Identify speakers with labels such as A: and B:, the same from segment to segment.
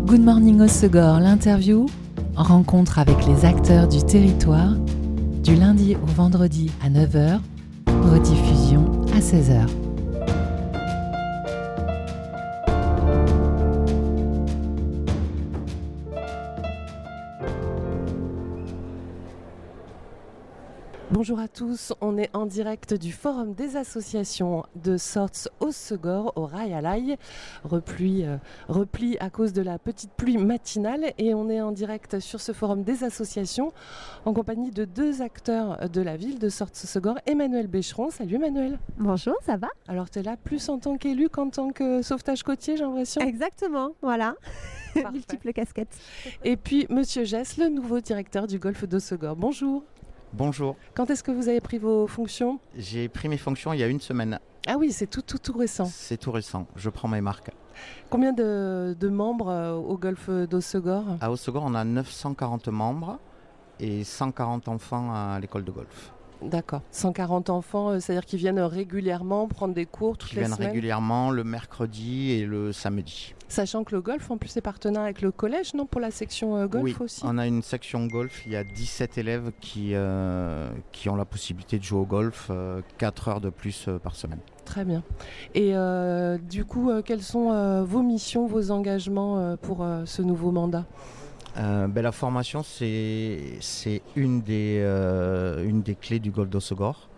A: Good Morning Hossegor, l'interview, rencontre avec les acteurs du territoire, du lundi au vendredi à 9h, rediffusion à 16h.
B: Bonjour à tous, on est en direct du forum des associations de Sorts Hossegor au Raialai, repli à cause de la petite pluie matinale, et on est en direct sur ce forum des associations en compagnie de deux acteurs de la ville de Sorts Hossegor, Emmanuel Bécheron. Salut Emmanuel.
C: Bonjour, ça va?
B: Alors tu es là plus en tant qu'élu qu'en tant que sauvetage côtier, j'ai l'impression.
C: Exactement, voilà. Multiples casquettes.
B: Et puis Monsieur Gess, le nouveau directeur du golfe d'Hossegor. Bonjour.
D: Bonjour.
B: Quand est-ce que vous avez pris vos fonctions ?
D: J'ai pris mes fonctions il y a une semaine.
B: Ah oui, c'est tout récent.
D: C'est tout récent, je prends mes marques.
B: Combien de membres au golfe d'Hossegor ?
D: À Hossegor, on a 940 membres et 140 enfants à l'école de golf.
B: D'accord. 140 enfants, c'est-à-dire qu'ils viennent régulièrement prendre des cours toutes les semaines ?
D: Ils viennent régulièrement le mercredi et le samedi.
B: Sachant que le golf, en plus, est partenaire avec le collège, non ? Pour la section golf
D: oui,
B: aussi ?
D: On a une section golf. Il y a 17 élèves qui ont la possibilité de jouer au golf 4 heures de plus par semaine.
B: Très bien. Et du coup, quelles sont vos missions, vos engagements pour ce nouveau mandat ?
D: La formation, c'est une des clés du golfe d'Hossegor.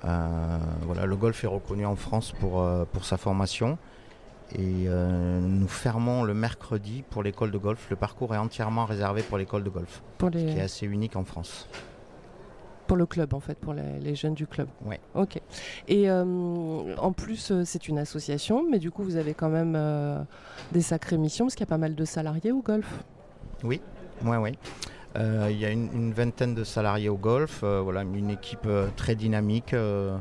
D: Le golf est reconnu en France pour sa formation. Et nous fermons le mercredi pour l'école de golf. Le parcours est entièrement réservé pour l'école de golf, qui est assez unique en France.
B: Pour le club, en fait, pour les jeunes du club.
D: Oui.
B: Ok. Et en plus, c'est une association, mais du coup, vous avez quand même des sacrées missions, parce qu'il y a pas mal de salariés au golf.
D: Oui. Il y a une vingtaine de salariés au golf. Une équipe très dynamique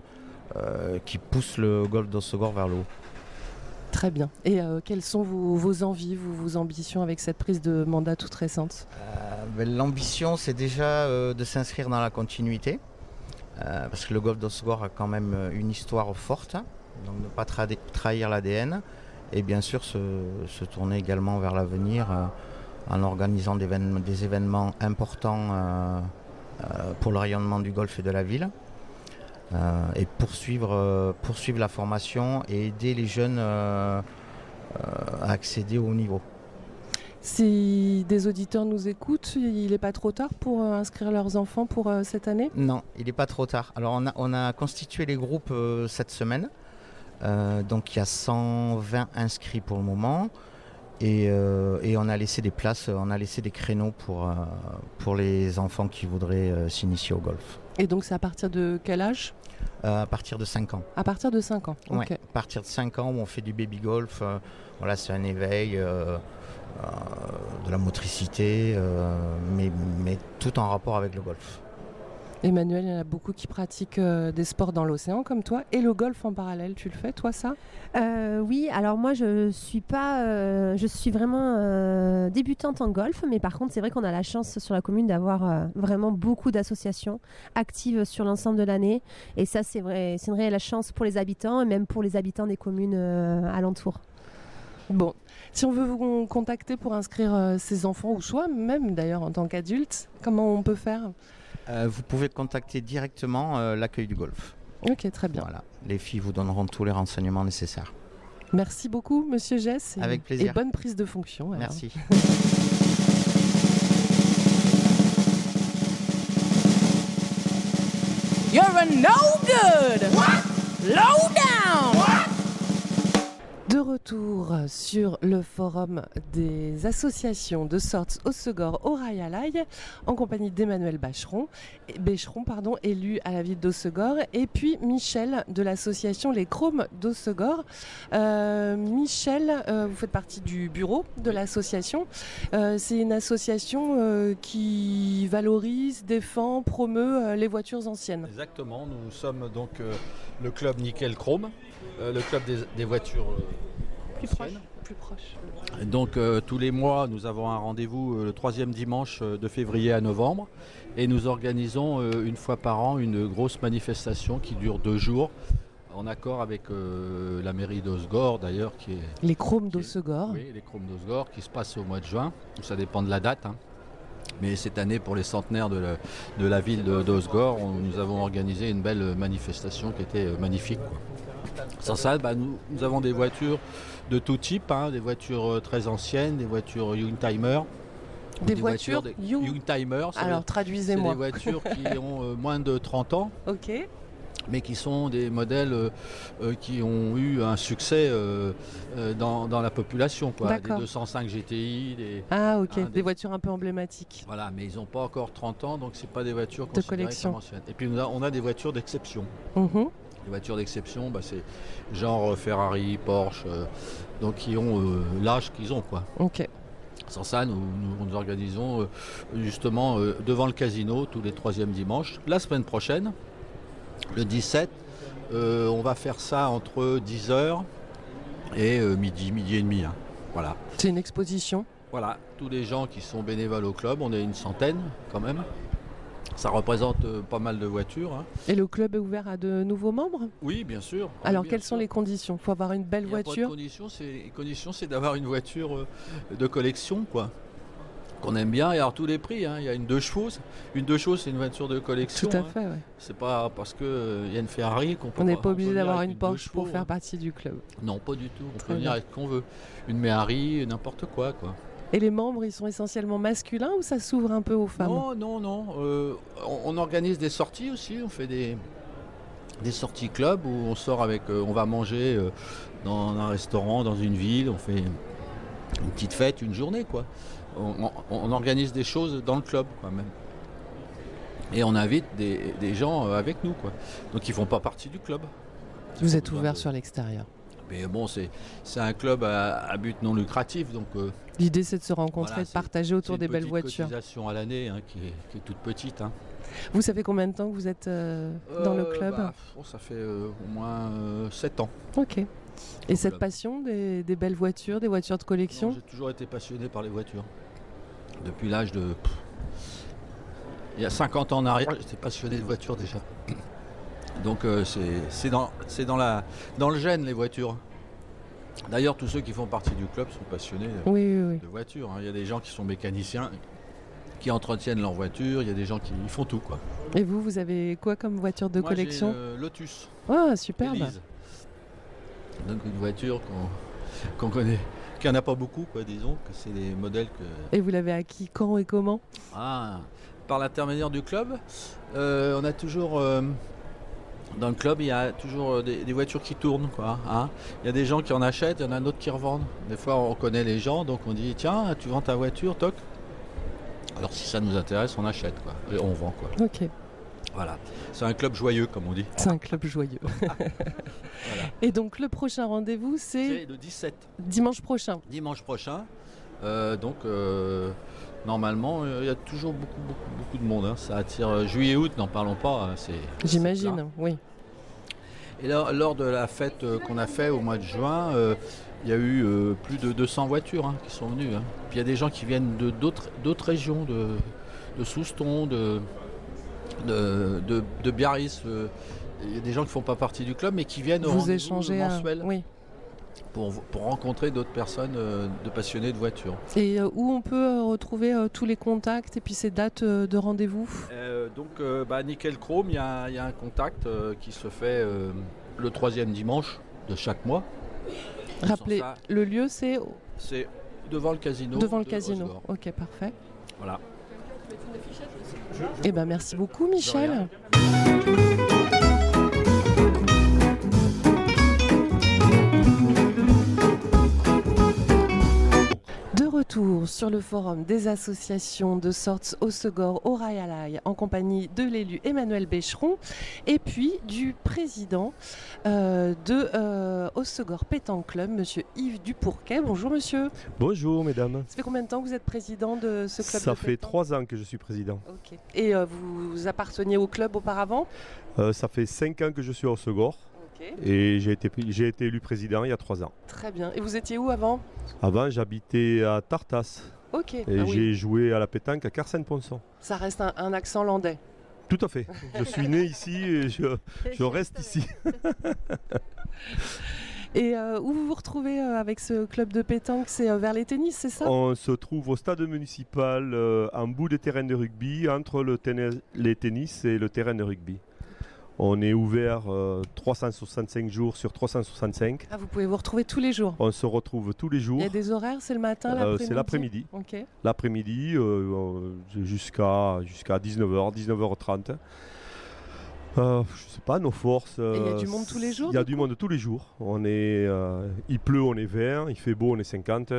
D: qui pousse le golfe d'Hossegor vers le haut.
B: Très bien. Et quelles sont vos envies, vos ambitions avec cette prise de mandat toute récente ?
D: L'ambition, c'est déjà de s'inscrire dans la continuité, parce que le golfe d'Hossegor a quand même une histoire forte, donc ne pas trahir l'ADN, et bien sûr se tourner également vers l'avenir en organisant des événements importants pour le rayonnement du golfe et de la ville. Et poursuivre la formation et aider les jeunes à accéder au haut niveau.
B: Si des auditeurs nous écoutent, il n'est pas trop tard pour inscrire leurs enfants pour cette année ?
D: Non, il n'est pas trop tard. Alors on a constitué les groupes cette semaine. Donc il y a 120 inscrits pour le moment. Et on a laissé des places, on a laissé des créneaux pour les enfants qui voudraient s'initier au golf.
B: Et donc c'est à partir de quel âge ?
D: À partir de 5 ans.
B: À partir de 5 ans, ok.
D: Ouais, à partir de 5 ans où on fait du baby golf, c'est un éveil de la motricité, mais tout en rapport avec le golf.
B: Emmanuel, il y en a beaucoup qui pratiquent des sports dans l'océan comme toi, et le golf en parallèle, tu le fais toi ça ?
C: Oui, alors moi je suis vraiment débutante en golf, mais par contre c'est vrai qu'on a la chance sur la commune d'avoir vraiment beaucoup d'associations actives sur l'ensemble de l'année, et ça c'est vrai, c'est une réelle chance pour les habitants et même pour les habitants des communes alentours.
B: Bon, si on veut vous contacter pour inscrire ses enfants, ou soi même d'ailleurs en tant qu'adulte, comment on peut faire ?
D: Vous pouvez contacter directement l'accueil du golf.
B: Ok, très bien.
D: Voilà. Les filles vous donneront tous les renseignements nécessaires.
B: Merci beaucoup, Monsieur Gess.
D: Avec plaisir.
B: Et bonne prise de fonction. Alors.
D: Merci.
A: You're a no good! What? Low down! What?
B: De retour sur le forum des associations de Sorts Hossegor au Raialai, en compagnie d'Emmanuel Bécheron, élu à la ville d'Hossegor, et puis Michel de l'association Les Chromes d'Hossegor. Michel, vous faites partie du bureau de l'association. C'est une association qui valorise, défend, promeut les voitures anciennes.
E: Exactement, nous sommes donc le club Nickel Chrome, le club des voitures
B: plus proche.
E: Donc tous les mois, nous avons un rendez-vous le 3e dimanche de février à novembre, et nous organisons une fois par an une grosse manifestation qui dure 2 jours. en accord avec la mairie d'Osgore d'ailleurs, qui est
B: Les chromes d'Ossegor.
E: oui, les chromes d'Osgore, qui se passe au mois de juin. Ça dépend de la date, hein. Mais cette année, pour les centenaires de la ville d'Osgore, nous avons organisé une belle manifestation qui était magnifique, quoi. Sans ça, nous avons des voitures de tout type, hein, des voitures très anciennes, des voitures Youngtimer.
B: Des voitures
E: Youngtimer,
B: Alors,
E: c'est
B: traduisez-moi.
E: des voitures qui ont moins de 30 ans,
B: Ok.
E: mais qui sont des modèles qui ont eu un succès dans la population, quoi. Des
B: D'accord.
E: 205 GTI,
B: Ah, ok.
E: Ah,
B: Des voitures un peu emblématiques.
E: voilà, mais ils n'ont pas encore 30 ans, donc c'est pas des voitures
B: De
E: considérées
B: collection.
E: comme anciennes. Et puis on a des voitures d'exception.
B: Mhm.
E: Les voitures d'exception, c'est genre Ferrari, Porsche, donc qui ont l'âge qu'ils ont, quoi.
B: Ok.
E: Sans ça, nous organisons justement devant le casino tous les 3e dimanches. La semaine prochaine, le 17, on va faire ça entre 10h et midi et demi, hein. Voilà.
B: C'est une exposition.
E: Voilà, tous les gens qui sont bénévoles au club, on est une centaine quand même. Ça représente pas mal de voitures, hein.
B: Et le club est ouvert à de nouveaux membres.
E: Oui, bien sûr.
B: Alors,
E: Oui, bien
B: quelles
E: sûr.
B: sont les conditions? Il faut avoir une belle
E: Il y a pas de
B: voiture.
E: condition, c'est d'avoir une voiture de collection, quoi. Qu'on aime bien. Et alors tous les prix, hein. Il y a une 2 chevaux. Une 2 chevaux, c'est une voiture de collection,
B: Tout à
E: hein.
B: fait, ouais.
E: C'est pas parce qu'il y a une Ferrari qu'on peut
B: On n'est pas
E: on
B: obligé
E: peut venir
B: d'avoir
E: avec
B: une
E: deux
B: Porsche pour
E: chevaux,
B: faire
E: hein.
B: partie du club.
E: Non, pas du tout. On
B: Très
E: peut venir
B: bien.
E: avec ce qu'on veut. Une Méhari, n'importe quoi, quoi.
B: Et les membres, ils sont essentiellement masculins ou ça s'ouvre un peu aux femmes?
E: Non. On organise des sorties aussi. On fait des sorties club où on sort avec. On va manger dans un restaurant, dans une ville. On fait une petite fête, une journée, quoi. On organise des choses dans le club, quoi, même. Et on invite des gens avec nous, quoi. Donc ils font pas partie du club.
B: Vous
E: Pas
B: êtes
E: besoin
B: ouvert
E: de-
B: sur l'extérieur.
E: Mais bon, c'est un club à but non lucratif, donc
B: L'idée, c'est de se rencontrer,
E: Voilà,
B: de partager autour
E: c'est
B: des
E: une
B: belles
E: petite
B: voitures.
E: cotisation à l'année, hein, qui est toute petite, hein.
B: Vous savez combien de temps que vous êtes dans le club?
E: Ça fait au moins 7 ans.
B: Ok. Et cette
E: club.
B: passion des belles voitures, des voitures de
E: Non,
B: collection?
E: j'ai toujours été passionné par les voitures. Depuis l'âge de... Il y a 50 ans en arrière, j'étais passionné de voitures déjà. Donc c'est dans le gène, les voitures. D'ailleurs, tous ceux qui font partie du club sont passionnés
B: Oui.
E: de voitures, hein. Il y a des gens qui sont mécaniciens, qui entretiennent leurs voitures. Il y a des gens qui font tout, quoi.
B: Et vous avez quoi comme voiture de
E: Moi,
B: collection?
E: j'ai une Lotus
B: Ah, superbe.
E: Elise. Donc une voiture qu'on connaît, qu'il n'y en a pas beaucoup, quoi, disons, que c'est des modèles que...
B: Et vous l'avez acquis quand et comment?
E: Par l'intermédiaire du club, on a toujours... dans le club, il y a toujours des voitures qui tournent, quoi, hein. Il y a des gens qui en achètent, il y en a d'autres qui revendent. Des fois, on connaît les gens, donc on dit, tiens, tu vends ta voiture, toc. Alors si ça nous intéresse, on achète, quoi, et on vend, quoi.
B: Ok.
E: Voilà. C'est un club joyeux, comme on dit.
B: C'est un club joyeux.
E: Voilà.
B: Et donc, le prochain rendez-vous, c'est
E: C'est le 17.
B: dimanche prochain.
E: Dimanche prochain. Normalement, il y a toujours beaucoup de monde, hein. Ça attire juillet-août, n'en parlons pas, hein. C'est plein.
B: J'imagine, oui.
E: Et lors de la fête qu'on a fait au mois de juin, il y a eu plus de 200 voitures, hein, qui sont venues, hein. Puis il y a des gens qui viennent d'autres régions, de Souston, de Biarritz. Il y a des gens qui ne font pas partie du club, mais qui viennent au
B: Vous
E: rendez-vous
B: échangez
E: mensuel
B: oui.
E: pour rencontrer d'autres personnes de passionnés de voitures.
B: Et où on peut retrouver tous les contacts et puis ces dates de rendez-vous?
E: Nickel Chrome, il y a un contact qui se fait le 3e dimanche de chaque mois.
B: Rappelez,
E: Ça,
B: le lieu, c'est
E: c'est devant le casino.
B: devant le
E: de
B: casino.
E: Osgore.
B: Ok, parfait.
E: Voilà.
B: Eh ben, merci beaucoup, Michel. De retour sur le forum des associations de Sorts Hossegor au Rayalaï en compagnie de l'élu Emmanuel Bécheron et puis du président de Hossegor Pétanque Club, monsieur Yves Dupourquet. Bonjour monsieur.
F: Bonjour mesdames.
B: Ça fait combien de temps que vous êtes président de ce club
F: Ça
B: de
F: fait
B: pétanque?
F: 3 ans que je suis président.
B: Ok. Et vous apparteniez au club auparavant?
F: Ça fait 5 ans que je suis à Hossegor
B: Ok.
F: et j'ai été élu président il y a 3 ans.
B: Très bien. Et vous étiez où avant?
F: Avant j'habitais à Tartas
B: Ok.
F: et
B: Ah oui.
F: j'ai joué à la pétanque à Carsen-Ponson.
B: Ça reste un accent landais.
F: Tout à fait. Je suis né ici et je reste ici.
B: Et où vous vous retrouvez avec ce club de pétanque? C'est vers les tennis, c'est ça?
F: On se trouve au stade municipal, en bout des terrains de rugby, entre les tennis et le terrain de rugby. On est ouvert 365 jours sur 365.
B: Ah, vous pouvez vous retrouver tous les jours?
F: On se retrouve tous les jours.
B: Il y a des horaires, c'est le matin, l'après-midi?
F: C'est l'après-midi.
B: Ok.
F: L'après-midi jusqu'à 19h, 19h30. Je ne sais pas, nos forces.
B: Et il y a du monde tous les jours?
F: Il y a du monde tous les jours. Il pleut, on est 20. Il fait beau, on est 50.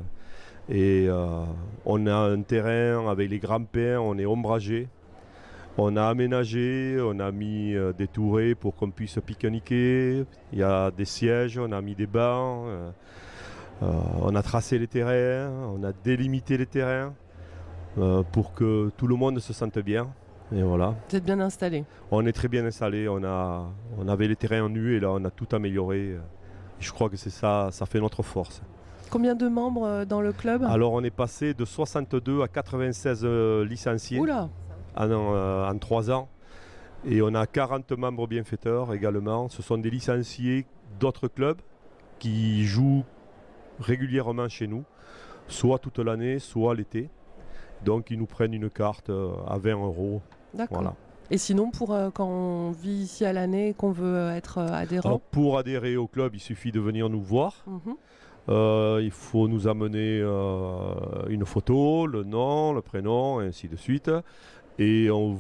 F: On a un terrain avec les grands-pins, on est ombragé. On a aménagé, on a mis des tourées pour qu'on puisse pique-niquer. Il y a des sièges, on a mis des bancs. On a tracé les terrains, on a délimité les terrains pour que tout le monde se sente bien. Et voilà.
B: Vous êtes bien installé?
F: On est très bien installé. On avait les terrains nus et là on a tout amélioré. Et je crois que c'est ça fait notre force.
B: Combien de membres dans le club?
F: Alors on est passé de 62 à 96 licenciés.
B: Oula!
F: En 3 ans. Et on a 40 membres bienfaiteurs également. Ce sont des licenciés d'autres clubs qui jouent régulièrement chez nous, soit toute l'année, soit l'été. Donc ils nous prennent une carte à 20 €.
B: D'accord.
F: Voilà.
B: Et sinon, pour quand on vit ici à l'année et qu'on veut être adhérent?
F: Alors, pour adhérer au club, il suffit de venir nous voir. Il faut nous amener une photo, le nom, le prénom, et ainsi de suite. Et il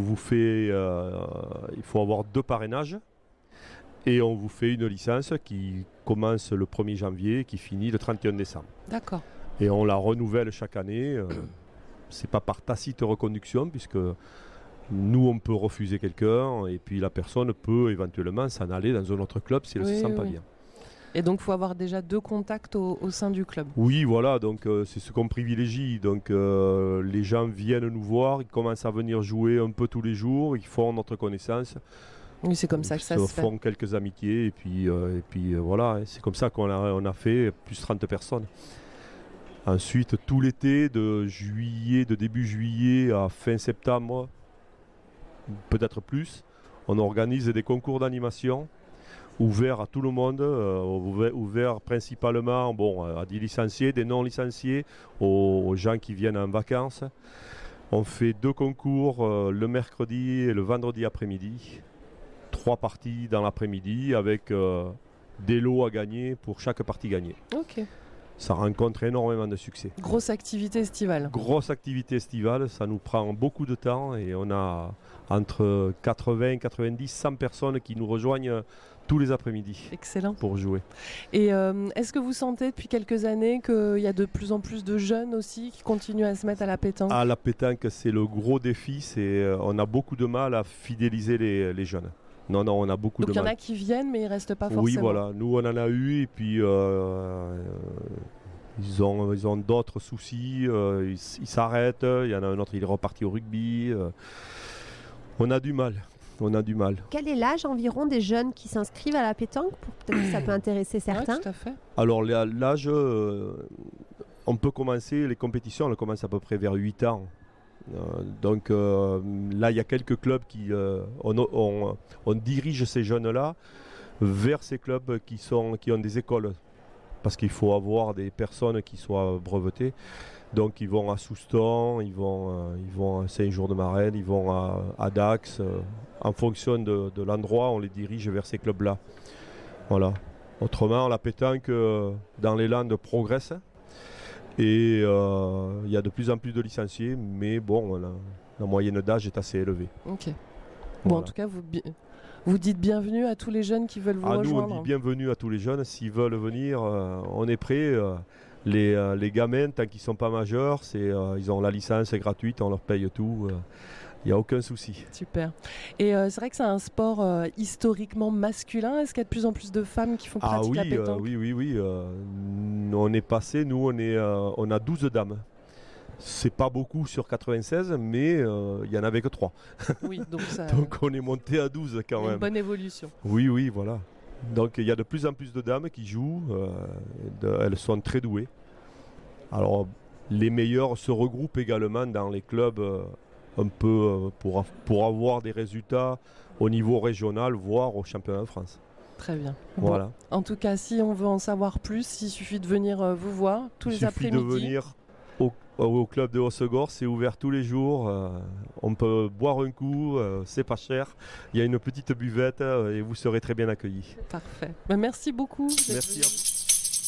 F: faut avoir 2 parrainages. Et on vous fait une licence qui commence le 1er janvier et qui finit le 31 décembre.
B: D'accord.
F: Et on la renouvelle chaque année. C'est pas par tacite reconduction, puisque nous, on peut refuser quelqu'un, et puis la personne peut éventuellement s'en aller dans un autre club si elle ne se sent pas bien.
B: Et donc, il faut avoir déjà 2 contacts au sein du club.
F: Oui, voilà, donc c'est ce qu'on privilégie. Donc les gens viennent nous voir, ils commencent à venir jouer un peu tous les jours, ils font notre connaissance.
B: Oui, c'est comme ça que ça se fait.
F: Ils font quelques amitiés, et puis voilà, c'est comme ça qu'on a fait plus 30 personnes. Ensuite, tout l'été, de début juillet à fin septembre, peut-être plus, on organise des concours d'animation ouverts à tout le monde, ouverts principalement à des licenciés, des non-licenciés, aux gens qui viennent en vacances. On fait 2 concours le mercredi et le vendredi après-midi, 3 parties dans l'après-midi avec des lots à gagner pour chaque partie gagnée.
B: Ok.
F: Ça rencontre énormément de succès.
B: Grosse activité estivale.
F: Grosse activité estivale, ça nous prend beaucoup de temps et on a entre 80, 90, 100 personnes qui nous rejoignent tous les après-midi.
B: Excellent.
F: Pour jouer.
B: Et est-ce que vous sentez depuis quelques années qu'il y a de plus en plus de jeunes aussi qui continuent à se mettre à la pétanque?
F: À la pétanque, c'est le gros défi. On a beaucoup de mal à fidéliser les jeunes. Non, on a beaucoup de mal.
B: Donc il y en a qui viennent, mais ils ne restent pas forcément.
F: Oui, voilà. Nous, on en a eu et puis ils ont d'autres soucis. Ils s'arrêtent. Il y en a un autre, il est reparti au rugby. On a du mal.
C: Quel est l'âge environ des jeunes qui s'inscrivent à la pétanque? Peut-être que ça peut intéresser certains.
B: Oui, tout à fait.
F: Alors l'âge, on peut commencer, les compétitions, on commence à peu près vers 8 ans. Donc là, il y a quelques clubs on dirige ces jeunes-là vers ces clubs qui ont des écoles. Parce qu'il faut avoir des personnes qui soient brevetées. Donc ils vont à Souston, ils vont à Saint-Jour-de-Marenne, ils vont à Dax. En fonction de l'endroit, on les dirige vers ces clubs-là. Voilà. Autrement, la pétanque dans les Landes progresse. Et il y a de plus en plus de licenciés, mais bon, la moyenne d'âge est assez élevée.
B: Ok.
F: Voilà.
B: Bon, en tout cas, vous dites bienvenue à tous les jeunes qui veulent vous rejoindre.
F: Nous, on dit bienvenue à tous les jeunes. S'ils veulent venir, on est prêts. Les gamins, tant qu'ils ne sont pas majeurs, ils ont la licence gratuite, on leur paye tout. Il n'y a aucun souci.
B: Super. Et c'est vrai que c'est un sport historiquement masculin. Est-ce qu'il y a de plus en plus de femmes qui font pratique la pétanque?
F: Oui. On est passé, nous, on a 12 dames. C'est pas beaucoup sur 96, mais il n'y en avait que 3.
B: Oui, donc ça...
F: donc on est monté à 12 quand même.
B: Une bonne évolution.
F: Oui, voilà. Donc il y a de plus en plus de dames qui jouent. Elles sont très douées. Alors les meilleures se regroupent également dans les clubs un peu pour avoir des résultats au niveau régional, voire au championnat de France.
B: Très bien.
F: Voilà.
B: Bon, en tout cas, si on veut en savoir plus, il suffit de venir vous voir tous les après-midi.
F: Il suffit de venir au club de Hossegor, c'est ouvert tous les jours. On peut boire un coup, c'est pas cher. Il y a une petite buvette et vous serez très bien accueillis.
B: Parfait. Ben, merci beaucoup.
F: Merci à vous.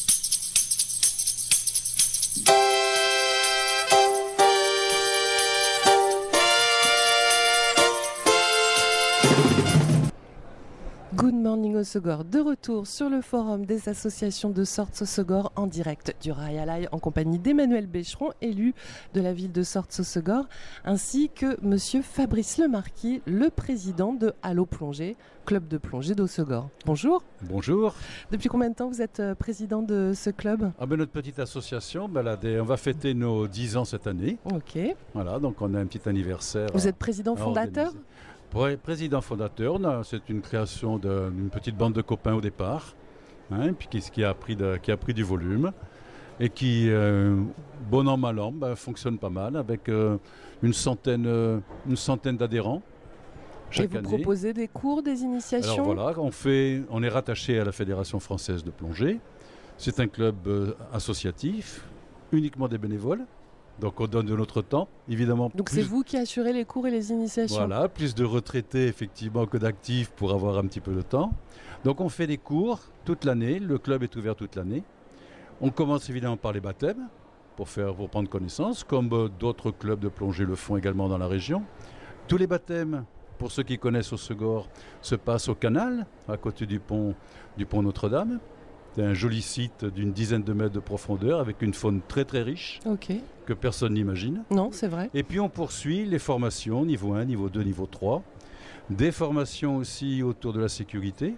B: Good morning Hossegor, de retour sur le forum des associations de Sorts Hossegor en direct du Rail en compagnie d'Emmanuel Bécheron, élu de la ville de Sorts Hossegor, ainsi que monsieur Fabrice Lemarquis, le président de Allo Plongée, club de plongée d'Hossegor. Bonjour.
G: Bonjour.
B: Depuis combien de temps vous êtes président de ce club ?
G: Notre petite association, on va fêter nos 10 ans cette année.
B: Ok.
G: Voilà, donc on a un petit anniversaire.
B: Vous êtes président fondateur ?
G: Président fondateur, c'est une création d'une petite bande de copains au départ, puis qui a pris du volume et qui, bon an mal an, fonctionne pas mal avec une centaine d'adhérents chaque année.
B: Et vous proposez des cours, des initiations ?
G: Alors voilà, on est rattaché à la Fédération française de plongée. C'est un club associatif, uniquement des bénévoles. Donc on donne de notre temps, évidemment.
B: Donc c'est vous qui assurez les cours et les initiations.
G: Voilà, plus de retraités effectivement que d'actifs pour avoir un petit peu de temps. Donc on fait des cours toute l'année, le club est ouvert toute l'année. On commence évidemment par les baptêmes pour prendre connaissance, comme d'autres clubs de plongée le font également dans la région. Tous les baptêmes, pour ceux qui connaissent Hossegor, se passent au canal, à côté du pont Notre-Dame. C'est un joli site d'une dizaine de mètres de profondeur avec une faune très très riche que personne n'imagine.
B: Non, c'est vrai.
G: Et puis on poursuit les formations niveau 1, niveau 2, niveau 3. Des formations aussi autour de la sécurité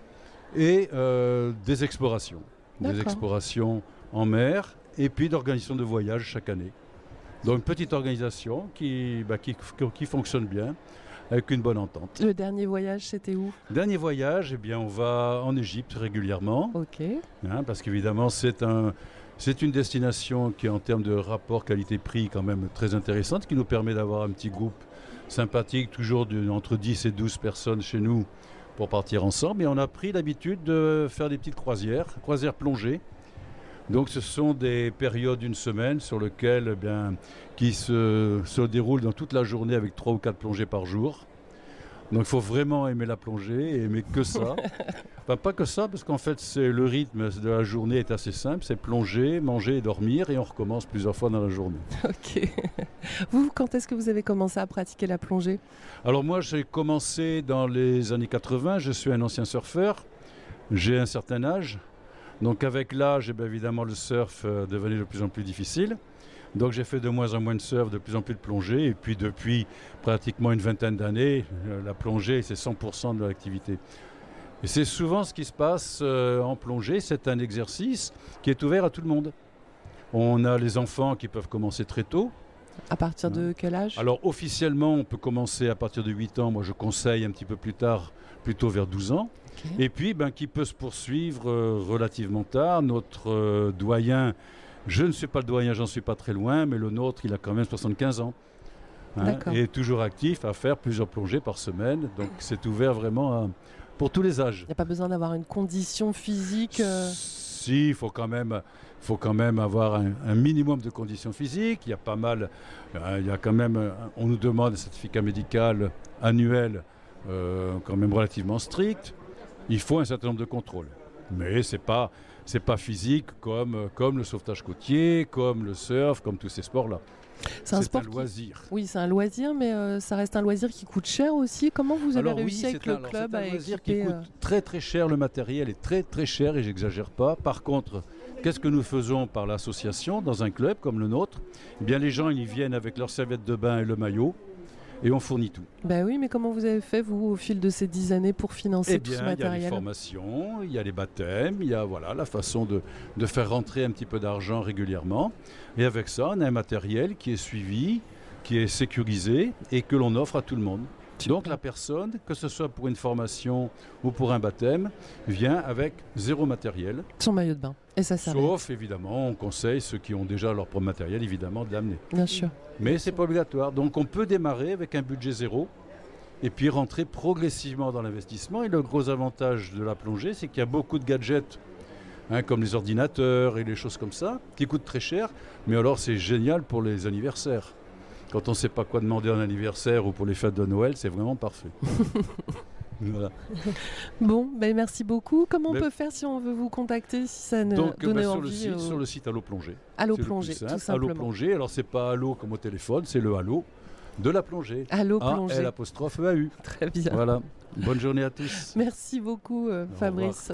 G: et des explorations.
B: D'accord.
G: Des explorations en mer et puis d'organisation de voyages chaque année. Donc une petite organisation qui fonctionne bien. Avec une bonne entente.
B: Le dernier voyage, c'était où ?
G: Dernier voyage, on va en Égypte régulièrement.
B: Ok.
G: Parce qu'évidemment, c'est une destination qui est en termes de rapport qualité-prix quand même très intéressante, qui nous permet d'avoir un petit groupe sympathique, toujours entre 10 et 12 personnes chez nous pour partir ensemble. Et on a pris l'habitude de faire des petites croisières plongées. Donc ce sont des périodes d'une semaine sur lesquelles qui se déroulent dans toute la journée avec 3 ou 4 plongées par jour. Donc il faut vraiment aimer la plongée et aimer que ça. Enfin, pas que ça, parce qu'en fait le rythme de la journée est assez simple, c'est plonger, manger et dormir et on recommence plusieurs fois dans la journée.
B: Ok. Vous, quand est-ce que vous avez commencé à pratiquer la plongée ?
G: Alors moi j'ai commencé dans les années 80, je suis un ancien surfeur, j'ai un certain âge. Donc avec l'âge, évidemment, le surf devenait de plus en plus difficile. Donc j'ai fait de moins en moins de surf, de plus en plus de plongée. Et puis depuis pratiquement une vingtaine d'années, la plongée, c'est 100% de l'activité. Et c'est souvent ce qui se passe en plongée. C'est un exercice qui est ouvert à tout le monde. On a les enfants qui peuvent commencer très tôt.
B: À partir de quel âge ?
G: Alors officiellement, on peut commencer à partir de 8 ans. Moi, je conseille un petit peu plus tard, plutôt vers 12 ans. Okay. Et puis, qui peut se poursuivre relativement tard. Notre doyen, je ne suis pas le doyen, j'en suis pas très loin, mais le nôtre, il a quand même 75 ans. Et toujours actif à faire plusieurs plongées par semaine. Donc, c'est ouvert vraiment pour tous les âges.
B: Il n'y a pas besoin d'avoir une condition physique
G: Si, il faut quand même avoir un minimum de conditions physiques. Il y a pas mal, on nous demande un certificat médical annuel quand même relativement strict. Il faut un certain nombre de contrôles. Mais c'est pas physique comme le sauvetage côtier, comme le surf, comme tous ces sports-là. C'est un loisir.
B: Oui, c'est un loisir, mais ça reste un loisir qui coûte cher aussi. Comment vous avez réussi avec le club à équiper ?
G: C'est un loisir qui coûte très très cher, le matériel est très très cher et j'exagère pas. Par contre, qu'est-ce que nous faisons par l'association dans un club comme le nôtre ? Les gens ils viennent avec leur serviette de bain et le maillot. Et on fournit tout.
B: Oui, mais comment vous avez fait, vous, au fil de ces 10 années pour financer tout ce matériel ?
G: Il y a les formations, il y a les baptêmes, il y a la façon de faire rentrer un petit peu d'argent régulièrement. Et avec ça, on a un matériel qui est suivi, qui est sécurisé et que l'on offre à tout le monde. Donc la personne, que ce soit pour une formation ou pour un baptême, vient avec 0 matériel.
B: Son maillot de bain. Et ça sert.
G: Sauf, évidemment, on conseille ceux qui ont déjà leur propre matériel, évidemment, de l'amener.
B: Bien sûr.
G: Mais ce n'est pas obligatoire. Donc on peut démarrer avec un budget 0 et puis rentrer progressivement dans l'investissement. Et le gros avantage de la plongée, c'est qu'il y a beaucoup de gadgets, comme les ordinateurs et les choses comme ça, qui coûtent très cher. Mais alors c'est génial pour les anniversaires. Quand on ne sait pas quoi demander à un anniversaire ou pour les fêtes de Noël, c'est vraiment parfait. Voilà.
B: Bon, merci beaucoup. Comment on peut faire si on veut vous contacter, si ça ne donne envie
G: sur le site Allo Plongée.
B: Allo Plongée, tout simplement.
G: Allo Plongée, alors c'est pas Allo comme au téléphone, c'est le Allo de la plongée.
B: Allo Plongée.
G: A-L'-E-A-U.
B: Très bien.
G: Voilà. Bonne journée à tous.
B: Merci beaucoup, Fabrice.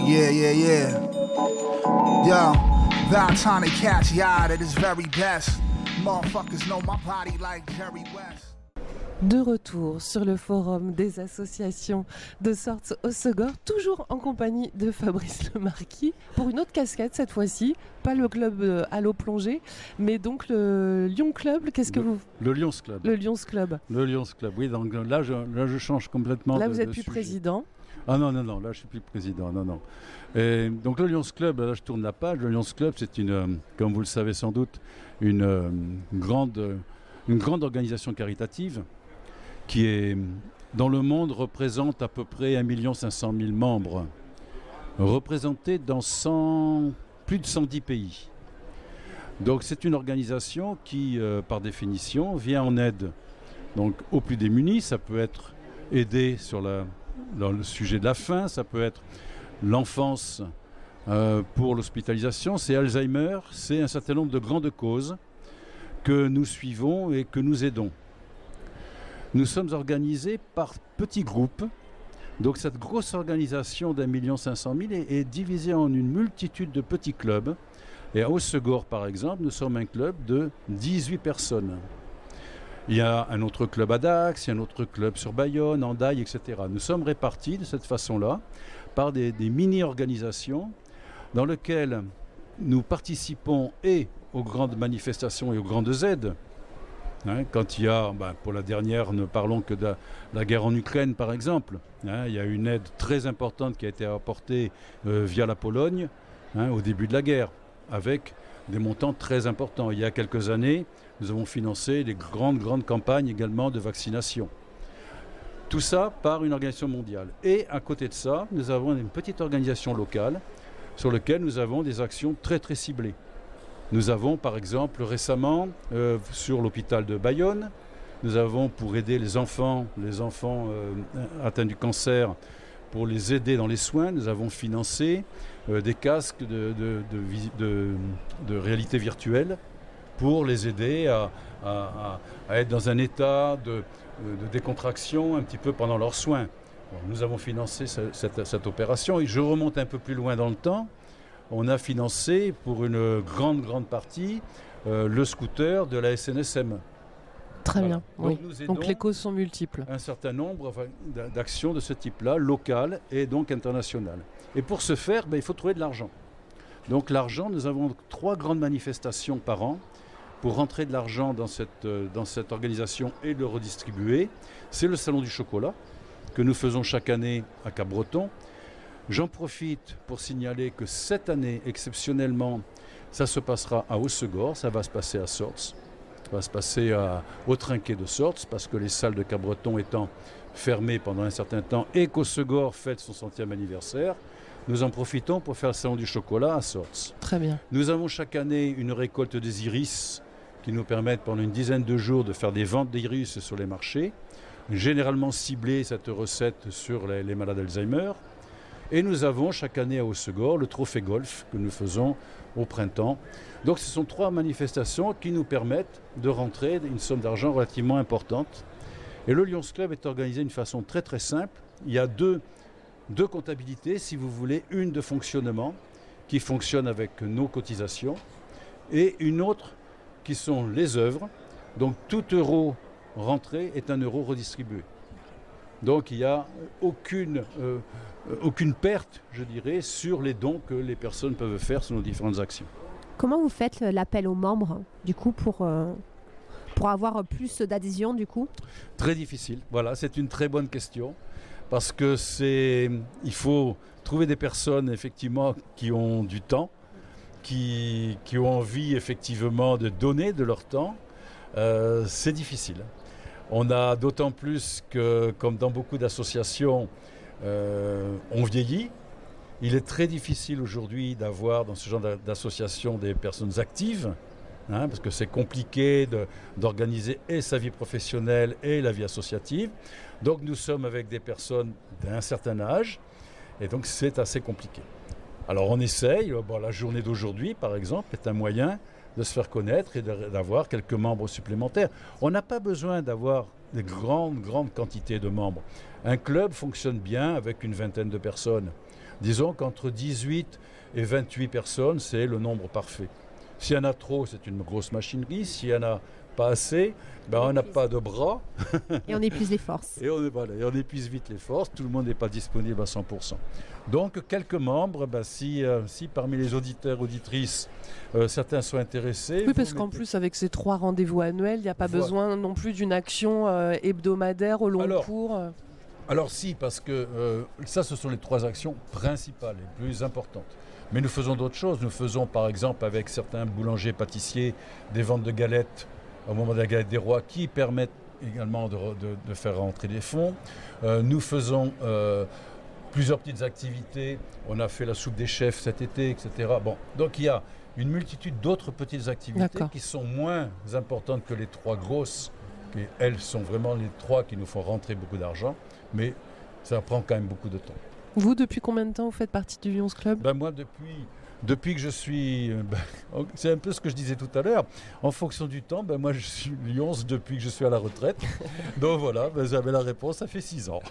H: Yo, Valentine catch yard at his very best. Motherfuckers know my body like Jerry West.
B: De retour sur le forum des associations de Sorts Hossegor, toujours en compagnie de Fabrice Lemarquis, pour une autre casquette cette fois-ci, pas le club Allo Plongée, mais donc le Lyon Club.
G: Le Lyons Club.
B: Le Lyons Club.
G: Le Lyons Club, oui. Donc là, je change complètement.
B: Là, vous n'êtes plus président.
G: Ah non, là je ne suis plus président, non. Et donc le Lyons Club, là je tourne la page. Le Lyons Club, c'est comme vous le savez sans doute, une grande organisation caritative qui est, dans le monde, représente à peu près 1 500 000 membres, représentés dans plus de 110 pays. Donc c'est une organisation qui, par définition, vient en aide donc, aux plus démunis. Ça peut être aider dans le sujet de la faim, ça peut être l'enfance pour l'hospitalisation, c'est Alzheimer, c'est un certain nombre de grandes causes que nous suivons et que nous aidons. Nous sommes organisés par petits groupes. Donc cette grosse organisation d'1 500 000 est divisée en une multitude de petits clubs. Et à Hossegor, par exemple, nous sommes un club de 18 personnes. Il y a un autre club à Dax, il y a un autre club sur Bayonne, Hendaye, etc. Nous sommes répartis de cette façon-là par des mini-organisations dans lesquelles nous participons et aux grandes manifestations et aux grandes aides. Quand il y a, pour la dernière, ne parlons que de la guerre en Ukraine par exemple, il y a une aide très importante qui a été apportée via la Pologne au début de la guerre, avec des montants très importants. Il y a quelques années, nous avons financé des grandes campagnes également de vaccination. Tout ça par une organisation mondiale. Et à côté de ça, nous avons une petite organisation locale sur laquelle nous avons des actions très très ciblées. Nous avons par exemple récemment sur l'hôpital de Bayonne, nous avons pour aider les enfants atteints du cancer, pour les aider dans les soins, nous avons financé des casques de réalité virtuelle pour les aider à être dans un état de décontraction un petit peu pendant leurs soins. Alors, nous avons financé cette opération et je remonte un peu plus loin dans le temps. On a financé pour une grande partie le scooter de la SNSM.
B: Très bien,
G: donc,
B: oui. Donc les causes sont multiples.
G: Un certain nombre d'actions de ce type-là, locales et donc internationales. Et pour ce faire, il faut trouver de l'argent. Donc l'argent, nous avons 3 grandes manifestations par an pour rentrer de l'argent dans cette organisation et le redistribuer. C'est le Salon du Chocolat que nous faisons chaque année à Cap-Breton. J'en profite pour signaler que cette année, exceptionnellement, ça se passera à Hossegor, ça va se passer à Sorts, ça va se passer au Trinquet de Sorts, parce que les salles de Cap-Breton étant fermées pendant un certain temps et qu'Hossegor fête son 100e anniversaire, nous en profitons pour faire le Salon du Chocolat à Sorts.
B: Très bien.
G: Nous avons chaque année une récolte des iris qui nous permettent pendant une dizaine de jours de faire des ventes d'iris sur les marchés, généralement ciblées cette recette sur les malades d'Alzheimer. Et nous avons chaque année à Hossegor le trophée golf que nous faisons au printemps. Donc ce sont 3 manifestations qui nous permettent de rentrer une somme d'argent relativement importante. Et le Lyons Club est organisé d'une façon très très simple. Il y a deux comptabilités, si vous voulez, une de fonctionnement qui fonctionne avec nos cotisations et une autre qui sont les œuvres. Donc tout euro rentré est un euro redistribué. Donc il n'y a aucune perte, je dirais, sur les dons que les personnes peuvent faire sur nos différentes actions.
C: Comment vous faites l'appel aux membres, du coup, pour pour avoir plus d'adhésion du coup?
G: Très difficile, voilà, c'est une très bonne question. Parce que il faut trouver des personnes effectivement qui ont du temps, qui ont envie effectivement de donner de leur temps. C'est difficile. On a d'autant plus que, comme dans beaucoup d'associations, on vieillit. Il est très difficile aujourd'hui d'avoir dans ce genre d'association des personnes actives, parce que c'est compliqué d'organiser et sa vie professionnelle et la vie associative. Donc nous sommes avec des personnes d'un certain âge et donc c'est assez compliqué. Alors on essaye, la journée d'aujourd'hui par exemple est un moyen de se faire connaître et d'avoir quelques membres supplémentaires. On n'a pas besoin d'avoir des grandes quantités de membres. Un club fonctionne bien avec une vingtaine de personnes. Disons qu'entre 18 et 28 personnes, c'est le nombre parfait. S'il y en a trop, c'est une grosse machinerie. S'il y en a pas assez, on n'a pas de bras.
C: Et on épuise les forces.
G: Et on épuise vite les forces. Tout le monde n'est pas disponible à 100%. Donc, quelques membres, si parmi les auditeurs, auditrices, certains sont intéressés...
B: Oui, parce qu'en plus, avec ces 3 rendez-vous annuels, il n'y a pas besoin non plus d'une action hebdomadaire au long cours.
G: Alors si, parce que ce sont les 3 actions principales, les plus importantes. Mais nous faisons d'autres choses. Nous faisons par exemple avec certains boulangers-pâtissiers des ventes de galettes au moment de la galette des rois qui permettent également de faire rentrer des fonds. Nous faisons plusieurs petites activités. On a fait la soupe des chefs cet été, etc. Donc il y a une multitude d'autres petites activités qui sont moins importantes que les 3 grosses. Et elles sont vraiment les 3 qui nous font rentrer beaucoup d'argent. Mais ça prend quand même beaucoup de temps.
B: Vous, depuis combien de temps vous faites partie du Lions Club ?
G: Moi, depuis que je suis... c'est un peu ce que je disais tout à l'heure. En fonction du temps, moi, je suis Lions depuis que je suis à la retraite. Donc voilà, j'avais la réponse, ça fait 6 ans.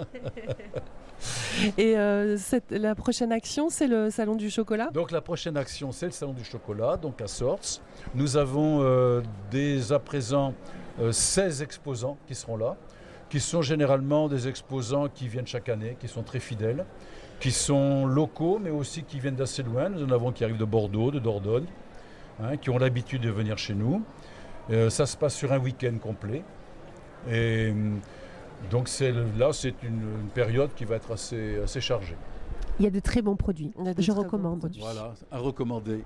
G: Et
B: la prochaine action, c'est le Salon du Chocolat ?
G: Donc la prochaine action, c'est le Salon du Chocolat, donc à Sorts. Nous avons dès à présent 16 exposants qui seront là, qui sont généralement des exposants qui viennent chaque année, qui sont très fidèles, qui sont locaux, mais aussi qui viennent d'assez loin. Nous en avons qui arrivent de Bordeaux, de Dordogne, qui ont l'habitude de venir chez nous. Ça se passe sur un week-end complet. Et donc c'est une période qui va être assez chargée.
C: Il y a de très bons produits. Je recommande.
G: Voilà, à recommander.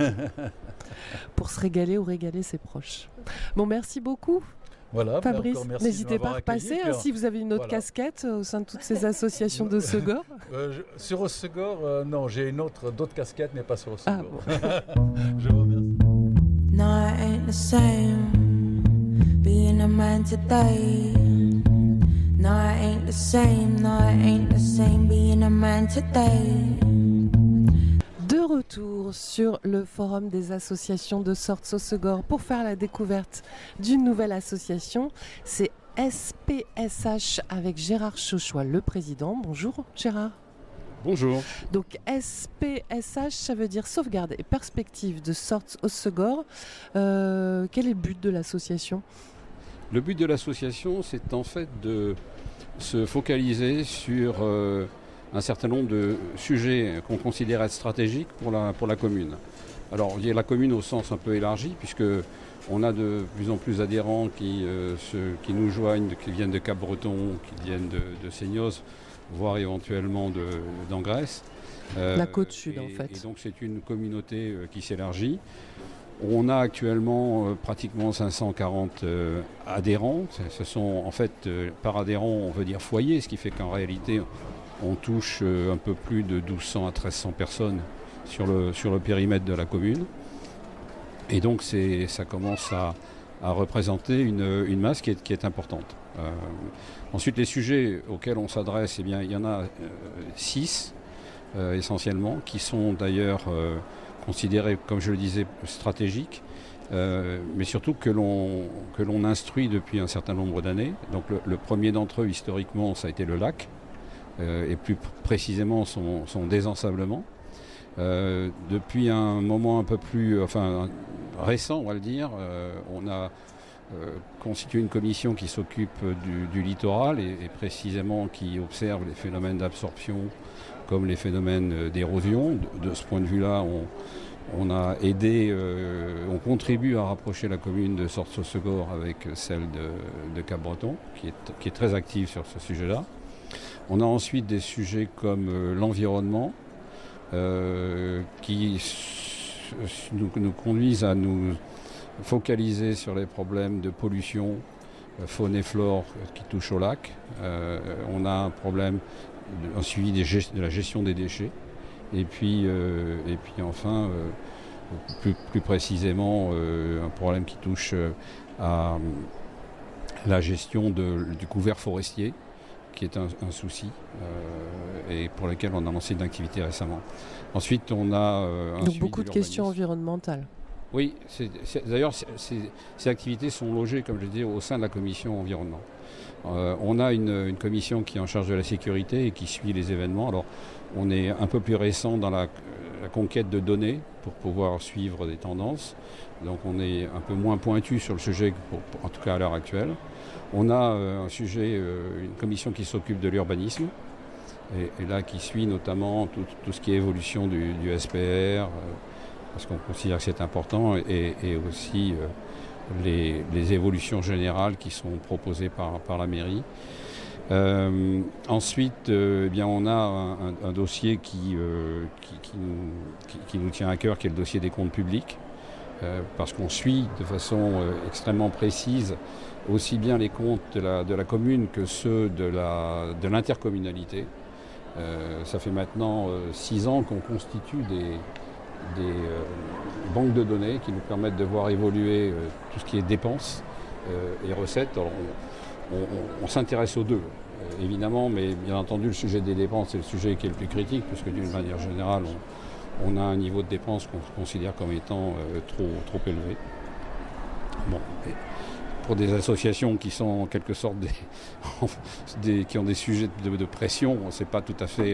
B: Pour se régaler ou régaler ses proches. Bon, merci beaucoup.
G: Voilà,
B: Fabrice, n'hésitez pas à repasser si vous avez une autre casquette au sein de toutes ces associations de Segor.
G: Sur Segor, non, j'ai d'autres casquettes, mais pas sur Segor. Je vous remercie.
I: No, it ain't the same being a man today. No, it ain't the same. No, it ain't the same being a man today.
B: De retour sur le forum des associations de Sorts au Segor pour faire la découverte d'une nouvelle association. C'est SPSH avec Gérard Chauchois, le président. Bonjour Gérard.
J: Bonjour.
B: Donc SPSH, ça veut dire sauvegarde et perspective de Sorts au Segor. Quel est le but de l'association ?
J: Le but de l'association, c'est en fait de se focaliser sur un certain nombre de sujets qu'on considère être stratégiques pour la commune. Alors, il y a la commune au sens un peu élargi, puisque on a de plus en plus d'adhérents qui nous joignent, qui viennent de Cap-Breton, qui viennent de Seignoz, voire éventuellement d'Angresse.
B: La côte sud, en fait.
J: Et donc, c'est une communauté qui s'élargit. On a actuellement pratiquement 540 adhérents. Ce sont en fait, par adhérent, on veut dire foyer, ce qui fait qu'en réalité, on touche un peu plus de 1200 à 1300 personnes sur le périmètre de la commune. Et donc ça commence à représenter une masse qui est importante. Ensuite, les sujets auxquels on s'adresse, il y en a 6 essentiellement, qui sont d'ailleurs considérés, comme je le disais, stratégiques, mais surtout que l'on instruit depuis un certain nombre d'années. Donc le premier d'entre eux, historiquement, ça a été le lac, et plus précisément son désensablement. Depuis un moment un peu plus récent, on va le dire, on a constitué une commission qui s'occupe du littoral et précisément qui observe les phénomènes d'absorption comme les phénomènes d'érosion. De ce point de vue-là, On a aidé, on contribue à rapprocher la commune de Sorts-au-Segor avec celle de Cap-Breton, qui est très active sur ce sujet-là. On a ensuite des sujets comme l'environnement, qui nous conduisent à nous focaliser sur les problèmes de pollution, faune et flore qui touchent au lac. On a un problème, un suivi de la gestion des déchets. Et puis enfin, plus précisément, un problème qui touche à la gestion du couvert forestier, qui est un souci et pour lequel on a lancé une activité récemment. Ensuite, on a
B: donc beaucoup de questions environnementales.
J: Oui, d'ailleurs, ces activités sont logées, comme je dis, au sein de la commission environnement. On a une commission qui est en charge de la sécurité et qui suit les événements. Alors, on est un peu plus récent dans la conquête de données pour pouvoir suivre des tendances. Donc, on est un peu moins pointu sur le sujet, en tout cas à l'heure actuelle. On a un sujet, une commission qui s'occupe de l'urbanisme et là qui suit notamment tout ce qui est évolution du SPR, parce qu'on considère que c'est important, et aussi les évolutions générales qui sont proposées par la mairie. Ensuite, on a un dossier qui nous tient à cœur, qui est le dossier des comptes publics, parce qu'on suit de façon extrêmement précise aussi bien les comptes de la commune que ceux de l'intercommunalité. Ça fait maintenant 6 ans qu'on constitue des banques de données qui nous permettent de voir évoluer tout ce qui est dépenses et recettes. Alors, on s'intéresse aux deux, évidemment, mais bien entendu le sujet des dépenses est le sujet qui est le plus critique, puisque d'une manière générale, on a un niveau de dépenses qu'on considère comme étant trop élevé. Bon, pour des associations qui sont en quelque sorte qui ont des sujets de pression, c'est pas tout à fait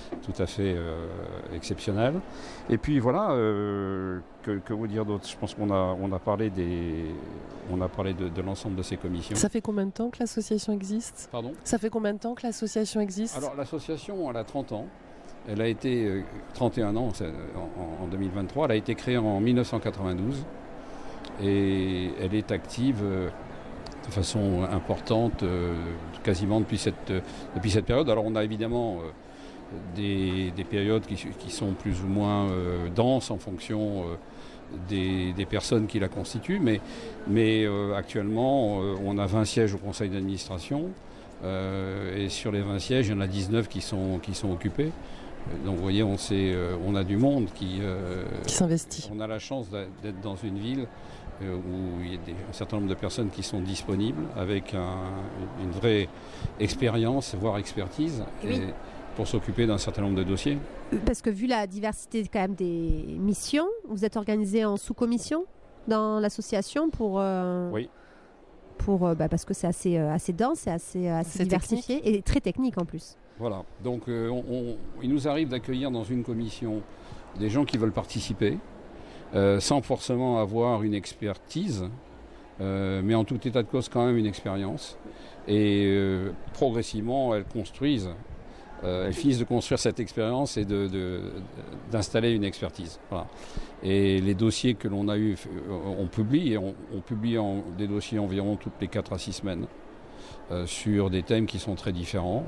J: exceptionnel. Et puis voilà, que vous dire d'autre ? Je pense qu'on a parlé de l'ensemble de ces commissions.
B: Ça fait combien de temps que l'association existe ?
J: Pardon ?
B: Ça fait combien de temps que l'association existe ?
J: Alors l'association, elle a 30 ans. Elle a été 31 ans en 2023. Elle a été créée en 1992 et elle est active de façon importante quasiment depuis cette période. Alors on a évidemment des périodes qui sont plus ou moins denses en fonction des personnes qui la constituent, mais actuellement on a 20 sièges au conseil d'administration et sur les 20 sièges, il y en a 19 qui sont occupés. Donc vous voyez, on a du monde qui
B: s'investit.
J: On a la chance d'être dans une ville où il y a un certain nombre de personnes qui sont disponibles avec une vraie expérience, voire expertise,
C: oui,
J: pour s'occuper d'un certain nombre de dossiers.
C: Parce que vu la diversité quand même des missions, vous êtes organisé en sous-commission dans l'association pour...
J: Oui.
C: Parce que c'est assez dense, c'est assez diversifié
B: technique.
C: Et très technique en plus.
J: Voilà, donc il nous arrive d'accueillir dans une commission des gens qui veulent participer, sans forcément avoir une expertise, mais en tout état de cause quand même une expérience. Et progressivement, elles finissent de construire cette expérience et d'installer une expertise. Voilà. Et les dossiers que l'on a eus, on publie des dossiers environ toutes les 4 à 6 semaines. Sur des thèmes qui sont très différents.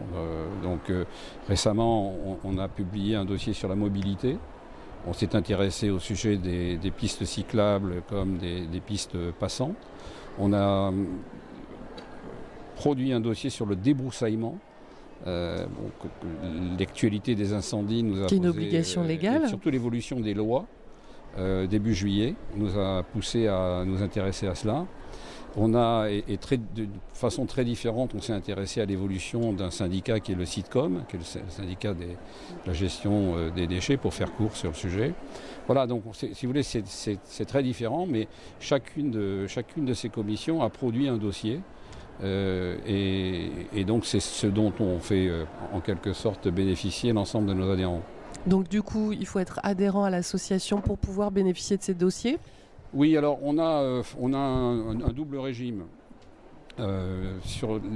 J: Récemment, on a publié un dossier sur la mobilité. On s'est intéressé au sujet des pistes cyclables comme des pistes passants. On a produit un dossier sur le débroussaillement. L'actualité des incendies nous a
B: qui est une
J: posé,
B: obligation légale.
J: Surtout l'évolution des lois début juillet nous a poussé à nous intéresser à cela. On a, de façon très différente, on s'est intéressé à l'évolution d'un syndicat qui est le CITCOM, qui est le syndicat de la gestion des déchets, pour faire court sur le sujet. Voilà, donc si vous voulez, c'est très différent, mais chacune de ces commissions a produit un dossier. Et donc c'est ce dont on fait en quelque sorte bénéficier l'ensemble de nos adhérents.
B: Donc du coup, il faut être adhérent à l'association pour pouvoir bénéficier de ces dossiers ?
J: Oui, alors on a un double régime.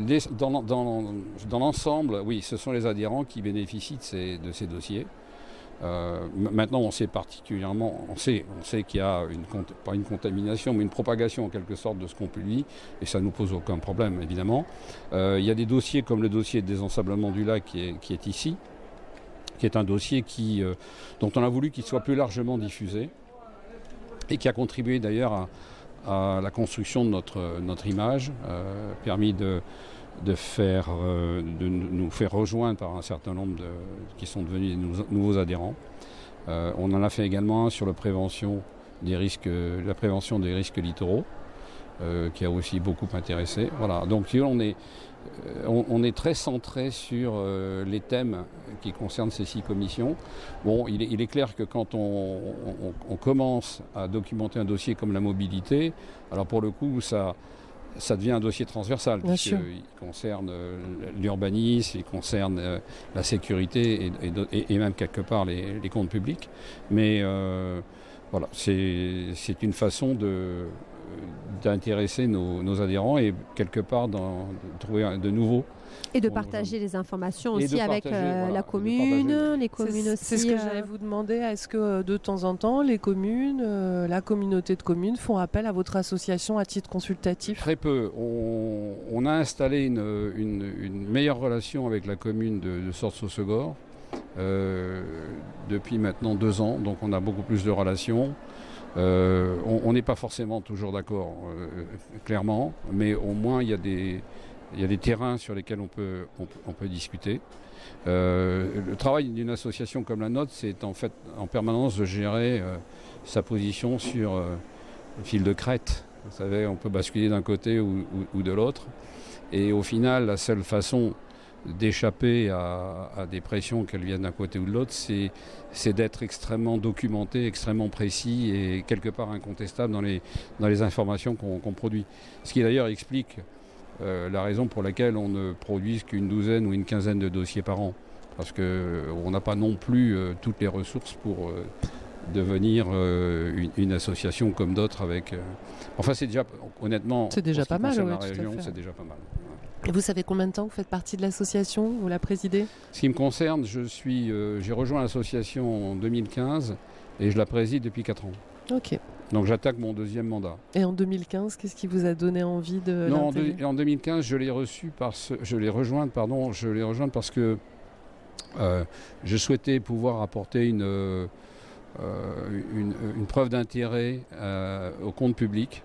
J: Dans l'ensemble, oui, ce sont les adhérents qui bénéficient de ces dossiers. Maintenant, on sait qu'il y a pas une contamination, mais une propagation en quelque sorte de ce qu'on publie, et ça ne nous pose aucun problème, évidemment. Il y a des dossiers comme le dossier de désensablement du lac qui est ici, qui est un dossier dont on a voulu qu'il soit plus largement diffusé, et qui a contribué d'ailleurs à la construction de notre image, permis de nous faire rejoindre par un certain nombre qui sont devenus des nouveaux adhérents. On en a fait également un sur la prévention des risques littoraux, qui a aussi beaucoup intéressé. Voilà. Donc on est très centré sur les thèmes qui concernent ces 6 commissions. Bon, il est clair que quand on commence à documenter un dossier comme la mobilité, alors pour le coup, ça devient un dossier transversal, puisqu'il concerne l'urbanisme, il concerne la sécurité et même quelque part les comptes publics. Mais voilà, c'est une façon d'intéresser nos adhérents et quelque part de trouver de nouveaux.
C: Et de partager les informations aussi avec la commune, les communes aussi.
B: C'est ce que j'allais vous demander. Est-ce que de temps en temps, les communes, la communauté de communes font appel à votre association à titre consultatif ?
J: Très peu. On a installé une meilleure relation avec la commune de Sortz-au-Segor depuis maintenant 2 ans. Donc on a beaucoup plus de relations. On n'est pas forcément toujours d'accord, clairement, mais au moins il y a des terrains sur lesquels on peut discuter. Le travail d'une association comme la nôtre, c'est en fait en permanence de gérer sa position sur le fil de crête. Vous savez, on peut basculer d'un côté ou de l'autre. Et au final, la seule façon d'échapper à des pressions, qu'elles viennent d'un côté ou de l'autre, c'est d'être extrêmement documenté, extrêmement précis et quelque part incontestable dans les informations qu'on produit. Ce qui d'ailleurs explique la raison pour laquelle on ne produise qu'une douzaine ou une quinzaine de dossiers par an. Parce qu'on n'a pas non plus toutes les ressources pour devenir une association comme d'autres avec... Enfin, c'est déjà, honnêtement...
B: C'est déjà pas mal, oui,
J: région, c'est déjà pas mal.
B: Et vous savez combien de temps vous faites partie de l'association ? Vous la présidez ?
J: Ce qui me concerne, j'ai rejoint l'association en 2015 et je la préside depuis 4 ans.
B: Ok.
J: Donc j'attaque mon 2e mandat.
B: Et en 2015, qu'est-ce qui vous a donné envie de l'intégrer ?
J: En 2015, je l'ai rejointe parce que je souhaitais pouvoir apporter une preuve d'intérêt au compte public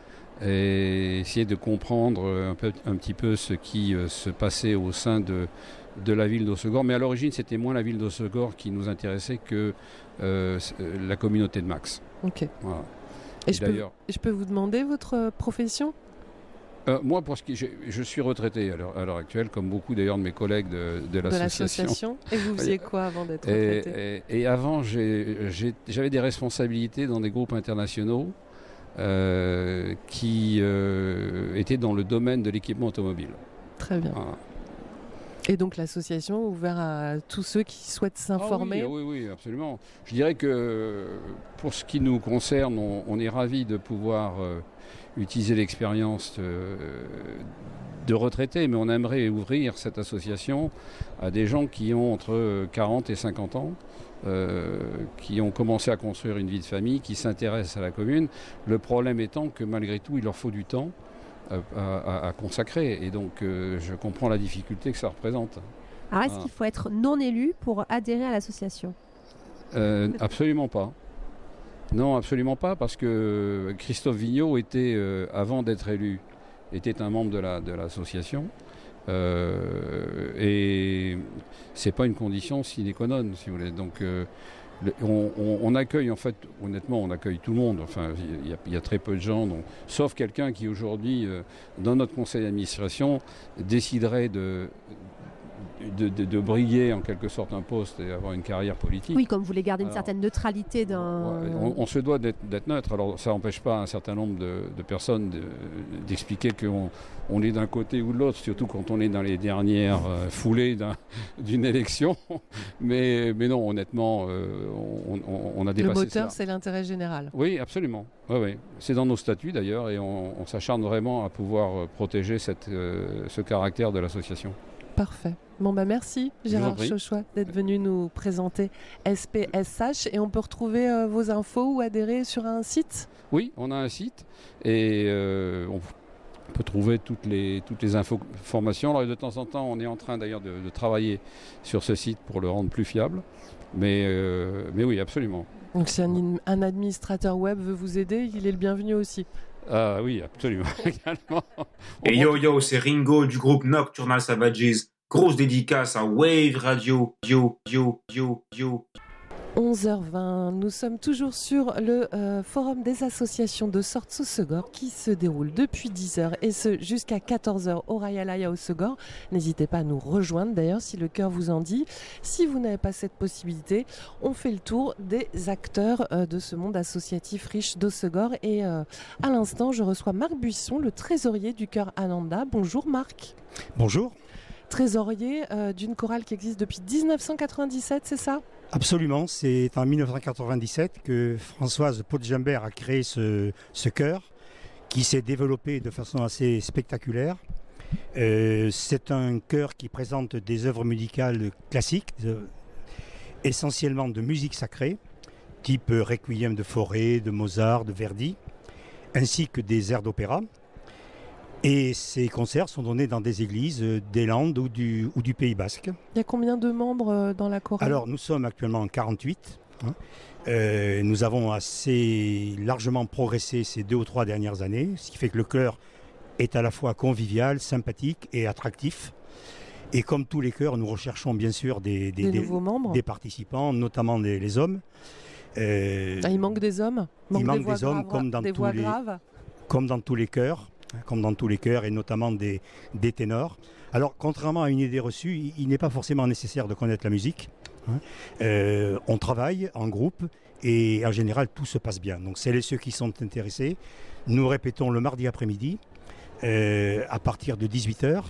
J: et essayer de comprendre un petit peu ce qui se passait au sein de la ville d'Hossegor. Mais à l'origine, c'était moins la ville d'Hossegor qui nous intéressait que la communauté de Max.
B: Ok.
J: Voilà.
B: Et je peux vous demander votre profession ?
J: Moi, je suis retraité à l'heure actuelle, comme beaucoup d'ailleurs de mes collègues de l'association.
B: Et vous faisiez quoi avant d'être retraité ?
J: Et avant, j'avais des responsabilités dans des groupes internationaux qui étaient dans le domaine de l'équipement automobile.
B: Très bien. Voilà. Et donc l'association ouverte à tous ceux qui souhaitent s'informer ?
J: Oui, absolument. Je dirais que pour ce qui nous concerne, on est ravis de pouvoir utiliser l'expérience de retraités, mais on aimerait ouvrir cette association à des gens qui ont entre 40 et 50 ans, qui ont commencé à construire une vie de famille, qui s'intéressent à la commune. Le problème étant que malgré tout, il leur faut du temps à consacrer. Et donc, je comprends la difficulté que ça représente.
C: Alors, est-ce qu'il faut être non élu pour adhérer à l'association ?
J: Absolument pas. Non, absolument pas, parce que Christophe Vigneault était, avant d'être élu, était un membre de l'association. Et c'est pas une condition sine qua non, si vous voulez. Donc, on accueille, en fait, honnêtement, on accueille tout le monde. Enfin, il y a très peu de gens, sauf quelqu'un qui aujourd'hui, dans notre conseil d'administration, déciderait de briller en quelque sorte un poste et avoir une carrière politique.
C: Oui, comme vous voulez garder une certaine neutralité dans...
J: On se doit d'être neutre. Alors ça n'empêche pas un certain nombre de personnes d'expliquer qu'on est d'un côté ou de l'autre, surtout quand on est dans les dernières foulées d'une élection. Mais non, honnêtement, on a dépassé ça.
B: Le moteur, c'est l'intérêt général.
J: Oui, absolument. Oui. C'est dans nos statuts d'ailleurs et on s'acharne vraiment à pouvoir protéger ce caractère de l'association.
B: Parfait. Bon bah merci Gérard Chauchois d'être venu nous présenter SPSH, et on peut retrouver vos infos ou adhérer sur un site ?
J: Oui, on a un site et on peut trouver toutes les informations. Alors de temps en temps, on est en train d'ailleurs de travailler sur ce site pour le rendre plus fiable, mais oui, absolument.
B: Donc si un administrateur web veut vous aider, il est le bienvenu aussi.
J: Ah oui, absolument.
K: Et yo, c'est Ringo du groupe Nocturnal Savages. Grosse dédicace à Wave Radio.
B: 11h20, nous sommes toujours sur le forum des associations de Sorts au Segor qui se déroule depuis 10h et ce jusqu'à 14h au Rayalaya au Segor. N'hésitez pas à nous rejoindre d'ailleurs si le cœur vous en dit. Si vous n'avez pas cette possibilité, on fait le tour des acteurs de ce monde associatif riche d'Ossegor. Et à l'instant, je reçois Marc Buisson, le trésorier du chœur Ananda. Bonjour Marc.
L: Bonjour.
B: Trésorier d'une chorale qui existe depuis 1997, c'est ça ?
L: Absolument, c'est en 1997 que Françoise Podjambert a créé ce chœur qui s'est développé de façon assez spectaculaire. C'est un chœur qui présente des œuvres musicales classiques, essentiellement de musique sacrée, type Requiem de Fauré, de Mozart, de Verdi, ainsi que des airs d'opéra. Et ces concerts sont donnés dans des églises des Landes ou du Pays Basque.
B: Il y a combien de membres dans la chorale ?
L: Alors, nous sommes actuellement 48. Nous avons assez largement progressé ces 2 ou 3 dernières années, ce qui fait que le chœur est à la fois convivial, sympathique et attractif. Et comme tous les chœurs, nous recherchons bien sûr des
B: nouveaux membres,
L: des participants, notamment les hommes.
B: Il manque des hommes ?
L: Il manque des hommes comme dans tous les chœurs. Comme dans tous les chœurs et notamment des ténors. Alors, contrairement à une idée reçue, il n'est pas forcément nécessaire de connaître la musique. On travaille en groupe et en général, tout se passe bien. Donc, celles et ceux qui sont intéressés, nous répétons le mardi après-midi à partir de 18h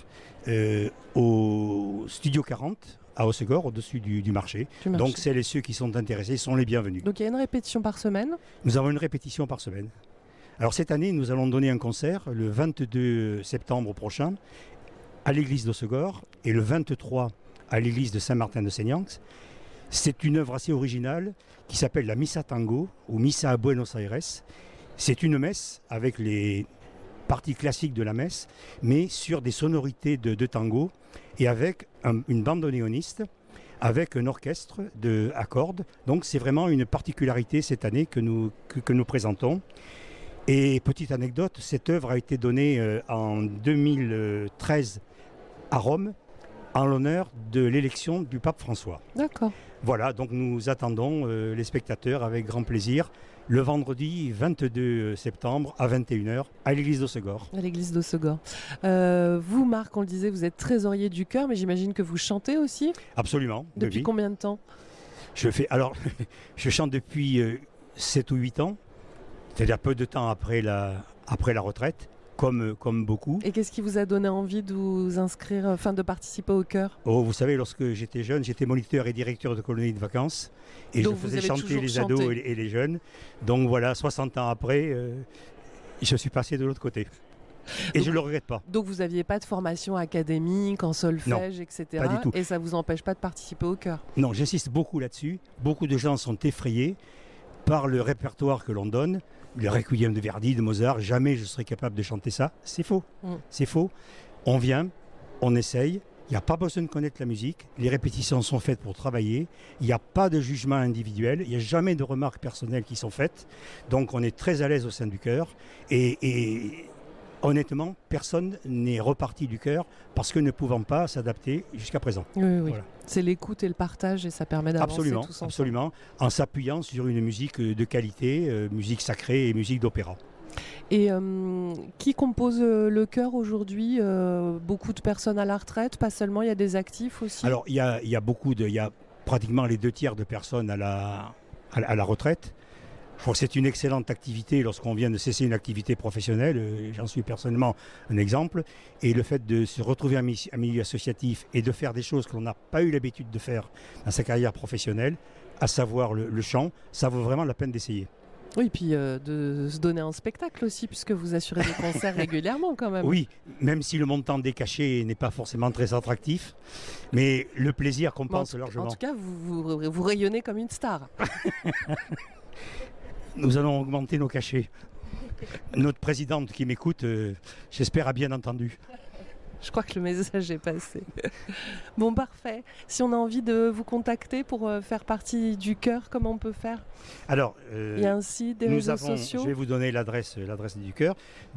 L: au Studio 40 à Hossegor, au-dessus du marché. Donc, celles et ceux qui sont intéressés sont les bienvenus.
B: Donc, il y a une répétition par semaine ?
L: Nous avons une répétition par semaine. Alors cette année, nous allons donner un concert le 22 septembre prochain à l'église d'Hossegor et le 23 à l'église de Saint-Martin-de-Seignax. C'est une œuvre assez originale qui s'appelle la Missa Tango ou Missa à Buenos Aires. C'est une messe avec les parties classiques de la messe, mais sur des sonorités de tango et avec une bandoneoniste, avec un orchestre à cordes. Donc c'est vraiment une particularité cette année que nous présentons. Et petite anecdote, cette œuvre a été donnée en 2013 à Rome en l'honneur de l'élection du pape François.
B: D'accord.
L: Voilà, donc nous attendons les spectateurs avec grand plaisir le vendredi 22 septembre à 21h à l'église d'Hossegor.
B: À l'église d'Hossegor. Vous, Marc, on le disait, vous êtes trésorier du chœur, mais j'imagine que vous chantez aussi ?
L: Absolument.
B: Depuis combien de temps ?
L: Je chante depuis 7 ou 8 ans. C'est-à-dire peu de temps après la retraite, comme beaucoup.
B: Et qu'est-ce qui vous a donné envie de vous inscrire, de participer au chœur ?
L: Vous savez, lorsque j'étais jeune, j'étais moniteur et directeur de colonie de vacances. Et
B: donc
L: je faisais chanter les ados et les jeunes. Donc voilà, 60 ans après, je suis passé de l'autre côté. Et donc, je ne le regrette pas.
B: Donc vous n'aviez pas de formation académique, en solfège,
L: non,
B: etc.
L: Pas du tout.
B: Et ça ne vous empêche pas de participer au chœur ?
L: Non, j'insiste beaucoup là-dessus. Beaucoup de gens sont effrayés par le répertoire que l'on donne. Le Requiem de Verdi, de Mozart, jamais je serais capable de chanter ça. C'est faux. C'est faux. On vient, on essaye. Il n'y a pas besoin de connaître la musique. Les répétitions sont faites pour travailler. Il n'y a pas de jugement individuel. Il n'y a jamais de remarques personnelles qui sont faites. Donc on est très à l'aise au sein du chœur. Et honnêtement, personne n'est reparti du chœur parce que ne pouvant pas s'adapter jusqu'à présent.
B: Oui.
L: Voilà.
B: C'est l'écoute et le partage et ça permet d'avancer tous ensemble.
L: Absolument, en s'appuyant sur une musique de qualité, musique sacrée et musique d'opéra.
B: Et qui compose le chœur aujourd'hui ? Beaucoup de personnes à la retraite, pas seulement, il y a des actifs aussi ?
L: Alors il y a pratiquement les 2/3 de personnes à la retraite. Je crois que c'est une excellente activité lorsqu'on vient de cesser une activité professionnelle. J'en suis personnellement un exemple. Et le fait de se retrouver un milieu associatif et de faire des choses que l'on n'a pas eu l'habitude de faire dans sa carrière professionnelle, à savoir le chant, ça vaut vraiment la peine d'essayer.
B: Oui, puis de se donner un spectacle aussi, puisque vous assurez des concerts régulièrement quand même.
L: Oui, même si le montant des cachets n'est pas forcément très attractif, mais le plaisir compense largement.
B: En tout cas, vous rayonnez comme une star.
L: Nous allons augmenter nos cachets. Notre présidente qui m'écoute, j'espère, a bien entendu.
B: Je crois que le message est passé. Bon, parfait. Si on a envie de vous contacter pour faire partie du chœur, comment on peut faire?
L: Alors,
B: il y a un site, des réseaux sociaux.
L: Je vais vous donner l'adresse du chœur.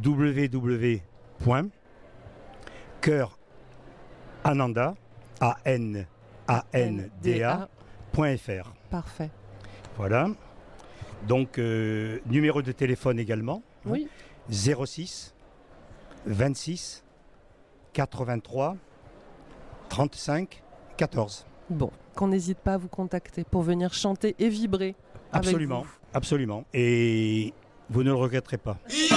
L: www.chœurananda.fr.
B: Parfait.
L: Voilà. Donc, numéro de téléphone également.
B: Oui.
L: 06 26 83 35 14.
B: Bon, qu'on n'hésite pas à vous contacter pour venir chanter et vibrer.
L: Absolument,
B: avec vous.
L: absolument. Et vous ne le regretterez pas.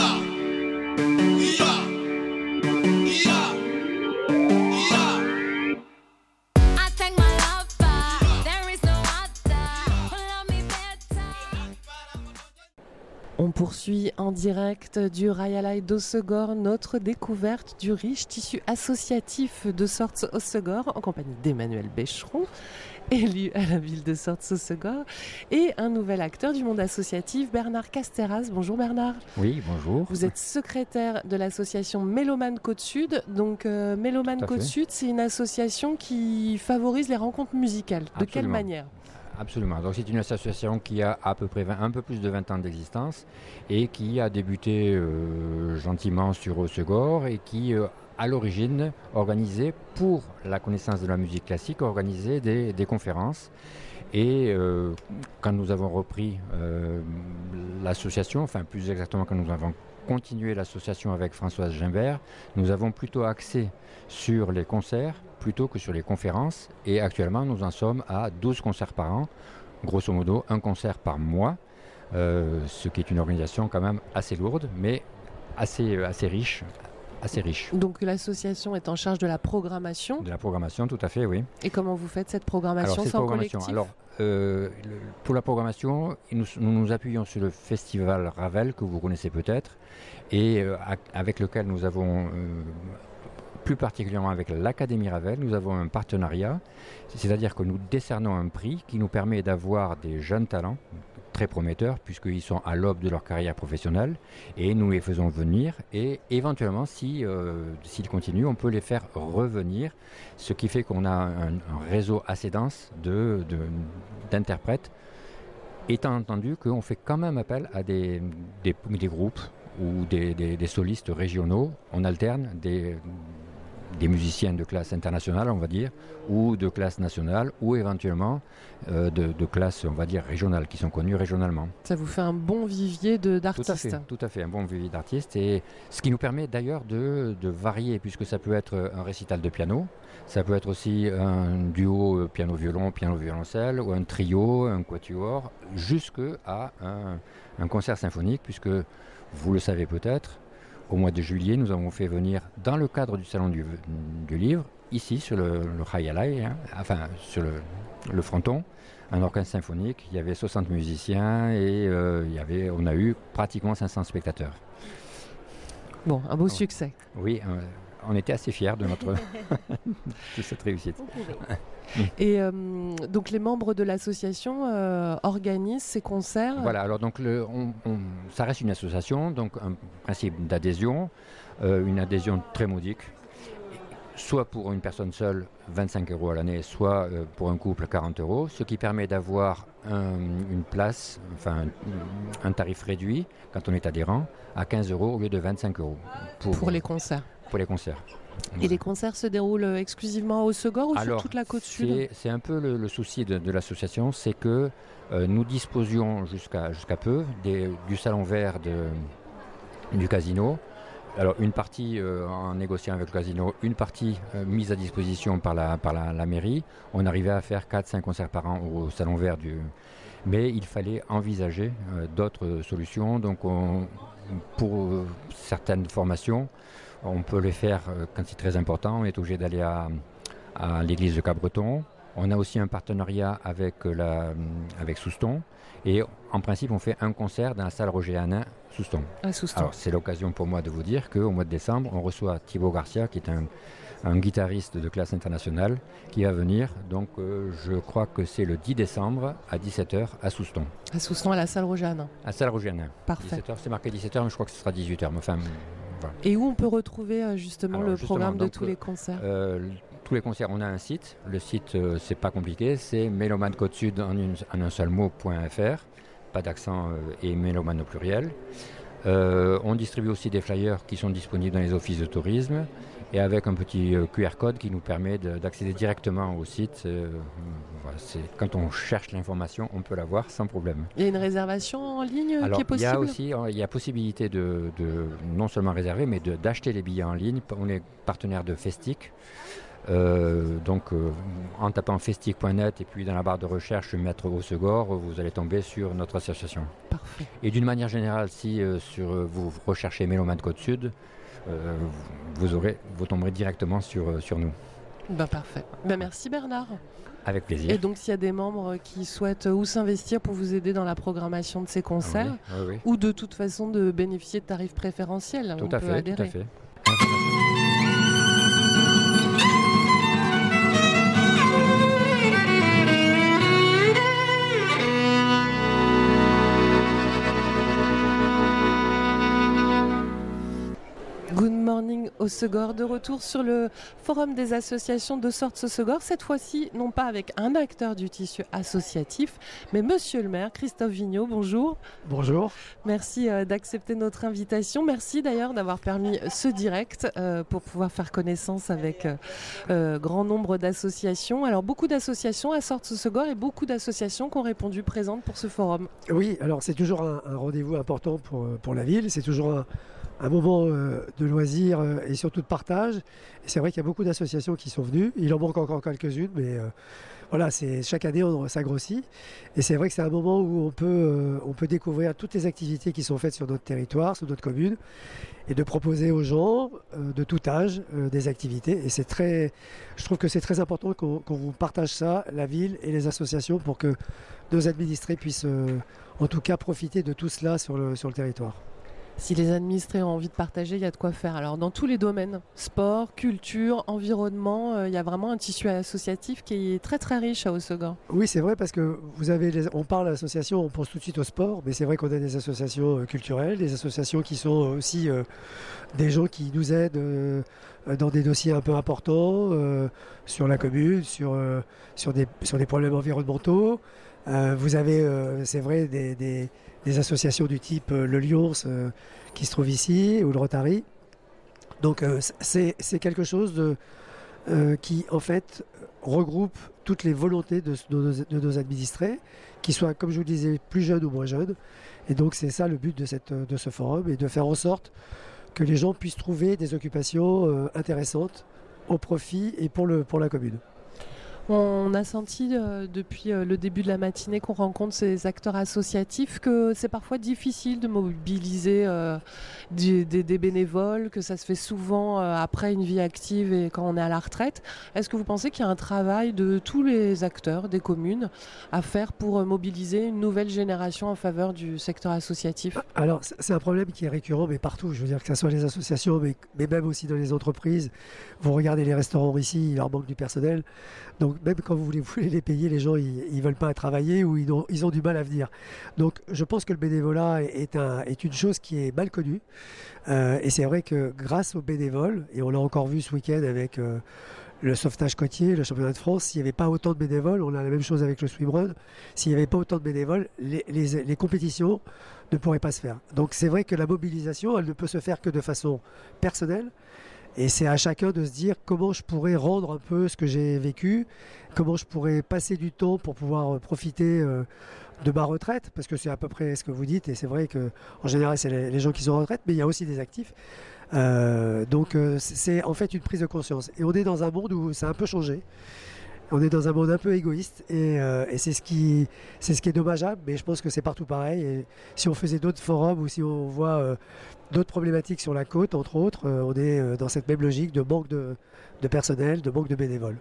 B: On poursuit en direct du Rayalai d'Hossegor notre découverte du riche tissu associatif de Sorts Hossegor en compagnie d'Emmanuel Bécheron, élu à la ville de Sorts Hossegor, et un nouvel acteur du monde associatif, Bernard Casteras. Bonjour Bernard.
M: Oui, bonjour.
B: Vous êtes secrétaire de l'association Mélomane Côte-Sud. Donc Mélomane Côte-Sud, c'est une association qui favorise les rencontres musicales. De
M: Absolument.
B: quelle manière ?
M: Absolument. Donc c'est une association qui a à peu près un peu plus de 20 ans d'existence et qui a débuté gentiment sur Hossegor et qui, à l'origine, organisait, pour la connaissance de la musique classique, organisait des conférences. Et quand nous avons repris l'association, enfin plus exactement quand nous avons continué l'association avec Françoise Gimbert, nous avons plutôt axé sur les concerts plutôt que sur les conférences. Et actuellement, nous en sommes à 12 concerts par an, grosso modo un concert par mois, ce qui est une organisation quand même assez lourde, mais assez riche. Assez riche.
B: Donc l'association est en charge de la programmation.
M: De la programmation, tout à fait, oui.
B: Et comment vous faites cette programmation? C'est en collectif?
M: Alors, pour la programmation, nous nous appuyons sur le festival Ravel, que vous connaissez peut-être, et avec lequel nous avons, plus particulièrement avec l'Académie Ravel, nous avons un partenariat, c'est-à-dire que nous décernons un prix qui nous permet d'avoir des jeunes talents, très prometteurs puisqu'ils sont à l'aube de leur carrière professionnelle et nous les faisons venir et éventuellement s'ils continuent on peut les faire revenir, ce qui fait qu'on a un réseau assez dense d'interprètes, étant entendu qu'on fait quand même appel à des groupes ou des solistes régionaux. On alterne des musiciens de classe internationale, on va dire, ou de classe nationale, ou éventuellement de classe, on va dire, régionale, qui sont connus régionalement.
B: Ça vous fait un bon vivier d'artistes.
M: Tout à fait, un bon vivier d'artistes, et ce qui nous permet d'ailleurs de varier, puisque ça peut être un récital de piano, ça peut être aussi un duo piano-violon, piano-violoncelle, ou un trio, un quatuor, jusqu'à un concert symphonique, puisque vous le savez peut-être, au mois de juillet, nous avons fait venir, dans le cadre du Salon du Livre, ici sur le Rayalai, enfin sur le fronton, un orchestre symphonique. Il y avait 60 musiciens et on a eu pratiquement 500 spectateurs.
B: Bon, un beau succès.
M: Oui, on était assez fiers de de cette réussite.
B: Et donc les membres de l'association organisent ces concerts.
M: Voilà, alors donc ça reste une association, donc un principe d'adhésion, une adhésion très modique, soit pour une personne seule 25 € à l'année, soit pour un couple 40 €, ce qui permet d'avoir une place, enfin un tarif réduit quand on est adhérent à 15 € au lieu de 25 €
B: pour les concerts.
M: Pour les concerts.
B: Et les concerts se déroulent exclusivement à Hossegor ou sur toute la côte sud?
M: C'est un peu le souci de l'association, c'est que nous disposions jusqu'à peu du salon vert du casino. Alors une partie en négociant avec le casino, une partie mise à disposition par la mairie. On arrivait à faire 4-5 concerts par an au salon vert mais il fallait envisager d'autres solutions. Donc pour certaines formations, on peut les faire quand c'est très important. On est obligé d'aller à l'église de Cabreton On a aussi un partenariat avec Souston. Et en principe, on fait un concert dans la salle Roger Hanin, Souston.
B: À Souston.
M: Alors, c'est l'occasion pour moi de vous dire qu'au mois de décembre, on reçoit Thibaut Garcia, qui est un guitariste de classe internationale, qui va venir. Donc, je crois que c'est le 10 décembre à 17h à Souston.
B: À Souston, à la salle Roger Hanin.
M: À la salle Roger Hanin.
B: Parfait.
M: 17h, c'est marqué 17h, mais je crois que ce sera 18h. Mais enfin, voilà.
B: Et où on peut retrouver justement
M: Alors,
B: le programme de
M: donc,
B: tous les concerts
M: tous les concerts, on a un site. Le site, c'est pas compliqué, c'est mélomaneCôte-Sud en un seul mot.fr. Pas d'accent et mélomane au pluriel. On distribue aussi des flyers qui sont disponibles dans les offices de tourisme et avec un petit QR code qui nous permet d'accéder directement au site. Voilà, quand on cherche l'information, on peut l'avoir sans problème.
B: Il y a une réservation en ligne qui est possible?
M: Il y a possibilité de non seulement réserver, mais d'acheter les billets en ligne. On est partenaire de Festic. En tapant festic.net et puis dans la barre de recherche Maître Hossegor, vous allez tomber sur notre association.
B: Parfait.
M: Et d'une manière générale, si vous recherchez Mélomane Côte-Sud, vous tomberez directement sur nous.
B: Parfait. Merci Bernard.
M: Avec plaisir.
B: Et donc s'il y a des membres qui souhaitent ou s'investir pour vous aider dans la programmation de ces concerts,
M: oui.
B: ou de toute façon de bénéficier de tarifs préférentiels,
M: tout à fait.
B: Good morning Hossegor, de retour sur le forum des associations de Sorts Hossegor, cette fois-ci non pas avec un acteur du tissu associatif, mais monsieur le maire, Christophe Vigneault, bonjour.
N: Bonjour.
B: Merci d'accepter notre invitation, merci d'ailleurs d'avoir permis ce direct pour pouvoir faire connaissance avec grand nombre d'associations. Alors beaucoup d'associations à Sorts Hossegor et beaucoup d'associations qui ont répondu présentes pour ce forum.
N: Oui, alors c'est toujours un rendez-vous important pour la ville, c'est toujours un moment de loisirs et surtout de partage. Et c'est vrai qu'il y a beaucoup d'associations qui sont venues. Il en manque encore quelques-unes, mais voilà, chaque année ça grossit. Et c'est vrai que c'est un moment où on peut découvrir toutes les activités qui sont faites sur notre territoire, sur notre commune, et de proposer aux gens de tout âge des activités. Et je trouve que c'est très important qu'on vous partage ça, la ville et les associations, pour que nos administrés puissent en tout cas profiter de tout cela sur le territoire.
B: Si les administrés ont envie de partager, il y a de quoi faire. Alors dans tous les domaines, sport, culture, environnement, il y a vraiment un tissu associatif qui est très très riche à Hossegor.
N: Oui, c'est vrai, parce que on parle d'associations, on pense tout de suite au sport, mais c'est vrai qu'on a des associations culturelles, des associations qui sont aussi des gens qui nous aident dans des dossiers un peu importants sur la commune, sur des problèmes environnementaux. Vous avez, c'est vrai, des associations du type le Lions qui se trouve ici, ou le Rotary. Donc c'est quelque chose qui en fait regroupe toutes les volontés de nos administrés, qui soient, comme je vous le disais, plus jeunes ou moins jeunes. Et donc c'est ça le but de ce forum, et de faire en sorte que les gens puissent trouver des occupations intéressantes au profit et pour la commune.
B: On a senti depuis le début de la matinée qu'on rencontre ces acteurs associatifs que c'est parfois difficile de mobiliser des bénévoles, que ça se fait souvent après une vie active et quand on est à la retraite. Est-ce que vous pensez qu'il y a un travail de tous les acteurs des communes à faire pour mobiliser une nouvelle génération en faveur du secteur associatif?
N: Alors c'est un problème qui est récurrent, mais partout. Je veux dire que ce soit les associations, mais même aussi dans les entreprises. Vous regardez les restaurants ici, il leur manque du personnel. Donc même quand vous voulez les payer, les gens ils veulent pas travailler, ou ils ont du mal à venir. Donc je pense que le bénévolat est une chose qui est mal connue. Et c'est vrai que grâce aux bénévoles, et on l'a encore vu ce week-end avec le sauvetage côtier, le championnat de France, s'il n'y avait pas autant de bénévoles, on a la même chose avec le swimrun, s'il n'y avait pas autant de bénévoles, les compétitions ne pourraient pas se faire. Donc c'est vrai que la mobilisation, elle ne peut se faire que de façon personnelle. Et c'est à chacun de se dire comment je pourrais rendre un peu ce que j'ai vécu, comment je pourrais passer du temps pour pouvoir profiter de ma retraite, parce que c'est à peu près ce que vous dites, et c'est vrai qu'en général c'est les gens qui sont en retraite, mais il y a aussi des actifs. Donc c'est en fait une prise de conscience. Et on est dans un monde où ça a un peu changé. On est dans un monde un peu égoïste, et c'est ce qui est dommageable, mais je pense que c'est partout pareil. Et si on faisait d'autres forums, ou si on voit d'autres problématiques sur la côte, entre autres, on est dans cette même logique de manque de personnel, de manque de bénévoles.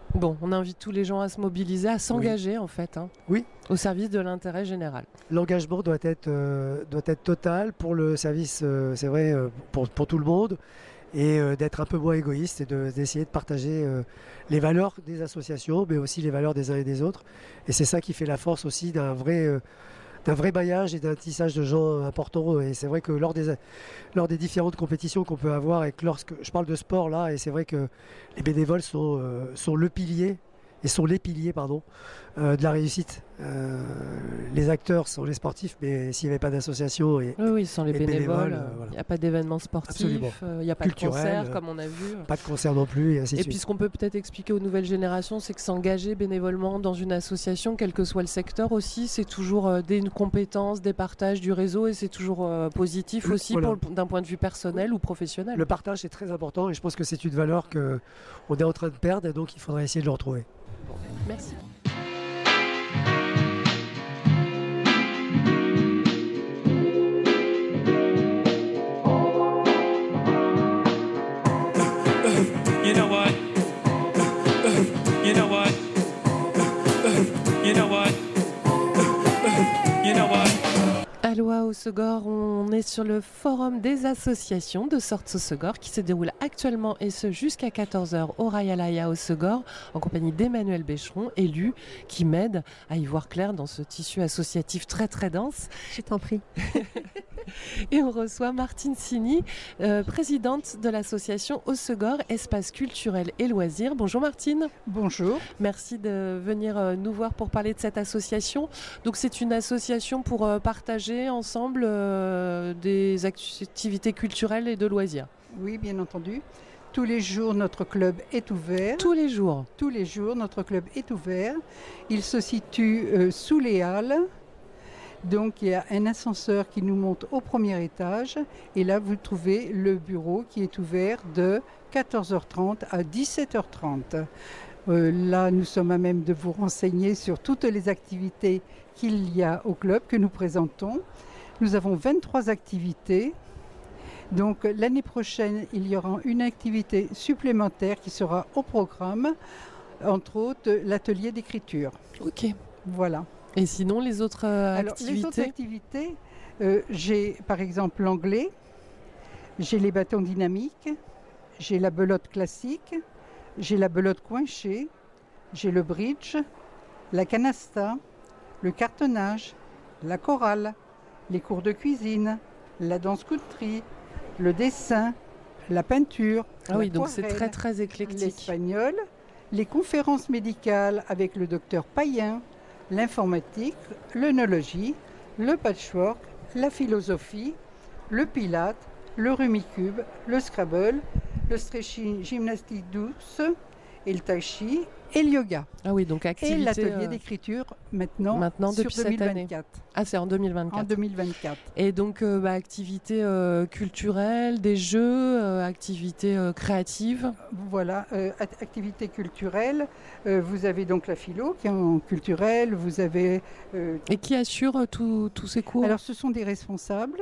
B: Bon, on invite tous les gens à se mobiliser, à s'engager en fait,
N: Oui.
B: Au service de l'intérêt général.
N: L'engagement doit être total pour le service, c'est vrai, pour tout le monde, et d'être un peu moins égoïste et d'essayer de partager les valeurs des associations, mais aussi les valeurs des uns et des autres. Et c'est ça qui fait la force aussi d'un vrai maillage et d'un tissage de gens importants. Et c'est vrai que lors des différentes compétitions qu'on peut avoir, et que lorsque je parle de sport là, et c'est vrai que les bénévoles sont le pilier, et sont les piliers de la réussite. Les acteurs sont les sportifs, mais s'il n'y avait pas d'association
B: oui, sans les bénévoles,
N: voilà.
B: il n'y a pas d'événements sportifs, il n'y a pas de concert comme on a vu.
N: Pas de concert non plus, et ainsi de
B: Et
N: suite.
B: puis ce qu'on peut peut-être expliquer aux nouvelles générations, c'est que s'engager bénévolement dans une association, quel que soit le secteur aussi, c'est toujours des compétences, des partages, du réseau, et c'est toujours positif aussi
N: Voilà.
B: d'un point de vue personnel ou professionnel.
N: Le partage est très important, et je pense que c'est une valeur qu'on est en train de perdre, et donc il faudrait essayer de le retrouver.
B: Merci.
O: You know what? You know what? You know what? You know what?
B: Aloha Hossegor, on est sur le forum des associations de Sorts Hossegor qui se déroule actuellement et ce jusqu'à 14h au Rayalaya Hossegor en compagnie d'Emmanuel Bécheron, élu, qui m'aide à y voir clair dans ce tissu associatif très très dense.
C: Je t'en prie.
B: Et on reçoit Martine Sini, présidente de l'association Hossegor Espace culturel et loisirs. Bonjour Martine.
P: Bonjour.
B: Merci de venir nous voir pour parler de cette association. Donc c'est une association pour partager ensemble des activités culturelles et de loisirs.
P: Oui, bien entendu. Tous les jours, notre club est ouvert.
B: Tous les jours.
P: Tous les jours, notre club est ouvert. Il se situe sous les Halles. Donc il y a un ascenseur qui nous monte au premier étage. Et là, vous trouvez le bureau qui est ouvert de 14h30 à 17h30. Là, nous sommes à même de vous renseigner sur toutes les activités qu'il y a au club, que nous présentons. Nous avons 23 activités. Donc l'année prochaine, il y aura une activité supplémentaire qui sera au programme, entre autres l'atelier d'écriture.
B: Ok.
P: Voilà.
B: Et sinon, les autres activités?
P: Les autres activités, j'ai par exemple l'anglais, j'ai les bâtons dynamiques, j'ai la belote classique, j'ai la belote coinchée, j'ai le bridge, la canasta, le cartonnage, la chorale, les cours de cuisine, la danse country, le dessin, la peinture.
B: Ah oui, donc c'est très très éclectique.
P: L'espagnol, les conférences médicales avec le docteur Payen, l'informatique, l'œnologie, le patchwork, la philosophie, le pilate, le rumicube, le scrabble, le stretching, gymnastique douce et le tai chi et le yoga.
B: Ah oui, donc activité.
P: Et l'atelier d'écriture maintenant
B: depuis
P: sur 2024.
B: cette année. Ah, c'est en 2024.
P: En 2024.
B: Et donc activité culturelle, des jeux, activités créatives.
P: Voilà, activité culturelle. Vous avez donc la philo qui est en culturel. Vous avez.
B: Et qui assure tous ces cours?
P: Alors, ce sont des responsables.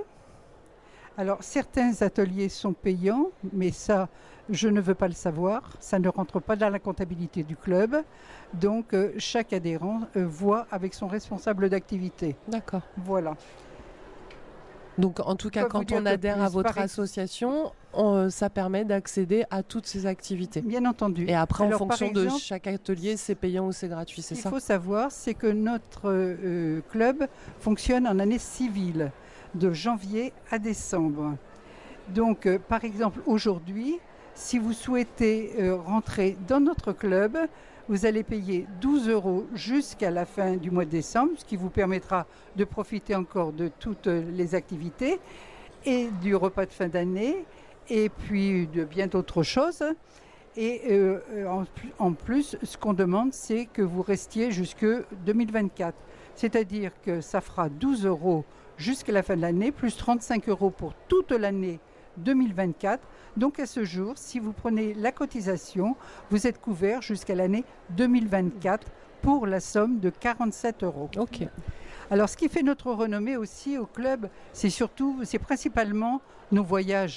P: Alors, certains ateliers sont payants, mais ça, je ne veux pas le savoir. Ça ne rentre pas dans la comptabilité du club. Donc, chaque adhérent voit avec son responsable d'activité.
B: D'accord.
P: Voilà.
B: Donc, en tout cas, quand on adhère à votre association, ça permet d'accéder à toutes ces activités.
P: Bien entendu.
B: Et après, en fonction de chaque atelier, c'est payant ou c'est gratuit, c'est ça?
P: Ce qu'il faut savoir, c'est que notre club fonctionne en année civile, de janvier à décembre. Donc, par exemple, aujourd'hui, si vous souhaitez rentrer dans notre club, vous allez payer 12 € jusqu'à la fin du mois de décembre, ce qui vous permettra de profiter encore de toutes les activités et du repas de fin d'année, et puis de bien d'autres choses. Et en plus, ce qu'on demande, c'est que vous restiez jusque 2024. C'est-à-dire que ça fera 12 € jusqu'à la fin de l'année, plus 35 € pour toute l'année 2024. Donc à ce jour, si vous prenez la cotisation, vous êtes couvert jusqu'à l'année 2024 pour la somme de 47 €.
B: Ok.
P: Alors ce qui fait notre renommée aussi au club, c'est principalement nos voyages.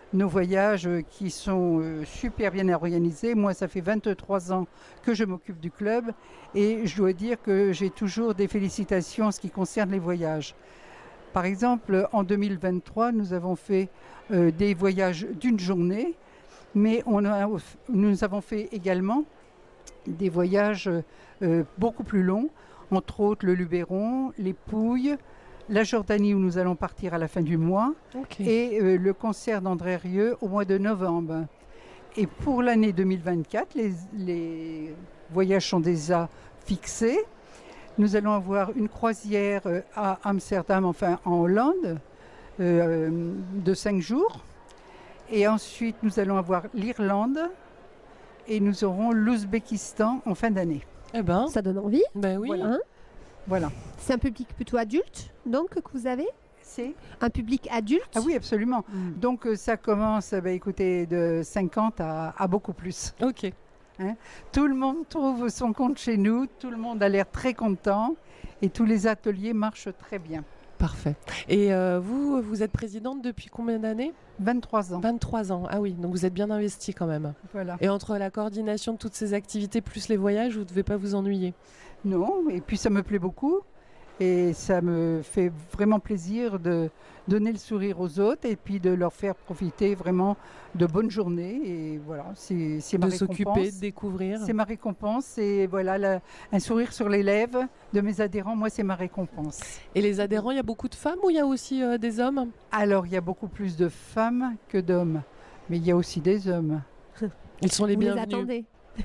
P: nos voyages qui sont super bien organisés. Moi, ça fait 23 ans que je m'occupe du club et je dois dire que j'ai toujours des félicitations en ce qui concerne les voyages. Par exemple, en 2023, nous avons fait des voyages d'une journée, mais nous avons fait également des voyages beaucoup plus longs, entre autres le Luberon, les Pouilles, la Jordanie où nous allons partir à la fin du mois et le concert d'André Rieu au mois de novembre. Et pour l'année 2024, les voyages sont déjà fixés. Nous allons avoir une croisière à Amsterdam, enfin en Hollande, de 5 jours. Et ensuite, nous allons avoir l'Irlande et nous aurons l'Ouzbékistan en fin d'année.
C: Eh ben, ça donne envie.
B: Ben oui.
P: Voilà.
C: C'est un public plutôt adulte, donc, que vous avez ?
P: C'est
C: un public adulte ?
P: Ah oui, absolument. Donc, ça commence, écoutez, de 50 à beaucoup plus.
B: Ok.
P: Tout le monde trouve son compte chez nous, tout le monde a l'air très content et tous les ateliers marchent très bien.
B: Parfait. Et vous êtes présidente depuis combien d'années ?
P: 23 ans.
B: 23 ans, ah oui, donc vous êtes bien investie quand même.
P: Voilà.
B: Et entre la coordination de toutes ces activités plus les voyages, vous ne devez pas vous ennuyer ?
P: Non, et puis ça me plaît beaucoup et ça me fait vraiment plaisir de donner le sourire aux autres et puis de leur faire profiter vraiment de bonnes journées. Et voilà, c'est ma récompense.
B: De s'occuper, de découvrir.
P: C'est ma récompense et voilà, un sourire sur les lèvres de mes adhérents, moi c'est ma récompense.
B: Et les adhérents, il y a beaucoup de femmes ou il y a aussi des hommes ?
P: Alors, il y a beaucoup plus de femmes que d'hommes, mais il y a aussi des hommes.
B: Ils sont les
C: Vous
B: bienvenus.
C: les attendez.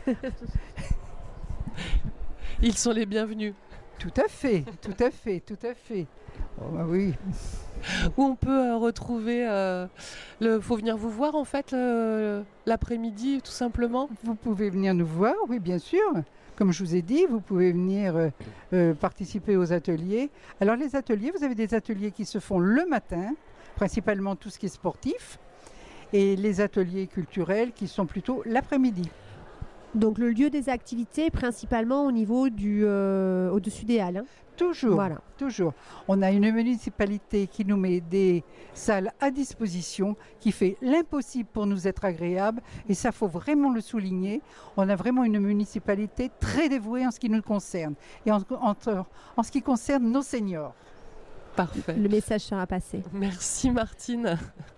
B: Ils sont les bienvenus.
P: Tout à fait, tout à fait, tout à fait. Oh, bah oui.
B: Où on peut retrouver faut venir vous voir en fait l'après-midi tout simplement.
P: Vous pouvez venir nous voir, oui bien sûr. Comme je vous ai dit, vous pouvez venir participer aux ateliers. Alors les ateliers, vous avez des ateliers qui se font le matin, principalement tout ce qui est sportif, et les ateliers culturels qui sont plutôt l'après-midi.
C: Donc le lieu des activités est principalement au niveau au-dessus des halles.
P: Toujours,
C: voilà.
P: Toujours. On a une municipalité qui nous met des salles à disposition, qui fait l'impossible pour nous être agréable, et ça faut vraiment le souligner. On a vraiment une municipalité très dévouée en ce qui nous concerne, et en ce qui concerne nos seniors.
B: Parfait.
C: Le message sera passé.
B: Merci Martine.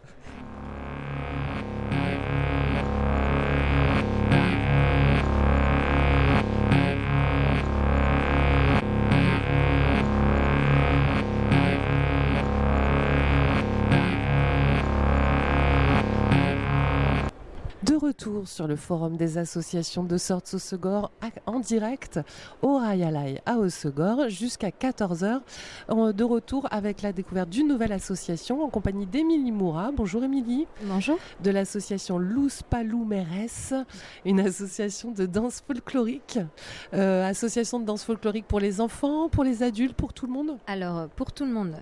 B: De retour sur le forum des associations de Sorts-Hossegor en direct au Rayalay à Hossegor jusqu'à 14h. De retour avec la découverte d'une nouvelle association en compagnie d'Émilie Moura. Bonjour Émilie.
Q: Bonjour. De
B: l'association Luz Palou Mérès, une association de danse folklorique. Association de danse folklorique pour les enfants, pour les adultes, pour tout le monde ?
Q: Alors pour tout le monde.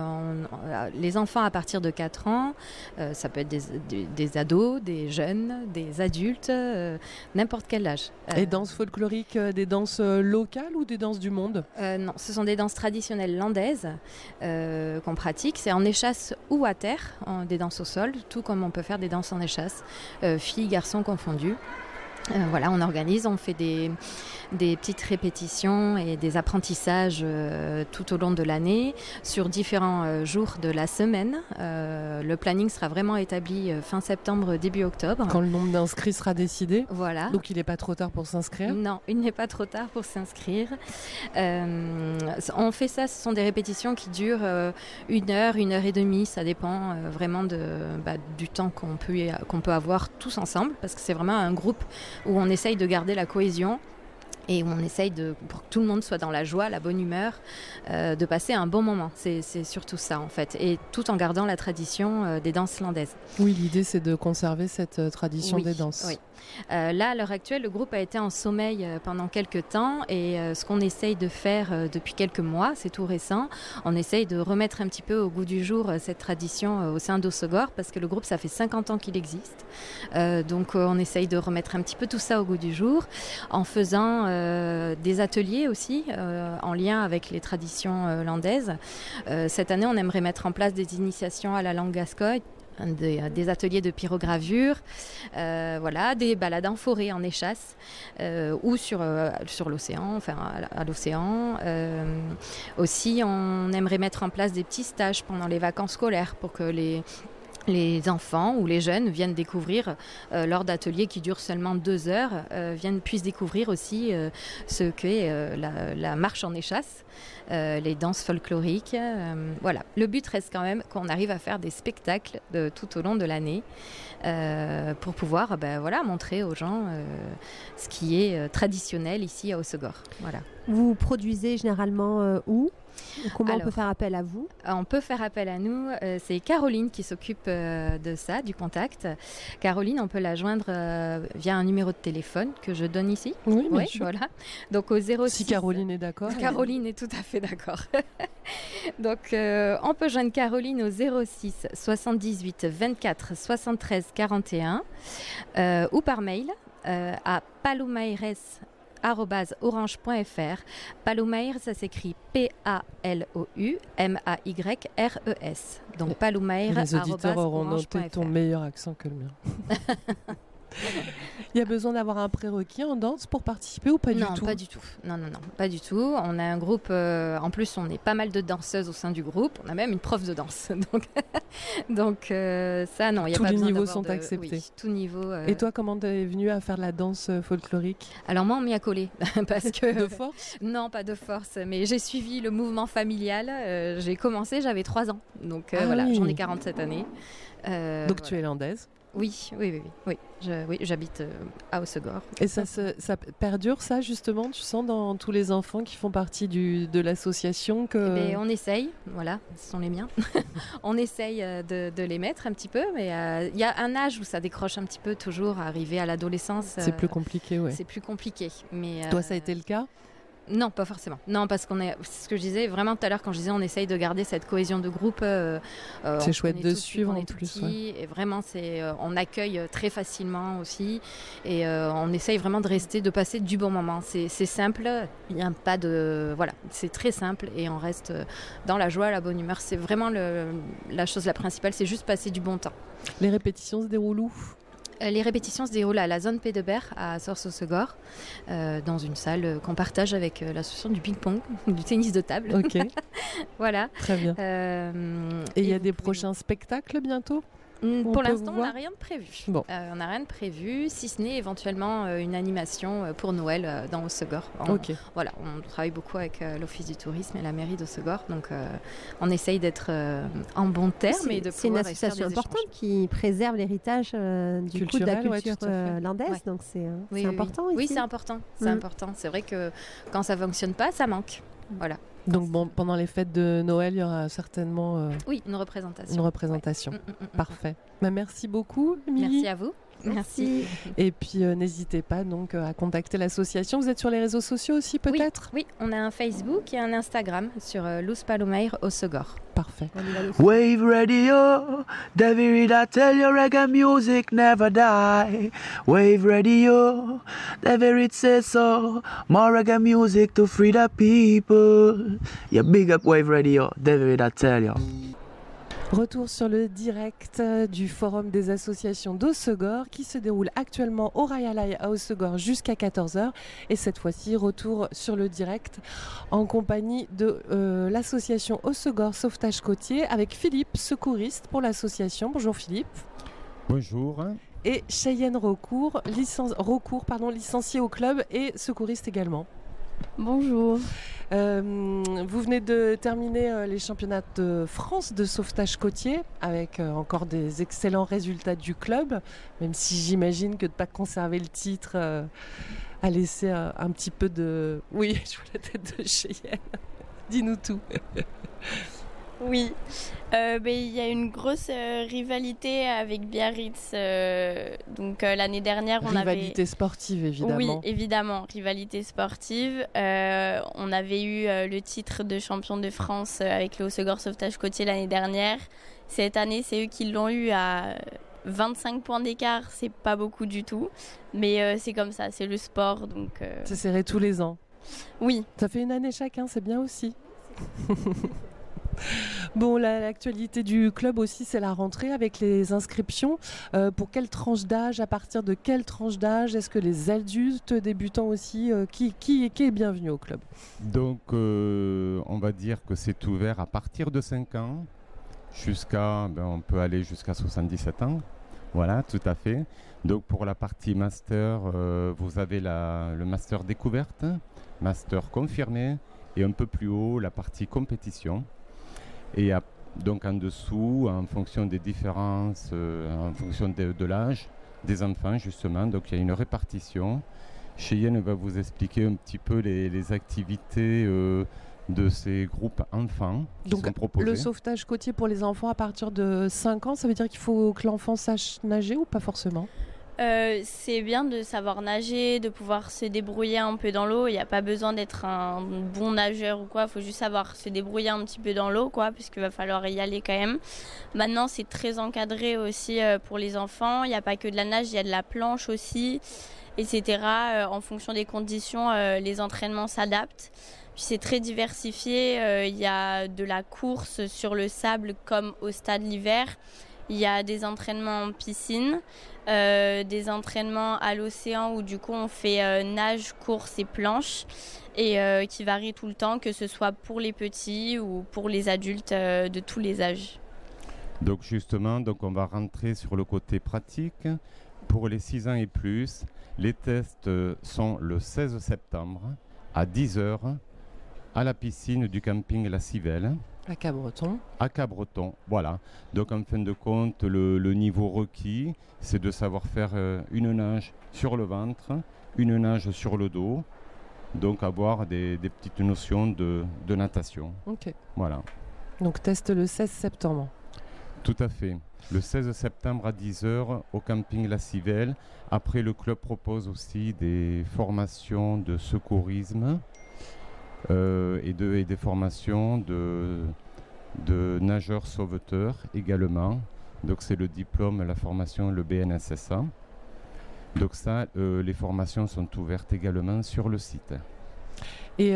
Q: Les enfants à partir de 4 ans, ça peut être des ados, des jeunes, des adultes, n'importe quel âge.
B: Et danses folkloriques, des danses locales ou des danses du monde ?
Q: Non, ce sont des danses traditionnelles landaises qu'on pratique. C'est en échasse ou à terre, des danses au sol, tout comme on peut faire des danses en échasse, filles, garçons confondus. Voilà, on organise, on fait des petites répétitions et des apprentissages tout au long de l'année sur différents jours de la semaine. Le planning sera vraiment établi fin septembre, début octobre.
B: Quand le nombre d'inscrits sera décidé.
Q: Voilà.
B: Donc il n'est pas trop tard pour s'inscrire ?
Q: Non, il n'est pas trop tard pour s'inscrire. On fait ça, ce sont des répétitions qui durent 1 heure, 1 heure et demie. Ça dépend vraiment du temps qu'on peut avoir tous ensemble, parce que c'est vraiment un groupe où on essaye de garder la cohésion et où on essaye pour que tout le monde soit dans la joie, la bonne humeur, de passer un bon moment. C'est surtout ça en fait, et tout en gardant la tradition des danses landaises.
B: Oui, l'idée c'est de conserver cette tradition des danses.
Q: Oui. Là, à l'heure actuelle, le groupe a été en sommeil pendant quelques temps, et ce qu'on essaye de faire depuis quelques mois, c'est tout récent, on essaye de remettre un petit peu au goût du jour cette tradition au sein d'Hossegor, parce que le groupe, ça fait 50 ans qu'il existe. Donc on essaye de remettre un petit peu tout ça au goût du jour, en faisant des ateliers aussi, en lien avec les traditions landaises. Cette année, on aimerait mettre en place des initiations à la langue gascogne, des ateliers de pyrogravure, voilà, des balades en forêt, en échasse, ou sur l'océan, enfin à l'océan. Aussi, on aimerait mettre en place des petits stages pendant les vacances scolaires pour que les enfants ou les jeunes viennent découvrir, lors d'ateliers qui durent seulement 2 heures, puissent découvrir aussi ce qu'est la marche en échasse, les danses folkloriques. Voilà. Le but reste quand même qu'on arrive à faire des spectacles tout au long de l'année pour pouvoir montrer aux gens ce qui est traditionnel ici à Hossegor. Voilà.
C: Vous produisez généralement où ? Comment on peut faire appel à vous ?
Q: On peut faire appel à nous. C'est Caroline qui s'occupe de ça, du contact. Caroline, on peut la joindre via un numéro de téléphone que je donne ici.
B: Oui, bien sûr.
Q: Voilà. Donc au 06.
B: Si Caroline est d'accord.
Q: Caroline est tout à fait d'accord. Donc on peut joindre Caroline au 06 78 24 73 41 ou par mail à paloumaires@orange.fr. Paloumaires, ça s'écrit Paloumaires. Donc paloumaires@orange.fr.
B: Les auditeurs auront noté ton meilleur accent que le mien. Il y a besoin d'avoir un prérequis en danse pour participer ou pas du tout ?
Q: Non, pas du tout. Non, pas du tout. On a un groupe, en plus on est pas mal de danseuses au sein du groupe. On a même une prof de danse. Donc ça, non, il n'y a
B: tous
Q: pas
B: les
Q: besoin
B: niveaux
Q: d'avoir
B: sont acceptés.
Q: Oui, tout niveau.
B: Et toi, comment t'es venue à faire de la danse folklorique ?
Q: Alors moi, on m'y a collé. Parce que...
B: De force ?
Q: Non, pas de force. Mais j'ai suivi le mouvement familial. J'ai commencé, j'avais 3 ans. Donc voilà,
B: oui.
Q: j'en ai 47 années.
B: Donc tu es landaise ?
Q: Oui. J'habite à Hossegor.
B: Et ça perdure, ça, justement, tu sens, dans tous les enfants qui font partie de l'association que...
Q: On essaye, voilà, ce sont les miens. On essaye de les mettre un petit peu, mais il y a un âge où ça décroche un petit peu toujours, arriver à l'adolescence.
B: C'est plus compliqué, ouais.
Q: C'est plus compliqué. Mais,
B: toi, ça a été le cas ?
Q: Non, pas forcément. Non, parce c'est ce que je disais vraiment tout à l'heure quand je disais on essaye de garder cette cohésion de groupe.
B: C'est chouette de suivre en plus.
Q: Ouais. Et vraiment, on accueille très facilement aussi. Et on essaye vraiment de passer du bon moment. C'est simple, il n'y a pas de... Voilà, c'est très simple et on reste dans la joie, la bonne humeur. C'est vraiment la chose la principale, c'est juste passer du bon temps.
B: Les répétitions se déroulent où ?
Q: Les répétitions se déroulent à la zone Pays de Berre, à Sors-Hossegor, dans une salle qu'on partage avec l'association du ping-pong, du tennis de table.
B: Ok.
Q: Voilà.
B: Très bien. Et il y a des prochains spectacles bientôt ?
Q: Pour l'instant, on n'a rien de prévu.
B: Bon.
Q: On n'a rien de prévu, si ce n'est éventuellement une animation pour Noël dans Hossegor.
B: Ok.
Q: Voilà, on travaille beaucoup avec l'Office du tourisme et la mairie d'Hossegor, donc on essaye d'être en bon terme.
C: C'est une association importante qui préserve l'héritage du coup de la culture landaise,
Q: ouais.
C: Donc c'est
Q: oui,
C: important.
Q: Oui,
C: ici.
Q: c'est important. C'est important. C'est vrai que quand ça fonctionne pas, ça manque. Voilà.
B: Donc pendant les fêtes de Noël, il y aura certainement
Q: oui, une représentation.
B: Une représentation. Ouais. Parfait. Merci beaucoup, Émilie.
Q: Merci à vous. Merci.
B: Et puis n'hésitez pas donc à contacter l'association. Vous êtes sur les réseaux sociaux aussi peut-être ?
Q: Oui, on a un Facebook et un Instagram sur Luz Paloumaires Hossegor.
B: Parfait.
R: Wave Radio, David, I tell you reggae music never die. Wave Radio, David says so. More reggae music to free the people. Yeah, big up Wave Radio, David, I tell you.
B: Retour sur le direct du Forum des associations d'Hossegor qui se déroule actuellement au Rayalai à Hossegor jusqu'à 14h. Et cette fois-ci, retour sur le direct en compagnie de l'association Hossegor Sauvetage Côtier avec Philippe, secouriste pour l'association. Bonjour Philippe.
S: Bonjour.
B: Et Cheyenne Raucourt, licenciée au club et secouriste également.
T: Bonjour.
B: Vous venez de terminer les championnats de France de sauvetage côtier avec encore des excellents résultats du club, même si j'imagine que de ne pas conserver le titre a laissé un petit peu de... Oui, je vois la tête de Cheyenne. Dis-nous tout.
T: Oui, il y a une grosse rivalité avec Biarritz. Donc l'année dernière, on avait...
B: Rivalité sportive, évidemment.
T: Oui, évidemment, rivalité sportive. On avait eu le titre de champion de France avec le Hossegor Sauvetage Côtier l'année dernière. Cette année, c'est eux qui l'ont eu à 25 points d'écart. C'est pas beaucoup du tout, mais c'est comme ça, c'est le sport. Donc
B: c'est serré tous les ans.
T: Oui.
B: Ça fait une année chacun, c'est bien aussi. Bon, l'actualité du club aussi, c'est la rentrée avec les inscriptions. Pour quelle tranche d'âge, à partir de quelle tranche d'âge? Est-ce que les adultes débutants aussi, qui est bienvenu au club?
S: Donc, on va dire que c'est ouvert à partir de 5 ans on peut aller jusqu'à 77 ans. Voilà, tout à fait. Donc, pour la partie master, vous avez le master découverte, master confirmé, et un peu plus haut, la partie compétition. Et donc en dessous, en fonction des différences, en fonction de l'âge des enfants justement, donc il y a une répartition. Cheyenne va vous expliquer un petit peu les activités de ces groupes enfants qui sont proposés.
B: Le sauvetage côtier pour les enfants à partir de 5 ans, ça veut dire qu'il faut que l'enfant sache nager ou pas forcément?
T: C'est bien de savoir nager, de pouvoir se débrouiller un peu dans l'eau. Il n'y a pas besoin d'être un bon nageur ou quoi. Il faut juste savoir se débrouiller un petit peu dans l'eau, quoi, puisqu'il va falloir y aller quand même. Maintenant, c'est très encadré aussi pour les enfants. Il n'y a pas que de la nage, il y a de la planche aussi, etc. En fonction des conditions, les entraînements s'adaptent. Puis c'est très diversifié. Il y a de la course sur le sable comme au stade l'hiver. Il y a des entraînements en piscine, des entraînements à l'océan où du coup on fait nage, course et planche et qui varient tout le temps, que ce soit pour les petits ou pour les adultes de tous les âges.
S: Donc justement, on va rentrer sur le côté pratique. Pour les 6 ans et plus, les tests sont le 16 septembre à 10h à la piscine du camping La Civelle.
B: À Cabreton.
S: À Cabreton, voilà. Donc en fin de compte, le niveau requis, c'est de savoir faire une nage sur le ventre, une nage sur le dos, donc avoir des petites notions de natation.
B: Ok.
S: Voilà.
B: Donc test le 16 septembre.
S: Tout à fait. Le 16 septembre à 10h au camping La Civelle. Après, le club propose aussi des formations de secourisme. Et des formations de nageurs sauveteurs également. Donc c'est le diplôme, la formation, le BNSSA. Donc ça, les formations sont ouvertes également sur le site.
B: Et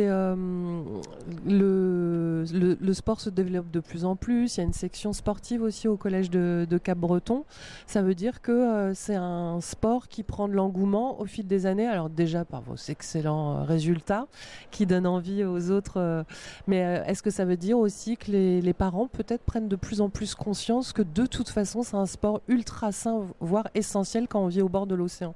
B: le sport se développe de plus en plus. Il y a une section sportive aussi au collège de Cap-Breton. Ça veut dire que c'est un sport qui prend de l'engouement au fil des années. Alors déjà par vos excellents résultats qui donnent envie aux autres. Mais est-ce que ça veut dire aussi que les parents peut-être prennent de plus en plus conscience que de toute façon c'est un sport ultra sain, voire essentiel quand on vit au bord de l'océan?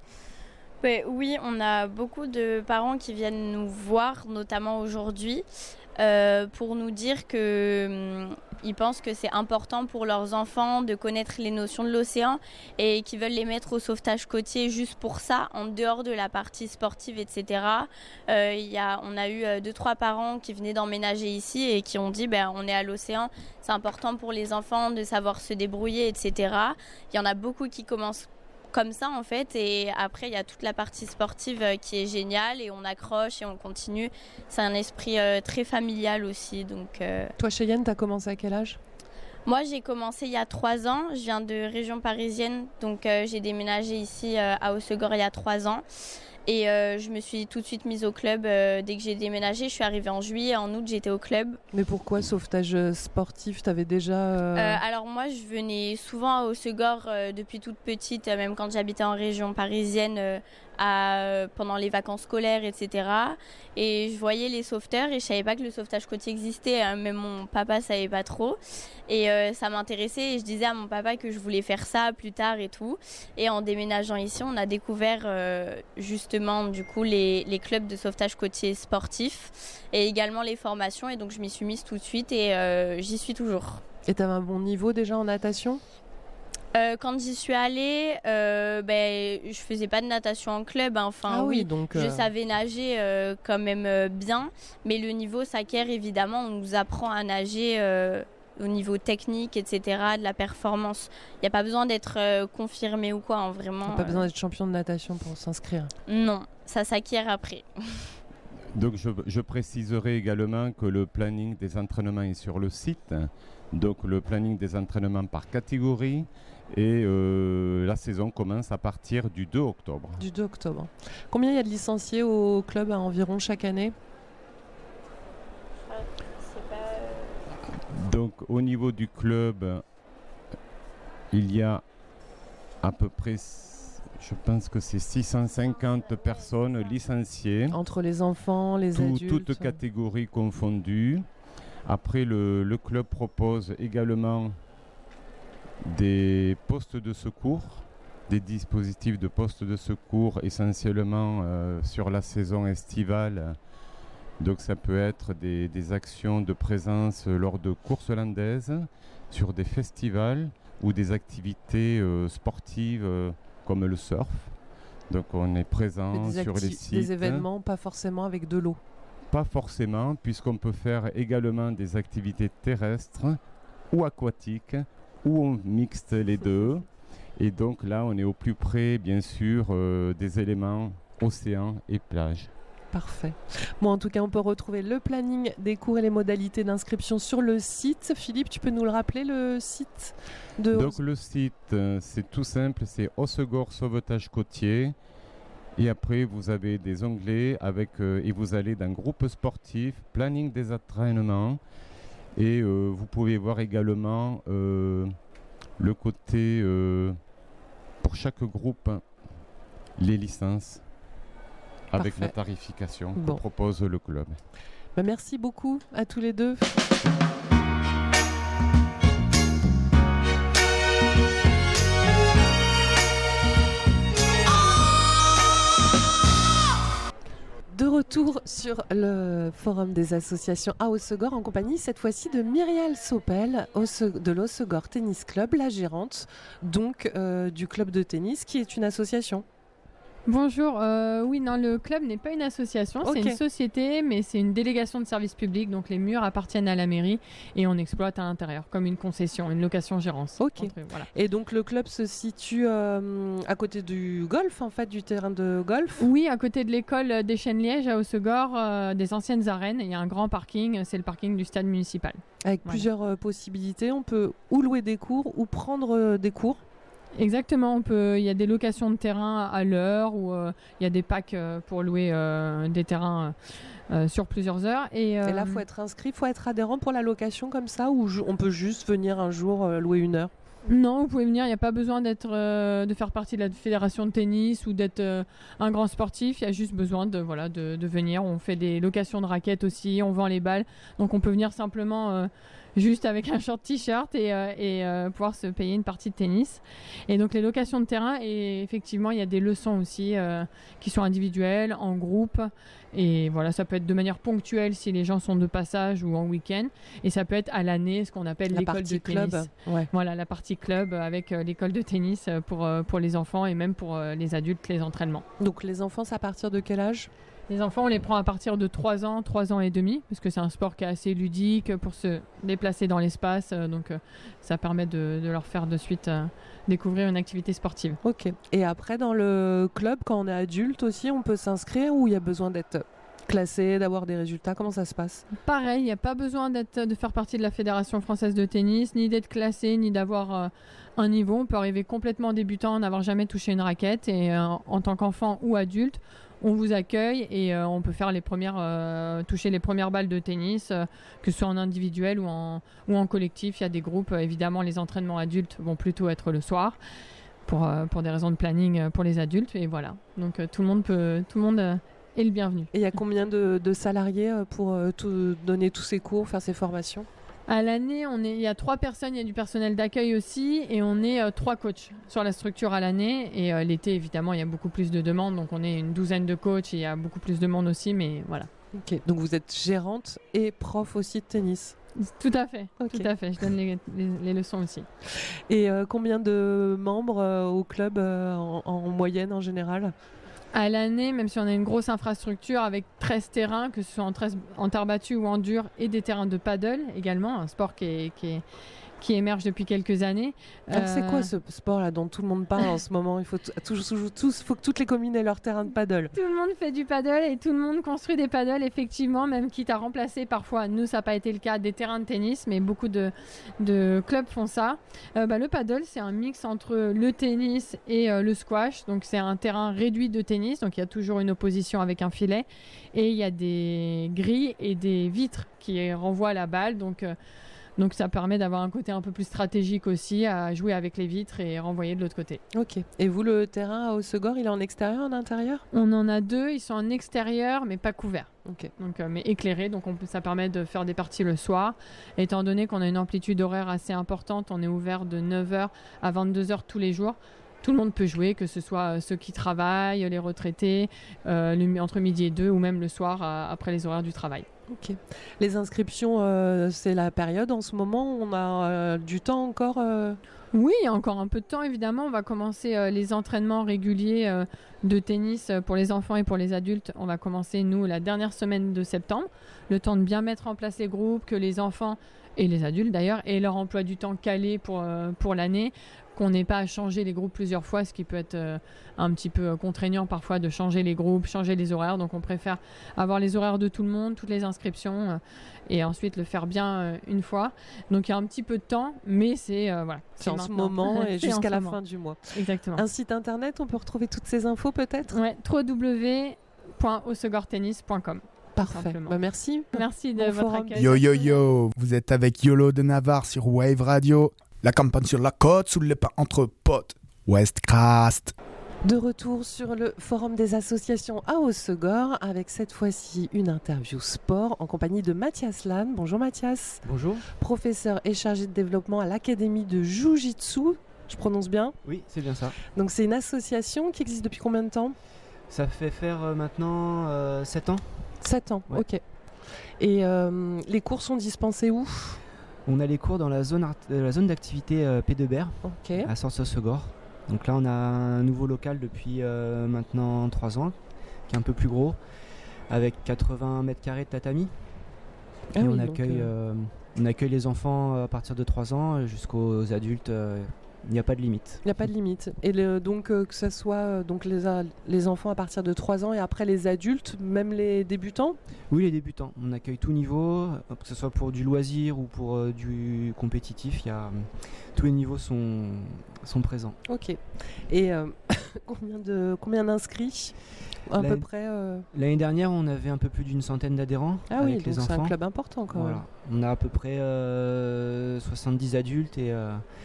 T: Oui, on a beaucoup de parents qui viennent nous voir, notamment aujourd'hui, pour nous dire qu'ils pensent que c'est important pour leurs enfants de connaître les notions de l'océan et qu'ils veulent les mettre au sauvetage côtier juste pour ça, en dehors de la partie sportive, etc. On a eu 2-3 parents qui venaient d'emménager ici et qui ont dit on est à l'océan, c'est important pour les enfants de savoir se débrouiller, etc. Il y en a beaucoup qui commencent comme ça en fait, et après il y a toute la partie sportive qui est géniale et on accroche et on continue. C'est un esprit très familial aussi. Donc,
B: Toi Cheyenne, t'as commencé à quel âge?
T: Moi j'ai commencé il y a 3 ans, je viens de région parisienne, donc j'ai déménagé ici à Hossegor il y a 3 ans. Et je me suis tout de suite mise au club dès que j'ai déménagé. Je suis arrivée en juillet, en août j'étais au club.
B: Mais pourquoi sauvetage sportif? T'avais déjà...
T: Alors moi je venais souvent à Hossegor depuis toute petite, même quand j'habitais en région parisienne pendant les vacances scolaires, etc. Et je voyais les sauveteurs et je savais pas que le sauvetage côtier existait, hein, même mon papa savait pas trop. Et ça m'intéressait et je disais à mon papa que je voulais faire ça plus tard et tout. Et en déménageant ici, on a découvert justement du coup les clubs de sauvetage côtier sportif et également les formations. Et donc je m'y suis mise tout de suite et j'y suis toujours.
B: Et t'avais un bon niveau déjà en natation?
T: Quand j'y suis allée, je faisais pas de natation en club. Hein. Enfin, oui, donc, je savais nager quand même bien, mais le niveau s'acquiert évidemment. On nous apprend à nager au niveau technique, etc., de la performance. Il n'y a pas besoin d'être confirmé ou quoi, hein, vraiment.
B: Pas besoin d'être champion de natation pour s'inscrire.
T: Non, ça s'acquiert après.
S: Donc je préciserai également que le planning des entraînements est sur le site. Donc le planning des entraînements par catégorie. Et la saison commence à partir du 2 octobre.
B: Du 2 octobre. Combien il y a de licenciés au club environ chaque année?
S: Donc au niveau du club, il y a à peu près, je pense que c'est 650 personnes licenciées.
B: Entre les enfants, les adultes.
S: Toutes catégories confondues. Après, le club propose également des postes de secours, des dispositifs de postes de secours essentiellement sur la saison estivale. Donc ça peut être des actions de présence lors de courses landaises, sur des festivals ou des activités sportives comme le surf. Donc on est présent sur les sites.
B: Des événements, pas forcément avec de l'eau.
S: Pas forcément, puisqu'on peut faire également des activités terrestres ou aquatiques, ou on mixte les deux. Et donc là, on est au plus près, bien sûr, des éléments océan et plage.
B: Parfait. Bon, en tout cas, on peut retrouver le planning des cours et les modalités d'inscription sur le site. Philippe, tu peux nous le rappeler, le site de...
S: Donc le site, c'est tout simple, c'est Hossegor Sauvetage Côtier. Et après, vous avez des onglets et vous allez dans groupe sportif, planning des entraînements. Et vous pouvez voir également le côté, pour chaque groupe, les licences avec la tarification que propose le club.
B: Merci beaucoup à tous les deux. De retour sur le forum des associations à Hossegor en compagnie cette fois-ci de Myriel Sopel de l'Hossegor Tennis Club, la gérante donc du club de tennis qui est une association.
U: Bonjour, oui, non, le club n'est pas une association, c'est une société, mais c'est une délégation de service public, donc les murs appartiennent à la mairie et on exploite à l'intérieur, comme une concession, une location-gérance.
B: Ok, voilà. Et donc le club se situe à côté du golf, en fait, du terrain de golf?
U: Oui, à côté de l'école des Chênes-Liège à Hossegor, des anciennes arènes, il y a un grand parking, c'est le parking du stade municipal.
B: Avec plusieurs possibilités, on peut ou louer des cours ou prendre des cours.
U: Exactement, il y a des locations de terrain à l'heure ou il y a des packs pour louer des terrains sur plusieurs heures. Et
B: là, il faut être inscrit, il faut être adhérent pour la location comme ça ou on peut juste venir un jour louer une heure?
U: Non, vous pouvez venir, il n'y a pas besoin de faire partie de la fédération de tennis ou d'être un grand sportif, il y a juste besoin de venir. On fait des locations de raquettes aussi, on vend les balles, donc on peut venir simplement... juste avec un short t-shirt et pouvoir se payer une partie de tennis. Et donc les locations de terrain, et effectivement il y a des leçons aussi qui sont individuelles, en groupe, et voilà, ça peut être de manière ponctuelle si les gens sont de passage ou en week-end, et ça peut être à l'année, ce qu'on appelle l'école de tennis.
B: Club. Ouais.
U: Voilà, la partie club avec l'école de tennis pour les enfants et même pour les adultes, les entraînements.
B: Donc les enfants, c'est à partir de quel âge ?
U: Les enfants, on les prend à partir de 3 ans et demi, parce que c'est un sport qui est assez ludique pour se déplacer dans l'espace, donc ça permet de leur faire de suite découvrir une activité sportive.
B: Ok. Et après, dans le club, quand on est adulte aussi, on peut s'inscrire ou il y a besoin d'être classé, d'avoir des résultats? Comment ça se passe?
U: Pareil, il n'y a pas besoin de faire partie de la Fédération française de tennis, ni d'être classé, ni d'avoir un niveau. On peut arriver complètement débutant, n'avoir jamais touché une raquette, et en tant qu'enfant ou adulte, on vous accueille et on peut faire toucher les premières balles de tennis, que ce soit en individuel ou en collectif. Il y a des groupes, évidemment les entraînements adultes vont plutôt être le soir pour des raisons de planning pour les adultes, et voilà. Donc tout le monde est le bienvenu.
B: Et il y a combien de salariés pour donner tous ces cours, faire ces formations?
U: À l'année, il y a 3 personnes, il y a du personnel d'accueil aussi, et on est 3 coachs sur la structure à l'année. Et l'été, évidemment, il y a beaucoup plus de demandes, donc on est une douzaine de coachs et il y a beaucoup plus de monde aussi, mais voilà.
B: Ok, donc vous êtes gérante et prof aussi de tennis?
U: Tout à fait, okay. Tout à fait. Je donne les leçons aussi.
B: Et combien de membres au club en moyenne, en général?
U: À l'année, même si on a une grosse infrastructure avec 13 terrains, que ce soit en terre battue ou en dur, et des terrains de paddle également, un sport qui émerge depuis quelques années.
B: Alors c'est quoi ce sport-là dont tout le monde parle en ce moment? Il faut que toutes les communes aient leur terrain de paddle.
U: Tout le monde fait du paddle et tout le monde construit des paddles, effectivement, même quitte à remplacer parfois. Nous, ça n'a pas été le cas des terrains de tennis, mais beaucoup de clubs font ça. Le paddle, c'est un mix entre le tennis et le squash. Donc c'est un terrain réduit de tennis, donc il y a toujours une opposition avec un filet. Et il y a des grilles et des vitres qui renvoient la balle. Donc Donc ça permet d'avoir un côté un peu plus stratégique aussi, à jouer avec les vitres et renvoyer de l'autre côté.
B: Ok. Et vous, le terrain à Hossegor, il est en extérieur, en intérieur?
U: On en a 2, ils sont en extérieur mais pas couverts.
B: Ok.
U: Donc, mais éclairés, donc ça permet de faire des parties le soir. Étant donné qu'on a une amplitude horaire assez importante, on est ouvert de 9h à 22h tous les jours. Tout le monde peut jouer, que ce soit ceux qui travaillent, les retraités, entre midi et 2 ou même le soir après les horaires du travail.
B: Ok. Les inscriptions, c'est la période en ce moment. On a du temps encore.
U: Oui, il y a encore un peu de temps évidemment. On va commencer les entraînements réguliers de tennis pour les enfants et pour les adultes. On va commencer nous la dernière semaine de septembre. Le temps de bien mettre en place les groupes, que les enfants et les adultes d'ailleurs aient leur emploi du temps calé pour l'année. Qu'on n'ait pas à changer les groupes plusieurs fois, ce qui peut être un petit peu contraignant parfois de changer les groupes, changer les horaires. Donc on préfère avoir les horaires de tout le monde, toutes les inscriptions, et ensuite le faire bien une fois. Donc il y a un petit peu de temps, mais c'est voilà.
B: C'est en ce moment et jusqu'à la fin du mois.
U: Exactement.
B: Un site internet, on peut retrouver toutes ces infos peut-être?
U: Ouais, www.hossegortennis.com.
B: Parfait. Bah, merci.
U: Merci de votre accueil.
H: Yo yo yo, vous êtes avec Yolo de Navarre sur Wave Radio. La campagne sur la côte, sous le pain entre potes. Westcrast.
B: De retour sur le forum des associations à Hossegor, avec cette fois-ci une interview sport en compagnie de Mathias Lann. Bonjour Mathias.
D: Bonjour.
B: Professeur et chargé de développement à l'Académie de Jiu-Jitsu. Je prononce bien?
D: Oui, c'est bien ça.
B: Donc c'est une association qui existe depuis combien de temps?
D: Ça fait faire maintenant 7 ans.
B: 7 ans, ouais. Ok. Et les cours sont dispensés où?
D: On a les cours dans la zone d'activité P2BR,
B: okay.
D: À Sorts-Hossegor. Donc là, on a un nouveau local depuis maintenant 3 ans, qui est un peu plus gros, avec 80 mètres carrés de tatami.
B: Ah
D: et
B: oui,
D: on accueille les enfants à partir de 3 ans jusqu'aux adultes. Il n'y a pas de limite.
B: Il n'y a pas de limite. Et donc que ce soit donc les enfants à partir de 3 ans et après les adultes, même les débutants?
D: Oui, les débutants. On accueille tout niveau, que ce soit pour du loisir ou pour du compétitif. Tous les niveaux sont présents.
B: Ok. Et combien d'inscrits à peu près
D: L'année dernière, on avait un peu plus d'une centaine d'adhérents.
B: Ah oui,
D: avec les
B: donc c'est
D: enfants.
B: un club important quand même.
D: On a à peu près 70 adultes et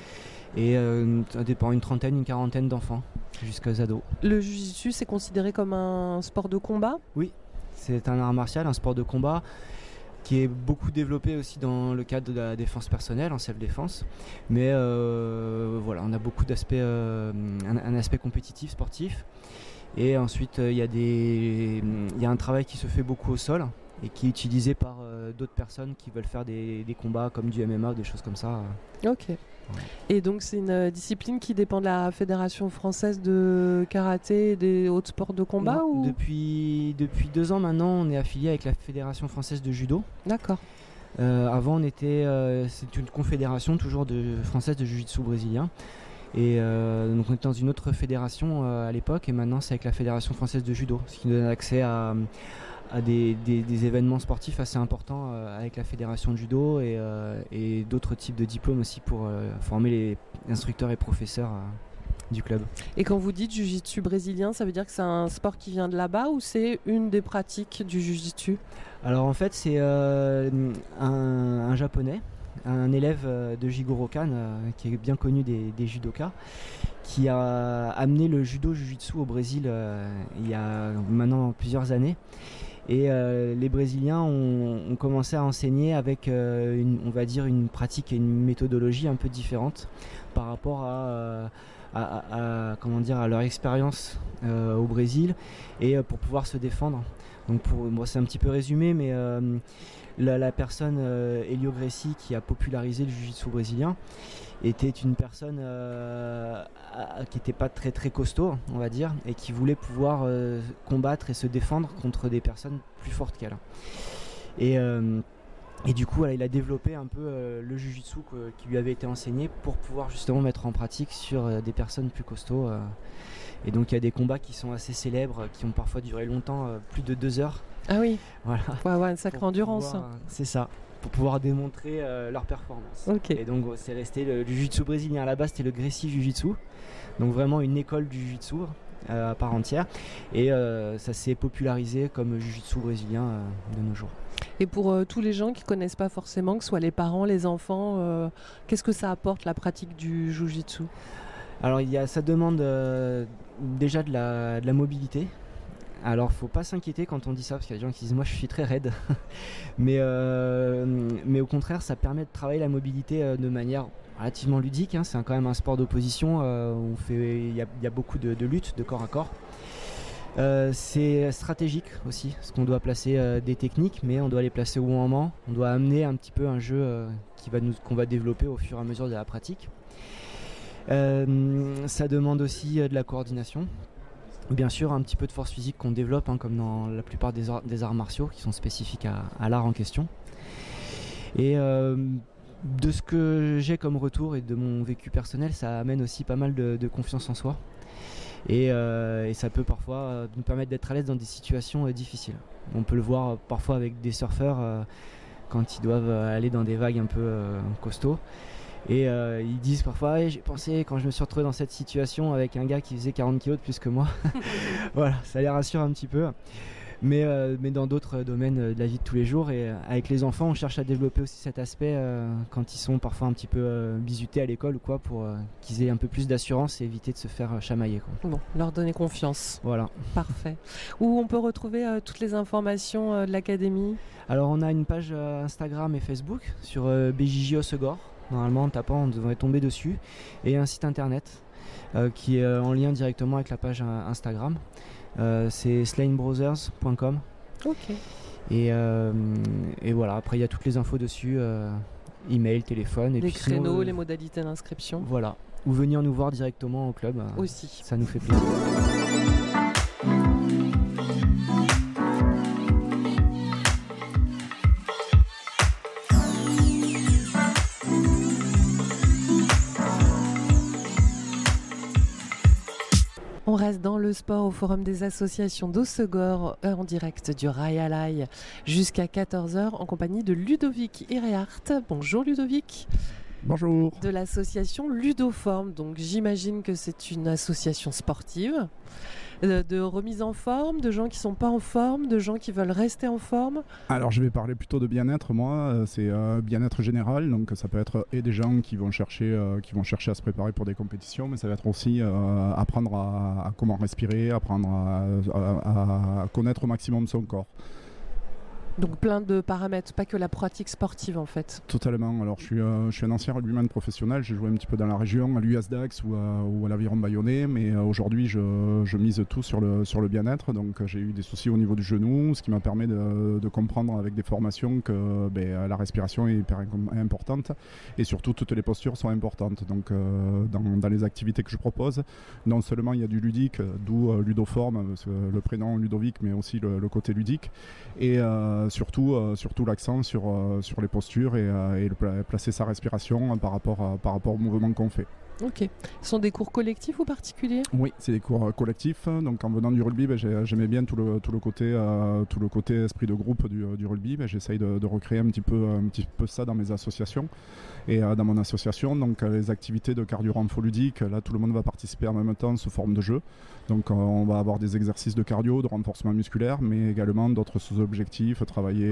D: ça dépend, une quarantaine d'enfants jusqu'aux ados.
B: Le jiu-jitsu, c'est considéré comme un sport de combat?
D: Oui, c'est un art martial, un sport de combat qui est beaucoup développé aussi dans le cadre de la défense personnelle, en self-défense. Mais voilà, on a beaucoup d'aspects, un aspect compétitif, sportif. Et ensuite, il y a un travail qui se fait beaucoup au sol et qui est utilisé par d'autres personnes qui veulent faire des combats comme du MMA ou des choses comme ça.
B: Ok. Et donc c'est une discipline qui dépend de la Fédération française de karaté et des autres sports de combat?
D: Non,
B: ou...
D: depuis 2 ans maintenant, on est affilié avec la Fédération française de judo.
B: D'accord.
D: Avant, c'est une confédération toujours française de jiu-jitsu brésilien. Et donc on était dans une autre fédération à l'époque, et maintenant c'est avec la Fédération française de judo, ce qui nous donne accès à des événements sportifs assez importants avec la fédération de judo et d'autres types de diplômes aussi pour former les instructeurs et professeurs du club.
B: Et quand vous dites jiu-jitsu brésilien, ça veut dire que c'est un sport qui vient de là-bas ou c'est une des pratiques du jiu-jitsu?
D: Alors en fait c'est un japonais, un élève de Jigoro Khan qui est bien connu des judokas, qui a amené le judo jiu-jitsu au Brésil il y a maintenant plusieurs années. Et les Brésiliens ont commencé à enseigner avec on va dire une pratique et une méthodologie un peu différente par rapport à leur expérience au Brésil et pour pouvoir se défendre. Donc moi c'est un petit peu résumé, mais la personne Helio Gracie qui a popularisé le jiu-jitsu brésilien était une personne qui n'était pas très très costaud, on va dire, et qui voulait pouvoir combattre et se défendre contre des personnes plus fortes qu'elle. Et du coup, voilà, il a développé un peu le jiu-jitsu qui lui avait été enseigné pour pouvoir justement mettre en pratique sur des personnes plus costauds. Et donc il y a des combats qui sont assez célèbres, qui ont parfois duré longtemps, plus de 2 heures.
B: Ah oui.
D: Voilà.
B: Faut avoir une sacrée endurance.
D: C'est ça. Pour pouvoir démontrer leur performance.
B: Okay.
D: Et donc c'est resté le jiu-jitsu brésilien. À la base c'était le Gracie Jiu-Jitsu, donc vraiment une école du jiu-jitsu à part entière, et ça s'est popularisé comme jiu-jitsu brésilien de nos jours.
B: Et pour tous les gens qui ne connaissent pas forcément, que ce soit les parents, les enfants, qu'est-ce que ça apporte la pratique du Jiu-Jitsu ?
D: Alors ça demande déjà de la mobilité. Alors faut pas s'inquiéter quand on dit ça, parce qu'il y a des gens qui disent moi je suis très raide. mais au contraire ça permet de travailler la mobilité de manière relativement ludique, hein. C'est quand même un sport d'opposition où il y a beaucoup de lutte de corps à corps. C'est stratégique aussi, parce qu'on doit placer des techniques, mais on doit les placer au bon moment. On doit amener un petit peu un jeu qu'on va développer au fur et à mesure de la pratique. Ça demande aussi de la coordination. Bien sûr, un petit peu de force physique qu'on développe, hein, comme dans la plupart des arts martiaux qui sont spécifiques à l'art en question. Et de ce que j'ai comme retour et de mon vécu personnel, ça amène aussi pas mal de confiance en soi. Et ça peut parfois nous permettre d'être à l'aise dans des situations difficiles. On peut le voir parfois avec des surfeurs quand ils doivent aller dans des vagues un peu costauds. Et ils disent parfois j'ai pensé quand je me suis retrouvé dans cette situation avec un gars qui faisait 40 kg de plus que moi. Voilà, ça les rassure un petit peu. Mais dans d'autres domaines de la vie de tous les jours, et avec les enfants on cherche à développer aussi cet aspect quand ils sont parfois un petit peu bizutés à l'école ou quoi, pour qu'ils aient un peu plus d'assurance et éviter de se faire chamailler, quoi.
B: Bon, leur donner confiance.
D: Voilà.
B: Parfait. Où on peut retrouver toutes les informations de l'académie ?
D: Alors on a une page Instagram et Facebook sur BJJ Hossegor. Normalement en tapant on devrait tomber dessus, et un site internet qui est en lien directement avec la page Instagram. C'est slainbrothers.com.
B: Ok.
D: Et voilà, après il y a toutes les infos dessus, email, téléphone. Et
B: les
D: puis sinon,
B: créneaux, les modalités d'inscription.
D: Voilà. Ou venir nous voir directement au club.
B: Aussi.
D: Ça nous fait plaisir.
B: On reste dans le sport au Forum des associations d'Hossegor en direct du Rayalai jusqu'à 14h en compagnie de Ludovic Irehardt. Bonjour Ludovic.
A: Bonjour.
B: De l'association Ludoform. Donc j'imagine que c'est une association sportive de remise en forme, de gens qui ne sont pas en forme, de gens qui veulent rester en forme.
A: Alors je vais parler plutôt de bien-être, moi, c'est bien-être général, donc ça peut être et des gens qui vont chercher à se préparer pour des compétitions, mais ça va être aussi apprendre à comment respirer, apprendre à connaître au maximum son corps.
B: Donc plein de paramètres, pas que la pratique sportive en fait.
A: Totalement. Alors je suis un ancien rugbyman professionnel, j'ai joué un petit peu dans la région, à l'US-Dax ou à l'Aviron Bayonnais, mais aujourd'hui je mise tout sur le bien-être. Donc j'ai eu des soucis au niveau du genou, ce qui m'a permis de comprendre avec des formations que la respiration est hyper importante, et surtout toutes les postures sont importantes. Donc dans les activités que je propose, non seulement il y a du ludique, d'où Ludoform, le prénom Ludovic, mais aussi le côté ludique, et surtout l'accent sur les postures et placer sa respiration par rapport au mouvement qu'on fait.
B: Ok. Ce sont des cours collectifs ou particuliers ?
A: Oui, c'est des cours collectifs. Donc en venant du rugby, j'aimais bien tout le côté esprit de groupe du rugby. J'essaye de recréer un petit peu ça dans mes associations et dans mon association. Donc les activités de cardio renfoludique, là tout le monde va participer en même temps sous forme de jeu. Donc on va avoir des exercices de cardio, de renforcement musculaire, mais également d'autres sous-objectifs, travailler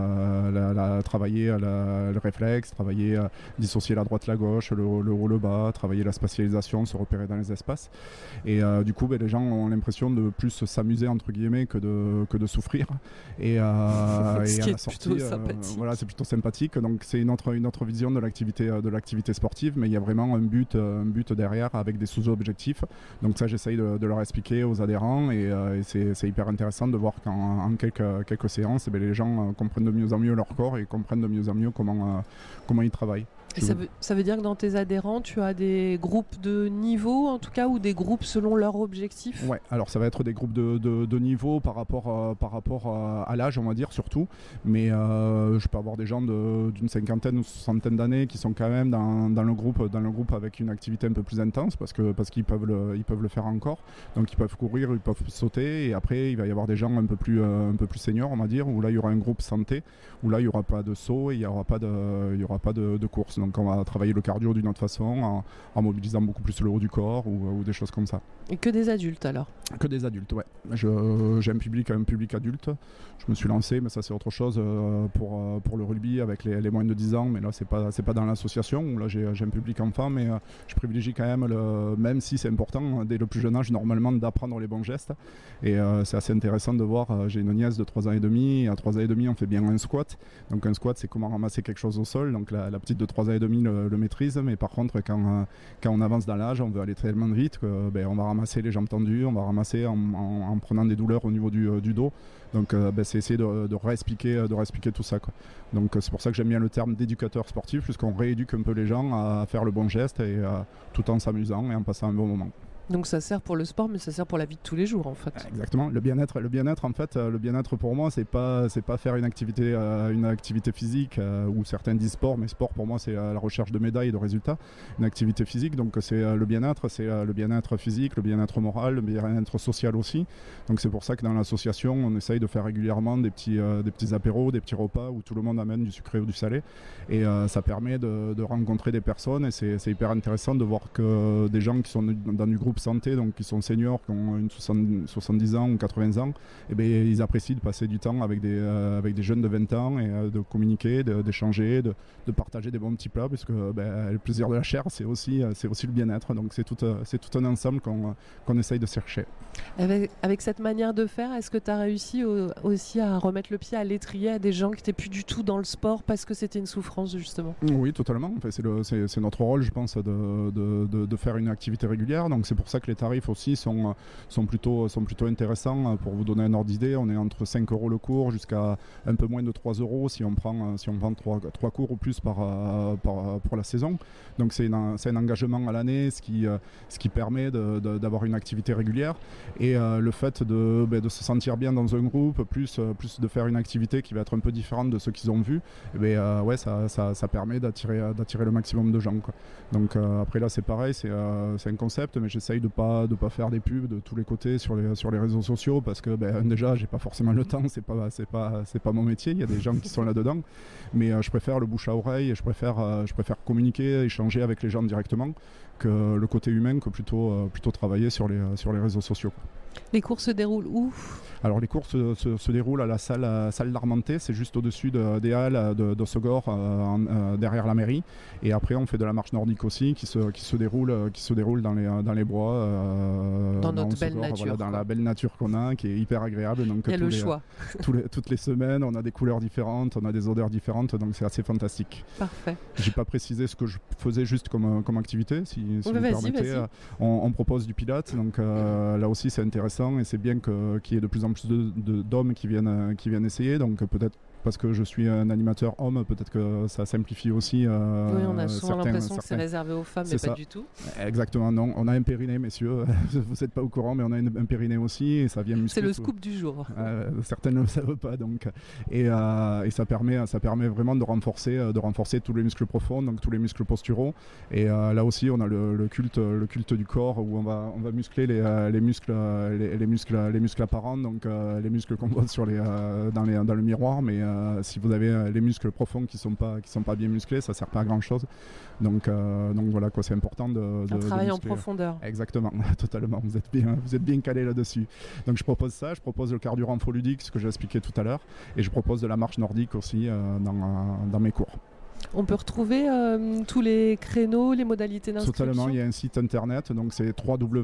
A: le réflexe, dissocier la droite la gauche, le haut le bas, travailler la spatialisation, se repérer dans les espaces. Et du coup, les gens ont l'impression de plus s'amuser entre guillemets que de souffrir. Et à la sortie, voilà, c'est plutôt sympathique. Donc c'est une autre vision de l'activité sportive, mais il y a vraiment un but derrière avec des sous-objectifs. Donc ça, j'essaye de leur expliquer aux adhérents, et c'est hyper intéressant de voir qu'en quelques séances, les gens comprennent de mieux en mieux leur corps et comprennent de mieux en mieux comment ils travaillent.
B: Et ça veut dire que dans tes adhérents, tu as des groupes de niveau, en tout cas, ou des groupes selon leur objectif ?
A: Ouais, alors ça va être des groupes de niveau par rapport à l'âge, on va dire, surtout. Mais je peux avoir des gens d'une cinquantaine ou soixantaine d'années qui sont quand même dans le groupe avec une activité un peu plus intense, parce qu'ils peuvent le faire encore. Donc ils peuvent courir, ils peuvent sauter, et après il va y avoir des gens un peu plus seniors, on va dire, où là il y aura un groupe santé, où là il n'y aura pas de saut et il n'y aura pas de course. Donc on va travailler le cardio d'une autre façon, en mobilisant beaucoup plus le haut du corps ou des choses comme ça.
B: Et que des adultes alors ?
A: Que des adultes, ouais. J'ai un public adulte. Je me suis lancé, mais ça c'est autre chose pour le rugby avec les moins de 10 ans. Mais là c'est pas dans l'association où là j'ai un public enfant, mais je privilégie quand même si c'est important dès le plus jeune âge normalement d'apprendre les bons gestes. Et c'est assez intéressant de voir. J'ai une nièce de 3 ans et demi. Et à 3 ans et demi on fait bien un squat. Donc un squat c'est comment ramasser quelque chose au sol. Donc la petite de 3 ans et demi le maîtrise. Mais par contre quand on avance dans l'âge, on veut aller tellement vite que on va ramasser les jambes tendues, on va ramasser en prenant des douleurs au niveau du dos. Donc c'est essayer de réexpliquer tout ça, quoi. Donc c'est pour ça que j'aime bien le terme d'éducateur sportif, puisqu'on rééduque un peu les gens à faire le bon geste et tout en s'amusant et en passant un bon moment.
B: Donc ça sert pour le sport, mais ça sert pour la vie de tous les jours en fait.
A: Exactement. Le bien-être en fait, le bien-être pour moi, c'est pas faire une activité physique ou certains disent sport, mais sport pour moi c'est la recherche de médailles et de résultats. Une activité physique, donc c'est le bien-être physique, le bien-être moral, le bien-être social aussi. Donc c'est pour ça que dans l'association, on essaye de faire régulièrement des petits apéros, des petits repas où tout le monde amène du sucré ou du salé, et ça permet de rencontrer des personnes et c'est hyper intéressant de voir que des gens qui sont dans du groupe santé, donc qui sont seniors, qui ont une 70 ans ou 80 ans, et ils apprécient de passer du temps avec des jeunes de 20 ans et de communiquer, d'échanger, de partager des bons petits plats, puisque le plaisir de la chair c'est aussi le bien-être, donc c'est tout un ensemble qu'on essaye de chercher.
B: Avec cette manière de faire, est-ce que tu as réussi aussi à remettre le pied à l'étrier à des gens qui n'étaient plus du tout dans le sport parce que c'était une souffrance justement? Oui, totalement. Enfin, c'est notre rôle, je pense, de faire une activité régulière, donc c'est pour ça que les tarifs aussi sont plutôt intéressants. Pour vous donner un ordre d'idée, on est entre 5 € le cours jusqu'à un peu moins de 3 € si on prend 3 cours ou plus pour la saison. Donc c'est un engagement à l'année, ce qui permet d'avoir une activité régulière, et le fait de se sentir bien dans un groupe, plus de faire une activité qui va être un peu différente de ce qu'ils ont vu, ça permet d'attirer le maximum de gens, quoi. Donc après là c'est pareil, c'est un concept, mais j'essaye de pas faire des pubs de tous les côtés sur les réseaux sociaux, parce que déjà j'ai pas forcément le temps, c'est pas mon métier, il y a des gens qui sont là-dedans, mais je préfère le bouche à oreille, et je préfère communiquer, échanger avec les gens directement, que le côté humain, que plutôt travailler sur les réseaux sociaux. Les cours se déroulent où?
A: Alors les cours se déroulent à la salle d'Armenté, c'est juste au-dessus des halles d'Ossegor, derrière la mairie. Et après on fait de la marche nordique aussi qui se déroule dans les bois.
B: Dans notre belle nature.
A: Voilà, dans la belle nature qu'on a, qui est hyper agréable. Donc,
B: il y a le choix.
A: Toutes les semaines, on a des couleurs différentes, on a des odeurs différentes, donc c'est assez fantastique.
B: Parfait.
A: J'ai pas précisé ce que je faisais juste comme activité, si vous permettez. On propose du pilates, donc là aussi c'est intéressant, et c'est bien qu'il y ait de plus en plus d'hommes qui viennent essayer, donc peut-être parce que je suis un animateur homme, peut-être que ça simplifie aussi.
B: Oui, on a souvent l'impression que c'est réservé aux femmes, mais pas du tout.
A: Exactement, non. On a un périnée, messieurs. Vous n'êtes pas au courant, mais on a un périnée aussi, et ça vient muscler.
B: C'est le scoop du jour.
A: Certains ne le savent pas, donc. Et ça permet vraiment de renforcer tous les muscles profonds, donc tous les muscles posturaux. Et là aussi, on a le culte du corps, où on va muscler les muscles apparents, donc les muscles qu'on voit dans le miroir, mais si vous avez les muscles profonds qui sont pas bien musclés, ça sert pas à grand chose. Donc voilà quoi, c'est important de
B: travail en
A: muscler.
B: profondeur.
A: Exactement, totalement. Vous êtes bien calé là-dessus. Donc je propose le cardio renfoludique, ce que j'ai expliqué tout à l'heure, et je propose de la marche nordique aussi dans mes cours.
B: On peut retrouver tous les créneaux, les modalités d'inscription?
A: Totalement, il y a un site internet, donc c'est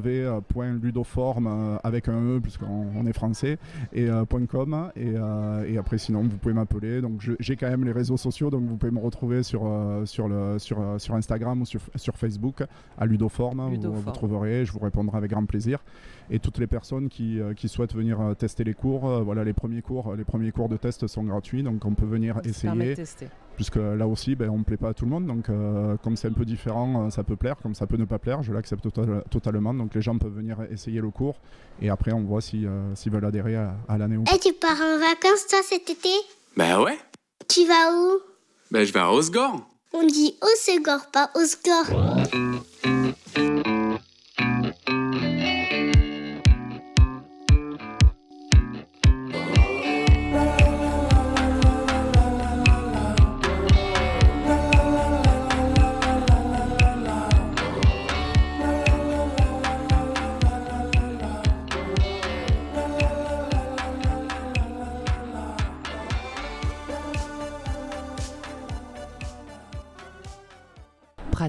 A: www.ludoform avec un E puisqu'on est français, et .com, et après sinon vous pouvez m'appeler. Donc j'ai quand même les réseaux sociaux, donc vous pouvez me retrouver sur Instagram ou sur Facebook à Ludoform. Vous trouverez, je vous répondrai avec grand plaisir. Et toutes les personnes qui souhaitent venir tester les cours, voilà, les premiers cours de test sont gratuits, donc on peut venir essayer. Puisque là aussi, on ne plaît pas à tout le monde, donc comme c'est un peu différent, ça peut plaire, comme ça peut ne pas plaire, je l'accepte totalement. Donc les gens peuvent venir essayer le cours, et après on voit s'ils veulent adhérer à l'année ou pas.
E: Et tu pars en vacances toi cet été?
V: Bah ouais.
E: Tu vas où?
V: Bah je vais à Osgore.
E: On dit Osegor, pas Osgore.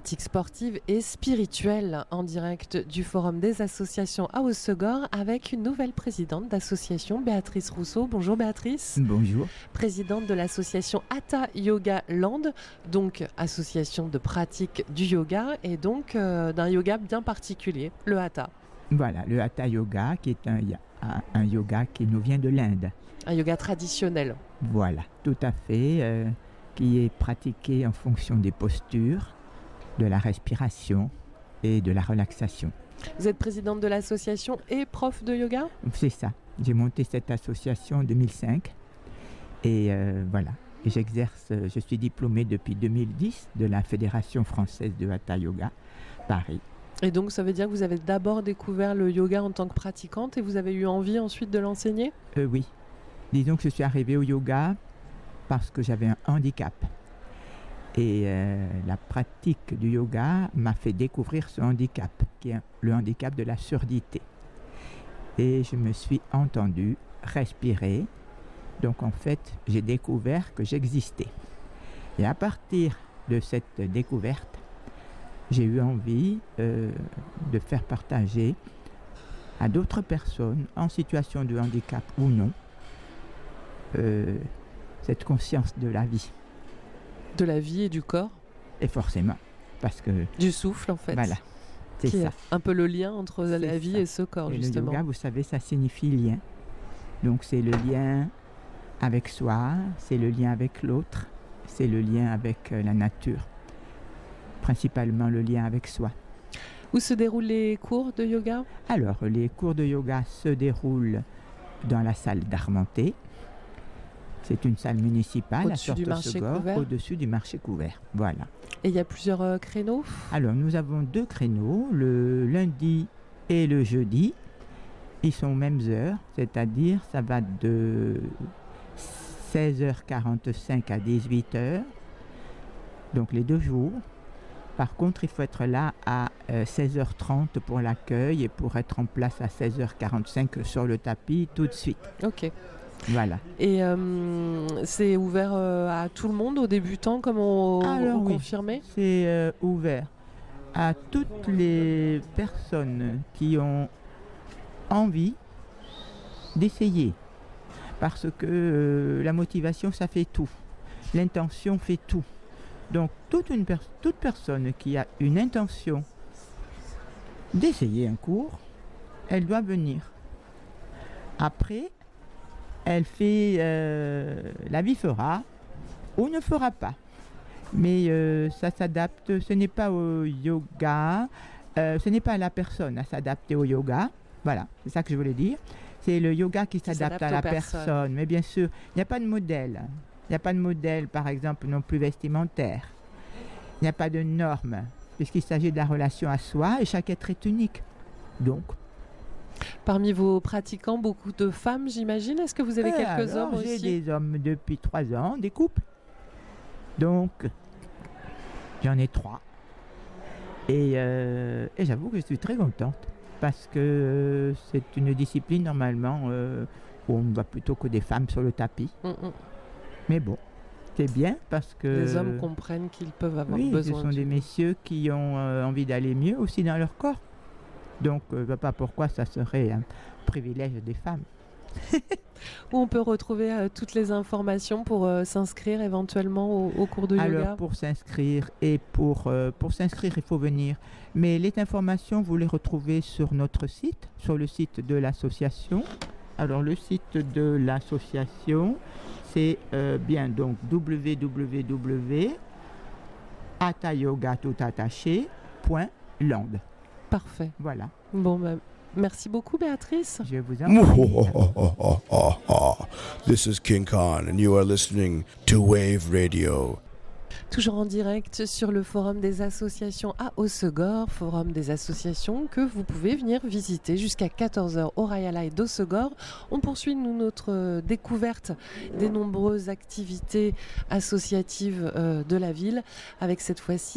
B: Pratiques sportives et spirituelles en direct du Forum des associations à Hossegor avec une nouvelle présidente d'association, Béatrice Rousseau. Bonjour Béatrice.
F: Bonjour.
B: Présidente de l'association Hatha Yoga Land, donc association de pratique du yoga et donc d'un yoga bien particulier, le Hatha.
F: Voilà, le Hatha Yoga qui est un yoga qui nous vient de l'Inde.
B: Un yoga traditionnel.
F: Voilà, tout à fait, qui est pratiqué en fonction des postures, de la respiration et de la relaxation.
B: Vous êtes présidente de l'association et prof de yoga ?
F: C'est ça. J'ai monté cette association en 2005 et voilà. Et je suis diplômée depuis 2010 de la Fédération française de Hatha Yoga, Paris.
B: Et donc ça veut dire que vous avez d'abord découvert le yoga en tant que pratiquante et vous avez eu envie ensuite de l'enseigner ?
F: Oui. Disons que je suis arrivée au yoga parce que j'avais un handicap. Et la pratique du yoga m'a fait découvrir ce handicap, qui est le handicap de la surdité. Et je me suis entendue respirer. Donc en fait, j'ai découvert que j'existais. Et à partir de cette découverte, j'ai eu envie de faire partager à d'autres personnes en situation de handicap ou non cette conscience de la vie.
B: De la vie et du corps ?
F: Et forcément, parce que...
B: Du souffle en fait.
F: Voilà, c'est ça.
B: Un peu le lien entre la vie et ce corps,
F: et
B: justement.
F: Le yoga, vous savez, ça signifie lien. Donc c'est le lien avec soi, c'est le lien avec l'autre, c'est le lien avec la nature. Principalement le lien avec soi.
B: Où se déroulent les cours de yoga ?
F: Alors, les cours de yoga se déroulent dans la salle d'Armenté. C'est une salle municipale
B: au-dessus du marché couvert.
F: Au-dessus du marché couvert. Voilà.
B: Et il y a plusieurs créneaux ?
F: Alors, nous avons 2 créneaux, le lundi et le jeudi. Ils sont aux mêmes heures, c'est-à-dire ça va de 16h45 à 18h. Donc, les 2 jours. Par contre, il faut être là à 16h30 pour l'accueil et pour être en place à 16h45 sur le tapis tout de suite.
B: Ok.
F: Voilà.
B: Et c'est ouvert à tout le monde, aux débutants, comme on confirmait ?
F: C'est ouvert à toutes les personnes qui ont envie d'essayer. Parce que la motivation, ça fait tout. L'intention fait tout. Donc, toute personne qui a une intention d'essayer un cours, elle doit venir. Après, elle fait, la vie fera ou ne fera pas. Mais ça s'adapte, ce n'est pas au yoga, ce n'est pas à la personne à s'adapter au yoga. Voilà, c'est ça que je voulais dire. C'est le yoga qui s'adapte à la personne. Mais bien sûr, il n'y a pas de modèle. Il n'y a pas de modèle, par exemple, non plus vestimentaire. Il n'y a pas de normes, puisqu'il s'agit de la relation à soi et chaque être est unique. Donc.
B: Parmi vos pratiquants, beaucoup de femmes, j'imagine. Est-ce que vous avez quelques hommes aussi ?
F: J'ai des hommes depuis 3 ans, des couples. Donc, j'en ai 3. Et j'avoue que je suis très contente, parce que c'est une discipline, normalement, où on ne voit plutôt que des femmes sur le tapis. Mais bon, c'est bien parce que...
B: Les hommes comprennent qu'ils peuvent avoir besoin.
F: Ce sont des messieurs qui ont envie d'aller mieux aussi dans leur corps. Donc, je ne vois pas pourquoi ça serait un privilège des femmes.
B: Où on peut retrouver toutes les informations pour s'inscrire éventuellement au cours de yoga ?
F: Alors, pour s'inscrire, il faut venir. Mais les informations, vous les retrouvez sur notre site, sur le site de l'association. Alors, le site de l'association, c'est bien donc www.hathayoga.land.
B: Parfait.
F: Voilà.
B: Bon, merci beaucoup, Béatrice.
F: Je vous en prie.
G: This is King Khan and you are listening to Wave Radio.
B: Toujours en direct sur le forum des associations à Hossegor, forum des associations que vous pouvez venir visiter jusqu'à 14h au Rayalai d'Hossegor. On poursuit notre découverte des nombreuses activités associatives de la ville avec cette fois-ci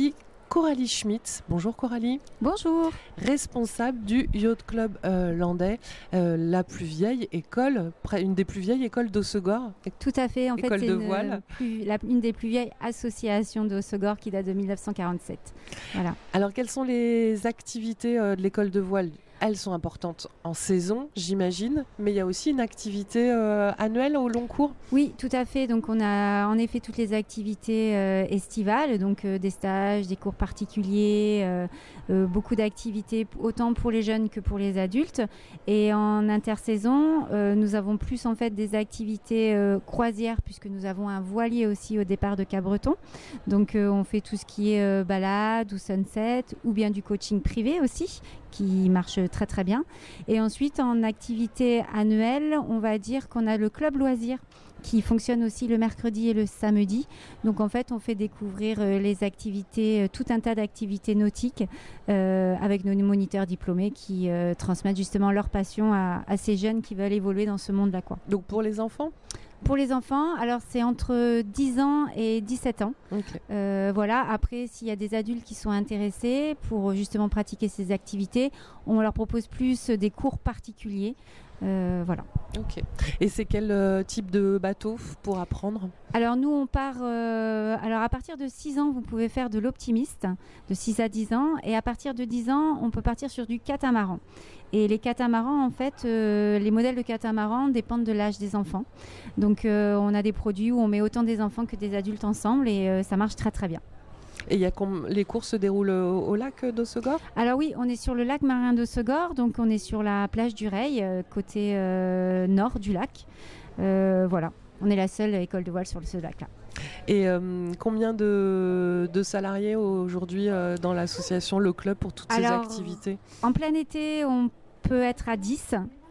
B: Coralie Schmitt. Bonjour Coralie.
I: Bonjour.
B: Responsable du Yacht Club Landais, la plus vieille école, une des plus vieilles écoles d'Hossegor.
I: Tout à fait. En
B: école
I: fait, c'est
B: de voile.
I: une des plus vieilles associations d'Hossegor qui date de 1947. Voilà.
B: Alors, quelles sont les activités de l'école de voile ? Elles sont importantes en saison, j'imagine, mais il y a aussi une activité annuelle au long cours.
I: Oui, tout à fait. Donc, on a en effet toutes les activités estivales, donc des stages, des cours particuliers, beaucoup d'activités, autant pour les jeunes que pour les adultes. Et en intersaison, nous avons plus en fait des activités croisières, puisque nous avons un voilier aussi au départ de Cabreton. Donc, on fait tout ce qui est balade ou sunset, ou bien du coaching privé aussi, qui marche très très bien. Et ensuite, en activité annuelle, on va dire qu'on a le club loisirs qui fonctionne aussi le mercredi et le samedi. Donc en fait, on fait découvrir les activités, tout un tas d'activités nautiques avec nos moniteurs diplômés qui transmettent justement leur passion à ces jeunes qui veulent évoluer dans ce monde-là, quoi.
B: Donc pour les enfants ?
I: Pour les enfants, alors c'est entre 10 ans et 17 ans.
B: Okay.
I: Voilà. Après, s'il y a des adultes qui sont intéressés pour justement pratiquer ces activités, on leur propose plus des cours particuliers. Voilà.
B: Ok. Et c'est quel type de bateau pour apprendre ?
I: Alors nous, on part... alors à partir de 6 ans, vous pouvez faire de l'optimiste, de 6 à 10 ans. Et à partir de 10 ans, on peut partir sur du catamaran. Et les catamarans, en fait, les modèles de catamaran dépendent de l'âge des enfants. Donc on a des produits où on met autant des enfants que des adultes ensemble et ça marche très très bien.
B: Et les cours se déroulent au lac d'Hossegor ?
I: Alors oui, on est sur le lac marin d'Hossegor, donc on est sur la plage du Reil, côté nord du lac. Voilà, on est la seule école de voile sur ce lac-là.
B: Et combien de salariés aujourd'hui dans l'association, le club, pour toutes ces activités ?
I: En plein été, on peut être à 10.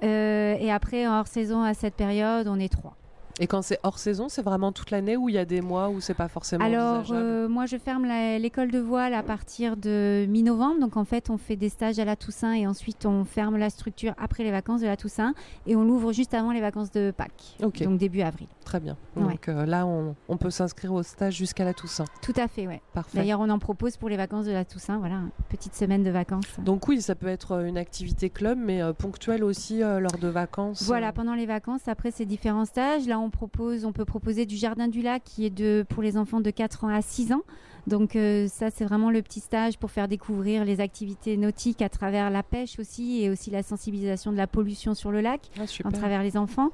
I: Et après, en hors saison, à cette période, on est 3.
B: Et quand c'est hors saison, c'est vraiment toute l'année ou il y a des mois où c'est pas forcément envisageable ?
I: Alors, moi, je ferme l'école de voile à partir de mi-novembre. Donc, en fait, on fait des stages à la Toussaint et ensuite, on ferme la structure après les vacances de la Toussaint et on l'ouvre juste avant les vacances de Pâques.
B: Okay.
I: Donc, début avril.
B: Très bien. Donc là, on peut s'inscrire au stage jusqu'à la Toussaint.
I: Tout à fait, oui.
B: Parfait.
I: D'ailleurs, on en propose pour les vacances de la Toussaint. Voilà, une petite semaine de vacances.
B: Donc oui, ça peut être une activité club, mais ponctuelle aussi lors de vacances.
I: Voilà, pendant les vacances, après ces différents stages, là, on peut proposer du jardin du lac qui est pour les enfants de 4 ans à 6 ans. Donc ça, c'est vraiment le petit stage pour faire découvrir les activités nautiques à travers la pêche aussi et aussi la sensibilisation de la pollution sur le lac à travers les enfants.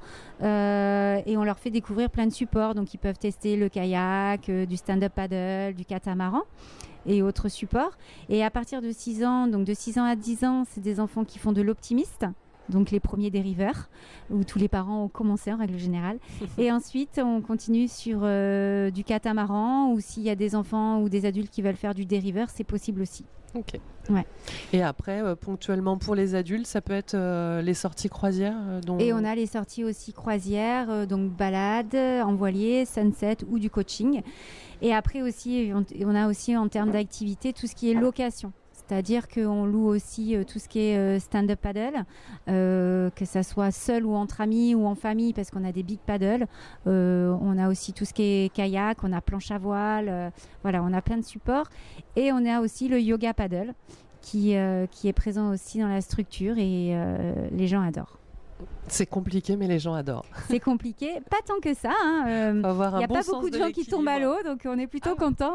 I: Et on leur fait découvrir plein de supports. Donc ils peuvent tester le kayak, du stand-up paddle, du catamaran et autres supports. Et à partir de 6 ans, donc de 6 ans à 10 ans, c'est des enfants qui font de l'optimiste. Donc les premiers dériveurs, où tous les parents ont commencé en règle générale. Et ensuite, on continue sur du catamaran, ou s'il y a des enfants ou des adultes qui veulent faire du dériveur, c'est possible aussi.
B: Ok.
I: Ouais.
B: Et après, ponctuellement pour les adultes, ça peut être les sorties croisières
I: Et on a les sorties aussi croisières, donc balade, en voilier, sunset ou du coaching. Et après aussi, on a aussi en termes d'activité tout ce qui est location. C'est-à-dire qu'on loue aussi tout ce qui est stand-up paddle, que ça soit seul ou entre amis ou en famille, parce qu'on a des big paddles. On a aussi tout ce qui est kayak, on a planche à voile, voilà, on a plein de supports. Et on a aussi le yoga paddle qui est présent aussi dans la structure et les gens adorent.
B: C'est compliqué, mais les gens adorent.
I: C'est compliqué, pas tant que ça. Il n'y a pas beaucoup de gens qui tombent à l'eau, donc on est plutôt contents.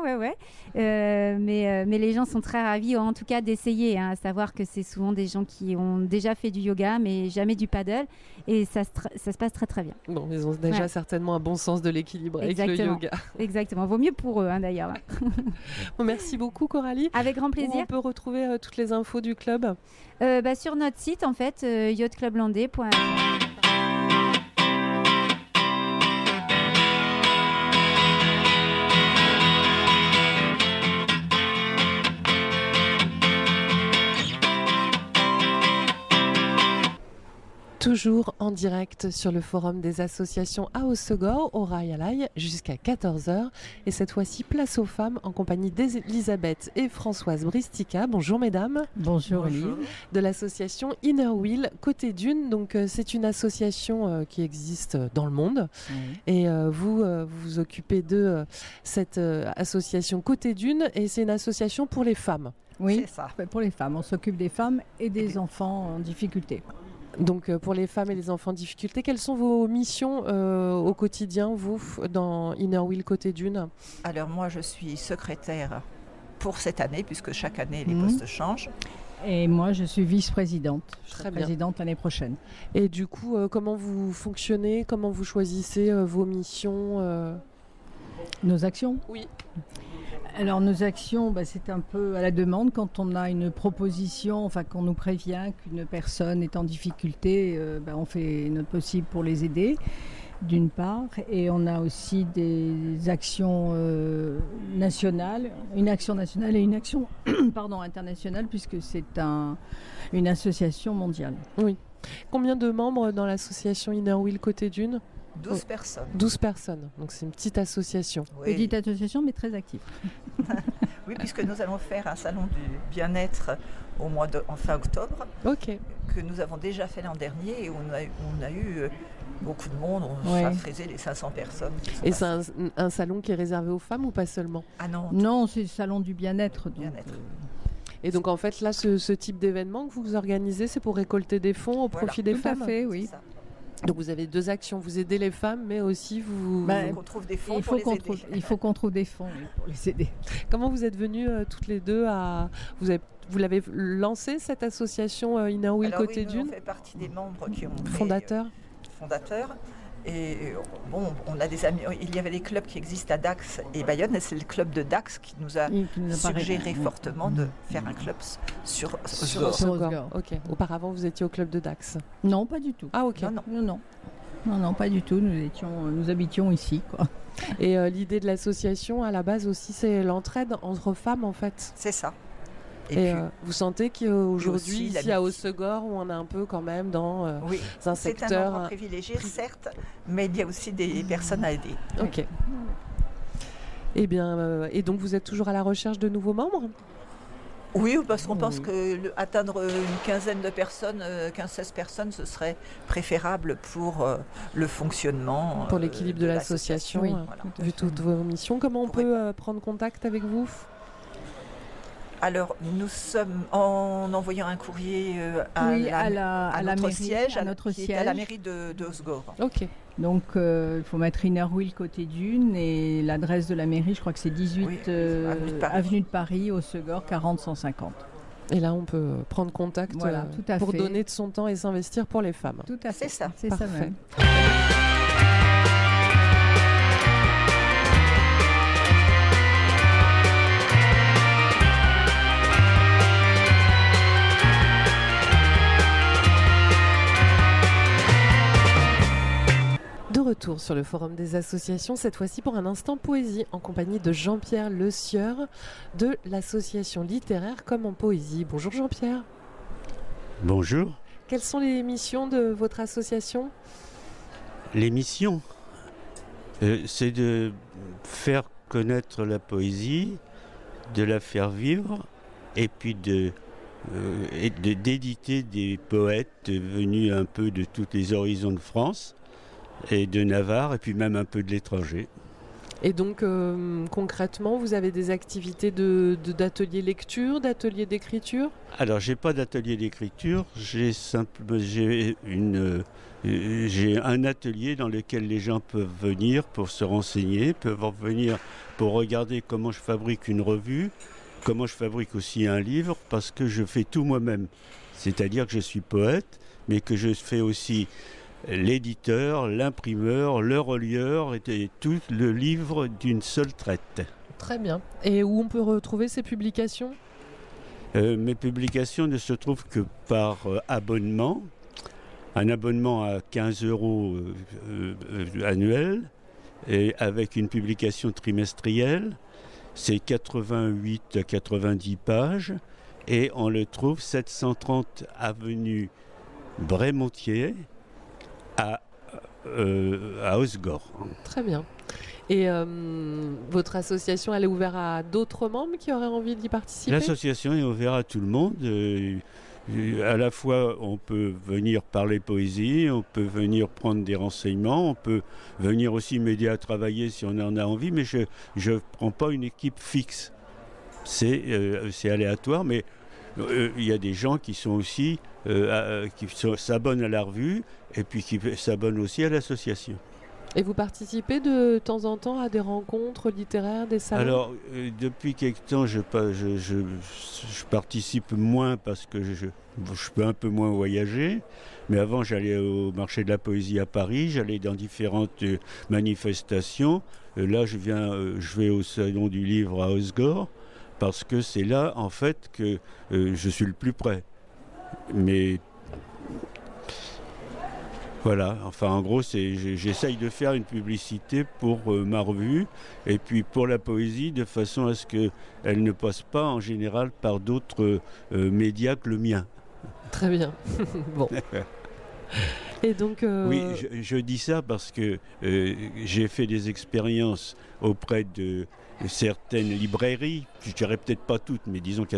I: Mais les gens sont très ravis, en tout cas, d'essayer. À savoir que c'est souvent des gens qui ont déjà fait du yoga, mais jamais du paddle. Et ça se passe très, très bien.
B: Bon, ils ont déjà certainement un bon sens de l'équilibre avec le yoga.
I: Exactement. Vaut mieux pour eux, d'ailleurs.
B: Bon, merci beaucoup, Coralie.
I: Avec grand plaisir.
B: Où on peut retrouver toutes les infos du club
I: sur notre site, en fait, yachtclublandais.fr.
B: Toujours en direct sur le forum des associations à Hossegor, au Rayalaï, jusqu'à 14h. Et cette fois-ci, place aux femmes en compagnie d'Elisabeth et Françoise Bristica. Bonjour mesdames.
J: Bonjour Elie.
B: De l'association Inner Wheel Côté Dune. Donc c'est une association qui existe dans le monde. Et vous vous occupez de cette association Côté Dune. Et c'est une association pour les femmes.
J: Oui, c'est ça. Pour les femmes. On s'occupe des femmes et des enfants en difficulté.
B: Donc pour les femmes et les enfants en difficulté, quelles sont vos missions au quotidien, vous, dans Inner Wheel Côté Dune?
K: Alors moi, je suis secrétaire pour cette année, puisque chaque année, les postes changent.
J: Et moi, je suis vice-présidente. Je serai
B: Très bien.
J: présidente l'année prochaine.
B: Et du coup, comment vous fonctionnez? Comment vous choisissez vos missions
J: Nos actions?
B: Oui.
J: Alors nos actions, c'est un peu à la demande. Quand on a une proposition, enfin qu'on nous prévient qu'une personne est en difficulté, on fait notre possible pour les aider, d'une part. Et on a aussi des actions nationales, une action nationale et une action internationale, puisque c'est une association mondiale.
B: Oui. Combien de membres dans l'association Inner Wheel Côté Dune?
K: 12 personnes.
B: 12 personnes, donc c'est une petite association.
K: Oui.
J: Petite association, mais très active.
K: Oui, puisque nous allons faire un salon du bien-être en fin octobre, que nous avons déjà fait l'an dernier et où on a eu beaucoup de monde, ça faisait les 500 personnes.
B: Et c'est un salon qui est réservé aux femmes ou pas seulement?
K: Ah non.
J: Non, c'est le salon du bien-être.
B: Et donc en fait là, ce type d'événement que vous organisez, c'est pour récolter des fonds au profit des femmes?
J: Tout à fait, oui.
B: Donc vous avez deux actions, vous aidez les femmes, mais aussi vous...
K: il faut qu'on trouve des fonds pour les aider.
J: Il faut qu'on trouve des fonds pour les aider.
B: Comment vous êtes venues toutes les deux à... Vous l'avez lancé cette association Inner Wheel Côté Dune?
K: On fait partie des membres qui ont
B: fondateurs.
K: Et on a des amis. Il y avait des clubs qui existent à Dax et Bayonne, et c'est le club de Dax qui nous a suggéré fortement de faire un club sur
B: Hossegor. Ok. Auparavant, vous étiez au club de Dax?
J: Non, pas du tout.
B: Ah ok.
J: Non, pas du tout. Nous habitions ici, quoi.
B: Et l'idée de l'association, à la base aussi, c'est l'entraide entre femmes, en fait.
K: C'est ça.
B: Et vous sentez qu'aujourd'hui, ici à Hossegor, où on est un peu quand même dans un secteur...
K: C'est un endroit privilégié, certes, mais il y a aussi des personnes à aider.
B: Ok. Eh bien, et donc vous êtes toujours à la recherche de nouveaux membres?
K: Oui, parce qu'on pense qu'atteindre une quinzaine de personnes, 15-16 personnes, ce serait préférable pour le fonctionnement.
B: Pour l'équilibre de l'association, vu toutes vos missions. Comment on peut prendre contact avec vous?
K: Alors, nous sommes en envoyant un courrier à notre
J: mairie,
K: siège,
J: à notre
K: qui est
J: siège.
K: à la mairie de Hossegor.
B: Ok.
J: Donc, il faut mettre Inner Wheel Côté Dune et l'adresse de la mairie, je crois que c'est 18 avenue de Paris, Hossegor, 40 150.
B: Et là, on peut prendre contact
J: tout à
B: pour
J: fait.
B: donner de son temps et s'investir pour les femmes.
J: Tout à fait.
K: C'est ça.
J: C'est ça
B: Parfait.
J: même.
B: De retour sur le forum des associations, cette fois-ci pour un instant poésie, en compagnie de Jean-Pierre Le Sieur de l'association littéraire Comme en Poésie. Bonjour Jean-Pierre.
W: Bonjour.
B: Quelles sont les missions de votre association?
W: Les missions, c'est de faire connaître la poésie, de la faire vivre, et puis d'éditer des poètes venus un peu de tous les horizons de France et de Navarre, et puis même un peu de l'étranger.
B: Et donc concrètement, vous avez des activités d'ateliers lecture, d'ateliers d'écriture?
W: Alors, j'ai pas d'atelier d'écriture, j'ai un atelier dans lequel les gens peuvent venir pour se renseigner, peuvent venir pour regarder comment je fabrique une revue, comment je fabrique aussi un livre, parce que je fais tout moi-même. C'est-à-dire que je suis poète, mais que je fais aussi l'éditeur, l'imprimeur, le relieur et tout le livre d'une seule traite.
B: Très bien. Et où on peut retrouver ces publications?
W: Mes publications ne se trouvent que par abonnement. Un abonnement à 15 € annuel et avec une publication trimestrielle. C'est 88 à 90 pages et on le trouve 730 avenue Brémontier à Osgore.
B: Très bien. Et votre association, elle est ouverte à d'autres membres qui auraient envie d'y participer?
W: L'association est ouverte à tout le monde. À la fois, on peut venir parler poésie, on peut venir prendre des renseignements, on peut venir aussi m'aider à travailler si on en a envie, mais je ne prends pas une équipe fixe. C'est aléatoire, mais il y a des gens qui sont aussi s'abonnent à la revue et puis qui s'abonnent aussi à l'association.
B: Et vous participez de temps en temps à des rencontres littéraires, des salons?
W: Alors, depuis quelque temps, je participe moins parce que je peux un peu moins voyager. Mais avant, j'allais au marché de la poésie à Paris, j'allais dans différentes manifestations. Là, je vais au salon du livre à Osgore parce que c'est là, en fait, que je suis le plus près. Mais voilà, enfin en gros, j'essaye de faire une publicité pour ma revue et puis pour la poésie de façon à ce qu'elle ne passe pas en général par d'autres médias que le mien.
B: Très bien. Bon. Et donc,
W: oui, je dis ça parce que j'ai fait des expériences auprès de certaines librairies, je dirais peut-être pas toutes, mais disons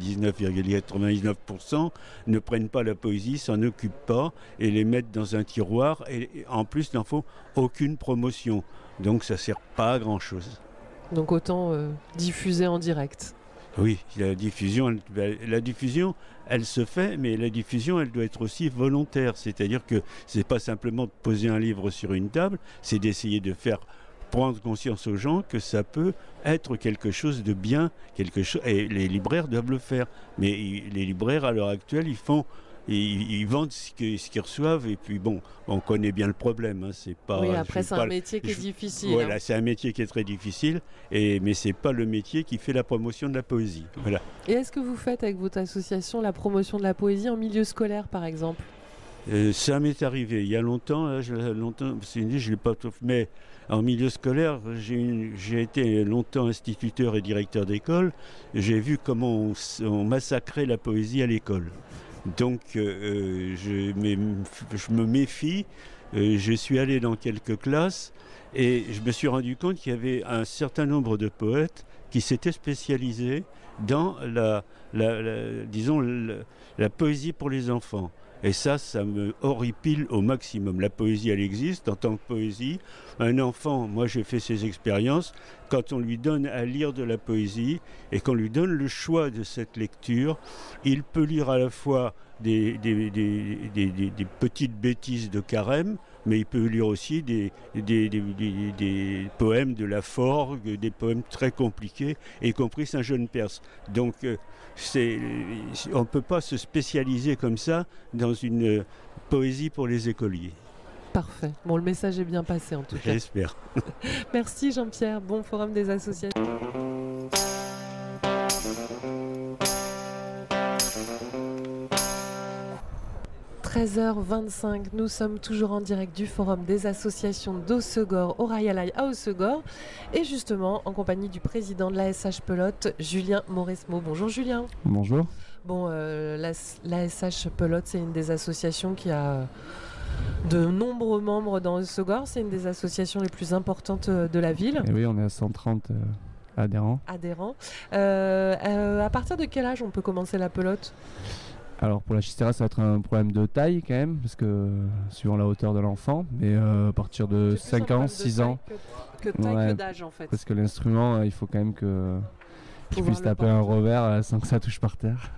W: 99,99% ne prennent pas la poésie, s'en occupent pas et les mettent dans un tiroir et en plus n'en font aucune promotion. Donc ça sert pas à grand chose.
B: Donc autant diffuser en direct.
W: Oui, la diffusion, elle se fait, mais la diffusion, elle doit être aussi volontaire. C'est-à-dire que c'est pas simplement de poser un livre sur une table, c'est d'essayer de faire prendre conscience aux gens que ça peut être quelque chose de bien, et les libraires doivent le faire. Mais les libraires, à l'heure actuelle, ils vendent ce qu'ils reçoivent et puis bon, on connaît bien le problème. Hein, c'est pas,
B: oui, après c'est un métier qui est difficile.
W: Voilà, c'est un métier qui est très difficile, mais c'est pas le métier qui fait la promotion de la poésie. Voilà.
B: Et est-ce que vous faites avec votre association la promotion de la poésie en milieu scolaire, par exemple?
W: Ça m'est arrivé il y a longtemps, je l'ai pas tout fait, mais en milieu scolaire, j'ai été longtemps instituteur et directeur d'école. J'ai vu comment on massacrait la poésie à l'école. Donc je me méfie. Je suis allé dans quelques classes et je me suis rendu compte qu'il y avait un certain nombre de poètes qui s'étaient spécialisés dans la poésie pour les enfants. Et ça me horripile au maximum. La poésie, elle existe en tant que poésie. Un enfant, moi j'ai fait ces expériences, quand on lui donne à lire de la poésie et qu'on lui donne le choix de cette lecture, il peut lire à la fois des petites bêtises de Carême, mais il peut lire aussi des poèmes de la Forgue, des poèmes très compliqués, y compris Saint-Jean-Perse. Donc on ne peut pas se spécialiser comme ça dans une poésie pour les écoliers.
B: Parfait. Bon, le message est bien passé en tout cas.
W: J'espère.
B: Merci Jean-Pierre. Bon forum des associations. « 13h25, nous sommes toujours en direct du forum des associations d'Hossegor, au Rayalaï à Hossegor, et justement en compagnie du président de l'ASH Pelote, Julien Mauresmo. Bonjour Julien.
L: Bonjour.
B: Bon, l'ASH Pelote, c'est une des associations qui a de nombreux membres dans Hossegor. C'est une des associations les plus importantes de la ville.
L: Et oui, on est à 130 adhérents.
B: À partir de quel âge on peut commencer la pelote ?
L: Alors pour la schistera, ça va être un problème de taille quand même, parce que suivant la hauteur de l'enfant, mais à partir de 5 ans, 6 ans.
B: Que taille que d'âge en fait.
L: Parce que l'instrument, il faut quand même qu'il puisse taper un revers sans que ça touche par terre.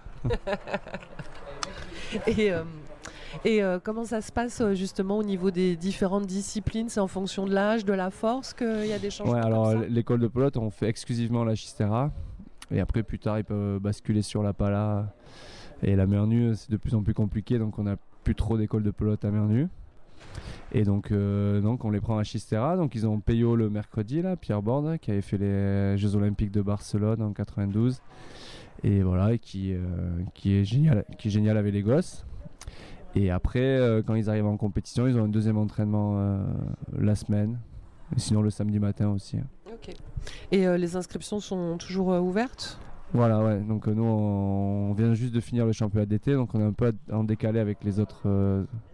B: Et comment ça se passe justement au niveau des différentes disciplines? C'est en fonction de l'âge, de la force qu'il y a des changements?
L: Ouais, alors l'école de pelote, on fait exclusivement la schistera, et après plus tard, ils peuvent basculer sur la pala. Et la mer nue, c'est de plus en plus compliqué, donc on n'a plus trop d'écoles de pelote à mer nue. Et donc on les prend à Schistera. Donc ils ont Peyo le mercredi, là, Pierre Borde, qui avait fait les Jeux Olympiques de Barcelone en 92. Et voilà, qui est génial avec les gosses. Et après, quand ils arrivent en compétition, ils ont un deuxième entraînement la semaine. Et sinon le samedi matin aussi.
B: Ok. Et les inscriptions sont toujours ouvertes ?
L: Voilà, ouais. Donc nous, on vient juste de finir le championnat d'été, donc on est un peu en décalé avec les autres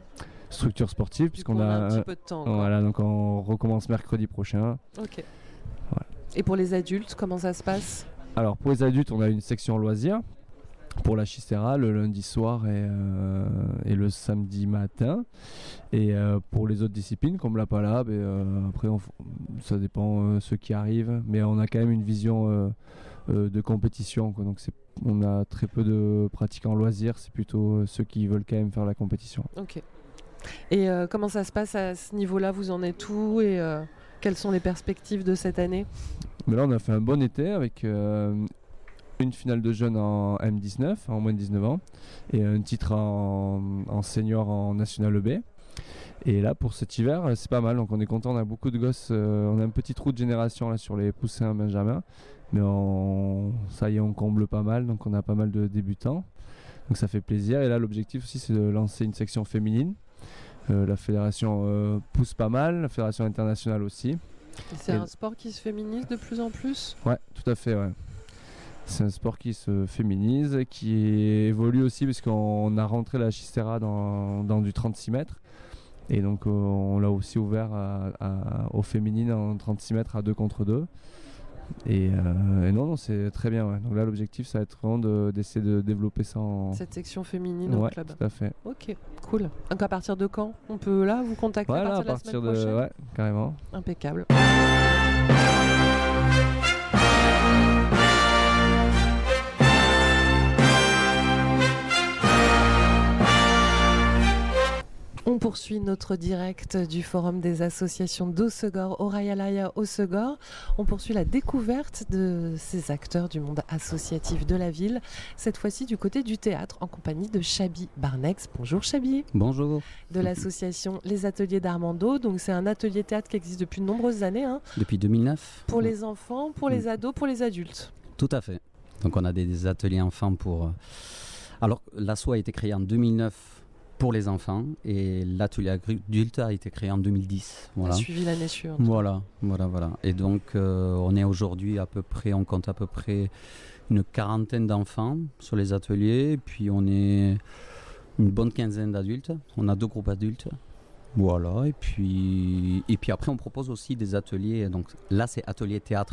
L: structure sportive, puisqu'on
B: on a
L: a
B: un petit peu de temps, quoi.
L: Voilà, donc on recommence mercredi prochain.
B: Ok.
L: Voilà.
B: Et pour les adultes, comment ça se passe?
L: Alors pour les adultes, on a une section loisirs pour la Chistera le lundi soir et le samedi matin. Et pour les autres disciplines comme la pala, après ça dépend ceux qui arrivent, mais on a quand même une vision de compétition, quoi. Donc on a très peu de pratiquants loisirs, c'est plutôt ceux qui veulent quand même faire la compétition.
B: Ok. Et comment ça se passe à ce niveau-là? Vous en êtes où et quelles sont les perspectives de cette année?
L: Mais là on a fait un bon été avec une finale de jeunes en M19, en moins de 19 ans, et un titre en senior en National B. Et là pour cet hiver c'est pas mal, donc on est content, on a beaucoup de gosses, on a un petit trou de génération là sur les poussins Benjamin, mais ça y est, on comble pas mal, donc on a pas mal de débutants, donc ça fait plaisir. Et là l'objectif aussi c'est de lancer une section féminine. La fédération pousse pas mal, la fédération internationale aussi.
B: C'est un sport qui se féminise de plus en plus?
L: Ouais, tout à fait, ouais. C'est un sport qui se féminise, qui évolue aussi, parce qu'on a rentré la Chistera dans du 36 mètres. Et donc on l'a aussi ouvert aux féminines en 36 mètres à 2 contre 2. Et non, c'est très bien. Ouais. Donc là, l'objectif, ça va être vraiment d'essayer de développer ça
B: cette section féminine au club.
L: Tout à fait.
B: Ok, cool. Donc à partir de quand on peut là vous contacter?
L: Ouais,
B: à partir de la semaine prochaine?
L: Ouais, carrément.
B: Impeccable. On poursuit notre direct du Forum des associations d'Hossegor, Orayalaya Hossegor. On poursuit la découverte de ces acteurs du monde associatif de la ville, cette fois-ci du côté du théâtre, en compagnie de Chabi Barnex. Bonjour Chabi.
M: Bonjour.
B: De l'association Les Ateliers d'Armando. Donc c'est un atelier théâtre qui existe depuis de nombreuses années.
M: Depuis 2009.
B: Pour les enfants, pour les ados, pour les adultes.
M: Tout à fait. Donc on a des ateliers enfants pour... Alors l'asso a été créé en 2009 pour les enfants, et l'atelier adulte a été créé en 2010.
B: Voilà. On a suivi l'année suivante.
M: Voilà. Et donc on est aujourd'hui on compte à peu près une quarantaine d'enfants sur les ateliers, et puis on est une bonne quinzaine d'adultes. On a 2 groupes adultes. Voilà, et puis après on propose aussi des ateliers, donc là c'est atelier théâtre.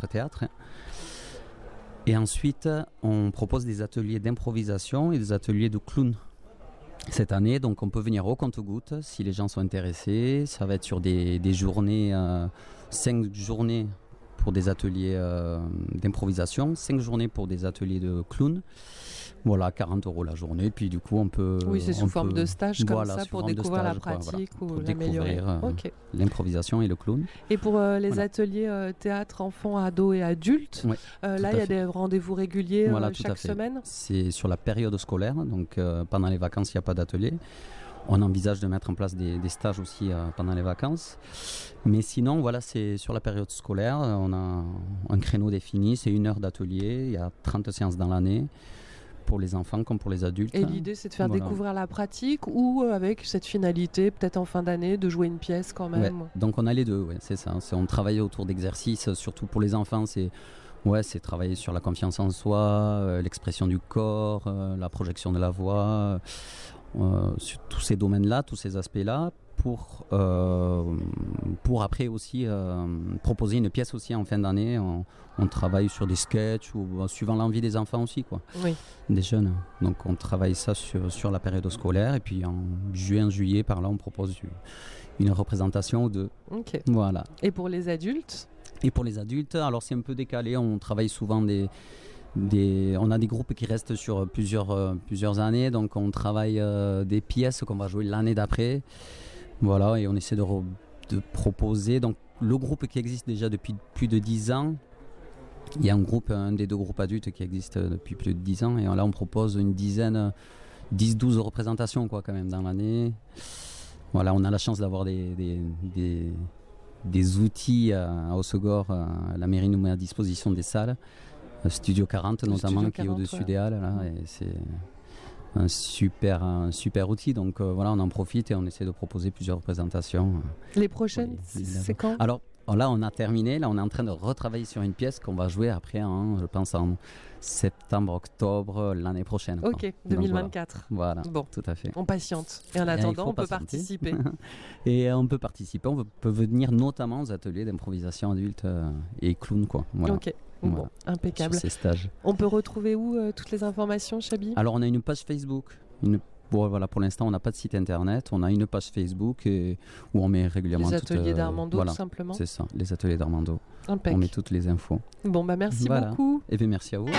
M: Et ensuite on propose des ateliers d'improvisation et des ateliers de clown. Cette année, donc on peut venir au compte-gouttes si les gens sont intéressés. Ça va être sur des journées, 5 journées pour des ateliers d'improvisation, 5 journées pour des ateliers de clown. Voilà, 40 € la journée. Puis du coup, on peut...
B: Oui, c'est sous forme de stage comme ça pour découvrir la pratique ou l'améliorer.
M: L'improvisation et le clown.
B: Et pour les ateliers théâtre, enfants, ados et adultes, là, il y a des rendez-vous réguliers chaque semaine? C'est
M: sur la période scolaire. Donc pendant les vacances, il n'y a pas d'atelier. On envisage de mettre en place des stages aussi pendant les vacances. Mais sinon, voilà, c'est sur la période scolaire. On a un créneau défini, c'est 1 heure d'atelier. Il y a 30 séances dans l'année, pour les enfants comme pour les adultes.
B: Et l'idée, c'est de faire découvrir la pratique, ou avec cette finalité, peut-être en fin d'année, de jouer une pièce quand même.
M: Donc on a les deux, c'est ça. On travaille autour d'exercices, surtout pour les enfants. C'est travailler sur la confiance en soi, l'expression du corps, la projection de la voix, sur tous ces domaines-là, tous ces aspects-là, pour après aussi proposer une pièce aussi en fin d'année. On travaille sur des sketchs ou suivant l'envie des enfants aussi, quoi.
B: Oui.
M: Des jeunes. Donc on travaille ça sur la période scolaire, et puis en juin, juillet, par là on propose une représentation ou 2.
B: Ok.
M: Voilà.
B: Et pour les adultes?
M: Et pour les adultes, alors c'est un peu décalé, on travaille souvent on a des groupes qui restent sur plusieurs années, donc on travaille des pièces qu'on va jouer l'année d'après. Voilà, et on essaie de proposer. Donc le groupe qui existe déjà depuis plus de 10 ans, il y a un des 2 groupes adultes qui existe depuis plus de 10 ans, et là on propose une dizaine, 10-12 représentations quand même dans l'année. Voilà, on a la chance d'avoir des outils à Hossegor. La mairie nous met à disposition des salles, Studio 40 notamment, qui est au-dessus des halles là, et c'est un super outil. Donc voilà, on en profite et on essaie de proposer plusieurs représentations.
B: Les prochaines, c'est quand?
M: Alors là, on a terminé. Là, on est en train de retravailler sur une pièce qu'on va jouer après, je pense, en septembre, octobre l'année prochaine.
B: Ok,
M: quoi.
B: 2024.
M: Voilà,
B: bon,
M: tout à fait.
B: On patiente. Et en attendant, on peut participer.
M: Et on peut participer, on peut venir notamment aux ateliers d'improvisation adulte et clown, quoi. Voilà.
B: Ok. Bon, impeccable.
M: Sur ces stages.
B: On peut retrouver où toutes les informations, Chabi ?
M: Alors, on a une page Facebook. Voilà, pour l'instant, on n'a pas de site internet. On a une page Facebook où on met régulièrement
B: les ateliers d'Armando,
M: voilà,
B: tout simplement.
M: C'est ça, les ateliers d'Armando.
B: Impec.
M: On met toutes les infos.
B: Bon, bah merci beaucoup.
M: Et bien, merci à vous.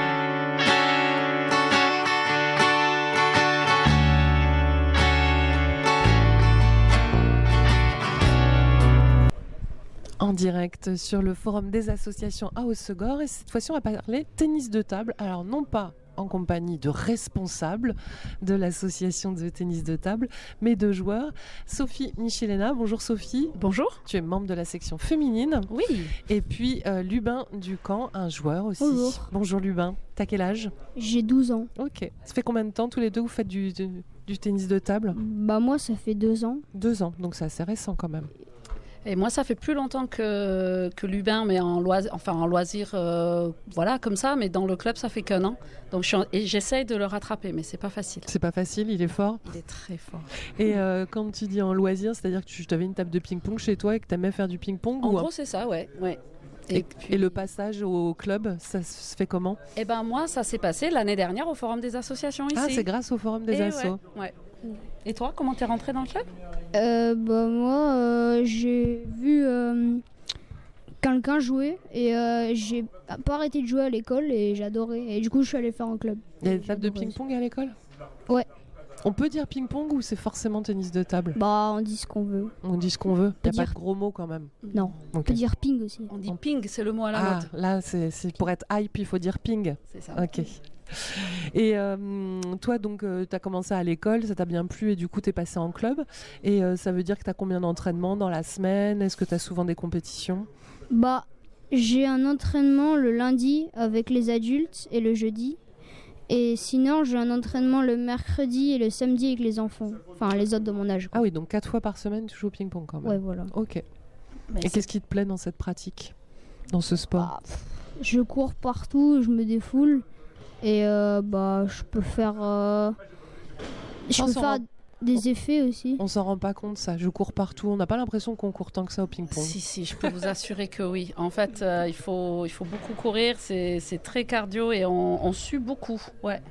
B: En direct sur le forum des associations à Hossegor, et cette fois-ci on va parler tennis de table. Alors non pas en compagnie de responsables de l'association de tennis de table, mais de joueurs. Sophie Michelena, bonjour Sophie.
N: Bonjour.
B: Tu es membre de la section féminine.
N: Oui.
B: Et puis Lubin Ducamp, un joueur aussi.
N: Bonjour.
B: Bonjour Lubin. T'as quel âge ?
O: J'ai 12 ans.
B: Ok. Ça fait combien de temps tous les deux vous faites du tennis de table ?
O: Bah moi ça fait 2 ans.
B: 2 ans, donc c'est assez récent quand même.
N: Et moi, ça fait plus longtemps que Lubin, mais en loisir, voilà, comme ça. Mais dans le club, ça fait qu'1 an. Donc j'essaye de le rattraper, mais c'est pas facile.
B: C'est pas facile, il est fort.
N: Il est très fort.
B: Et quand tu dis en loisir, c'est-à-dire que tu avais une table de ping-pong chez toi et que tu aimais faire du ping-pong ?
N: En gros, c'est ça, ouais.
B: Et le passage au club, ça se fait comment ?
N: Eh ben moi, ça s'est passé l'année dernière au Forum des associations ici.
B: Ah, c'est grâce au Forum des assos.
N: Ouais. Et toi, comment t'es rentrée dans le club ?
O: Bah moi, j'ai vu quelqu'un jouer et j'ai pas arrêté de jouer à l'école et j'adorais. Et du coup, je suis allée faire un club.
B: Il y a des tables de ping-pong à l'école ?
O: Ouais.
B: On peut dire ping-pong ou c'est forcément tennis de table ?
O: Bah, on dit ce qu'on veut.
B: On dit ce qu'on veut. Il n'y a pas de gros mots quand même.
O: Non. On peut dire ping aussi.
N: On dit ping, c'est le mot à la mode.
B: Là, c'est pour être hype, il faut dire ping.
N: C'est ça.
B: Ok. Et toi, donc, tu as commencé à l'école, ça t'a bien plu et du coup, tu es passé en club. Et ça veut dire que tu as combien d'entraînements dans la semaine ? Est-ce que tu as souvent des compétitions ?
O: Bah, j'ai un entraînement le lundi avec les adultes et le jeudi. Et sinon, j'ai un entraînement le mercredi et le samedi avec les enfants. Enfin, les autres de mon âge.
B: Ah oui, donc 4 fois par semaine, tu joues au ping-pong quand même.
O: Ouais, voilà.
B: Ok. Mais et qu'est-ce qui te plaît dans cette pratique, dans ce sport ?
O: Je cours partout, je me défoule. Et je peux faire, des effets aussi.
B: On s'en rend pas compte ça, je cours partout. On n'a pas l'impression qu'on court tant que ça au ping-pong.
N: Si, je peux vous assurer que oui. En fait, il faut beaucoup courir, c'est très cardio et on sue beaucoup. Ouais.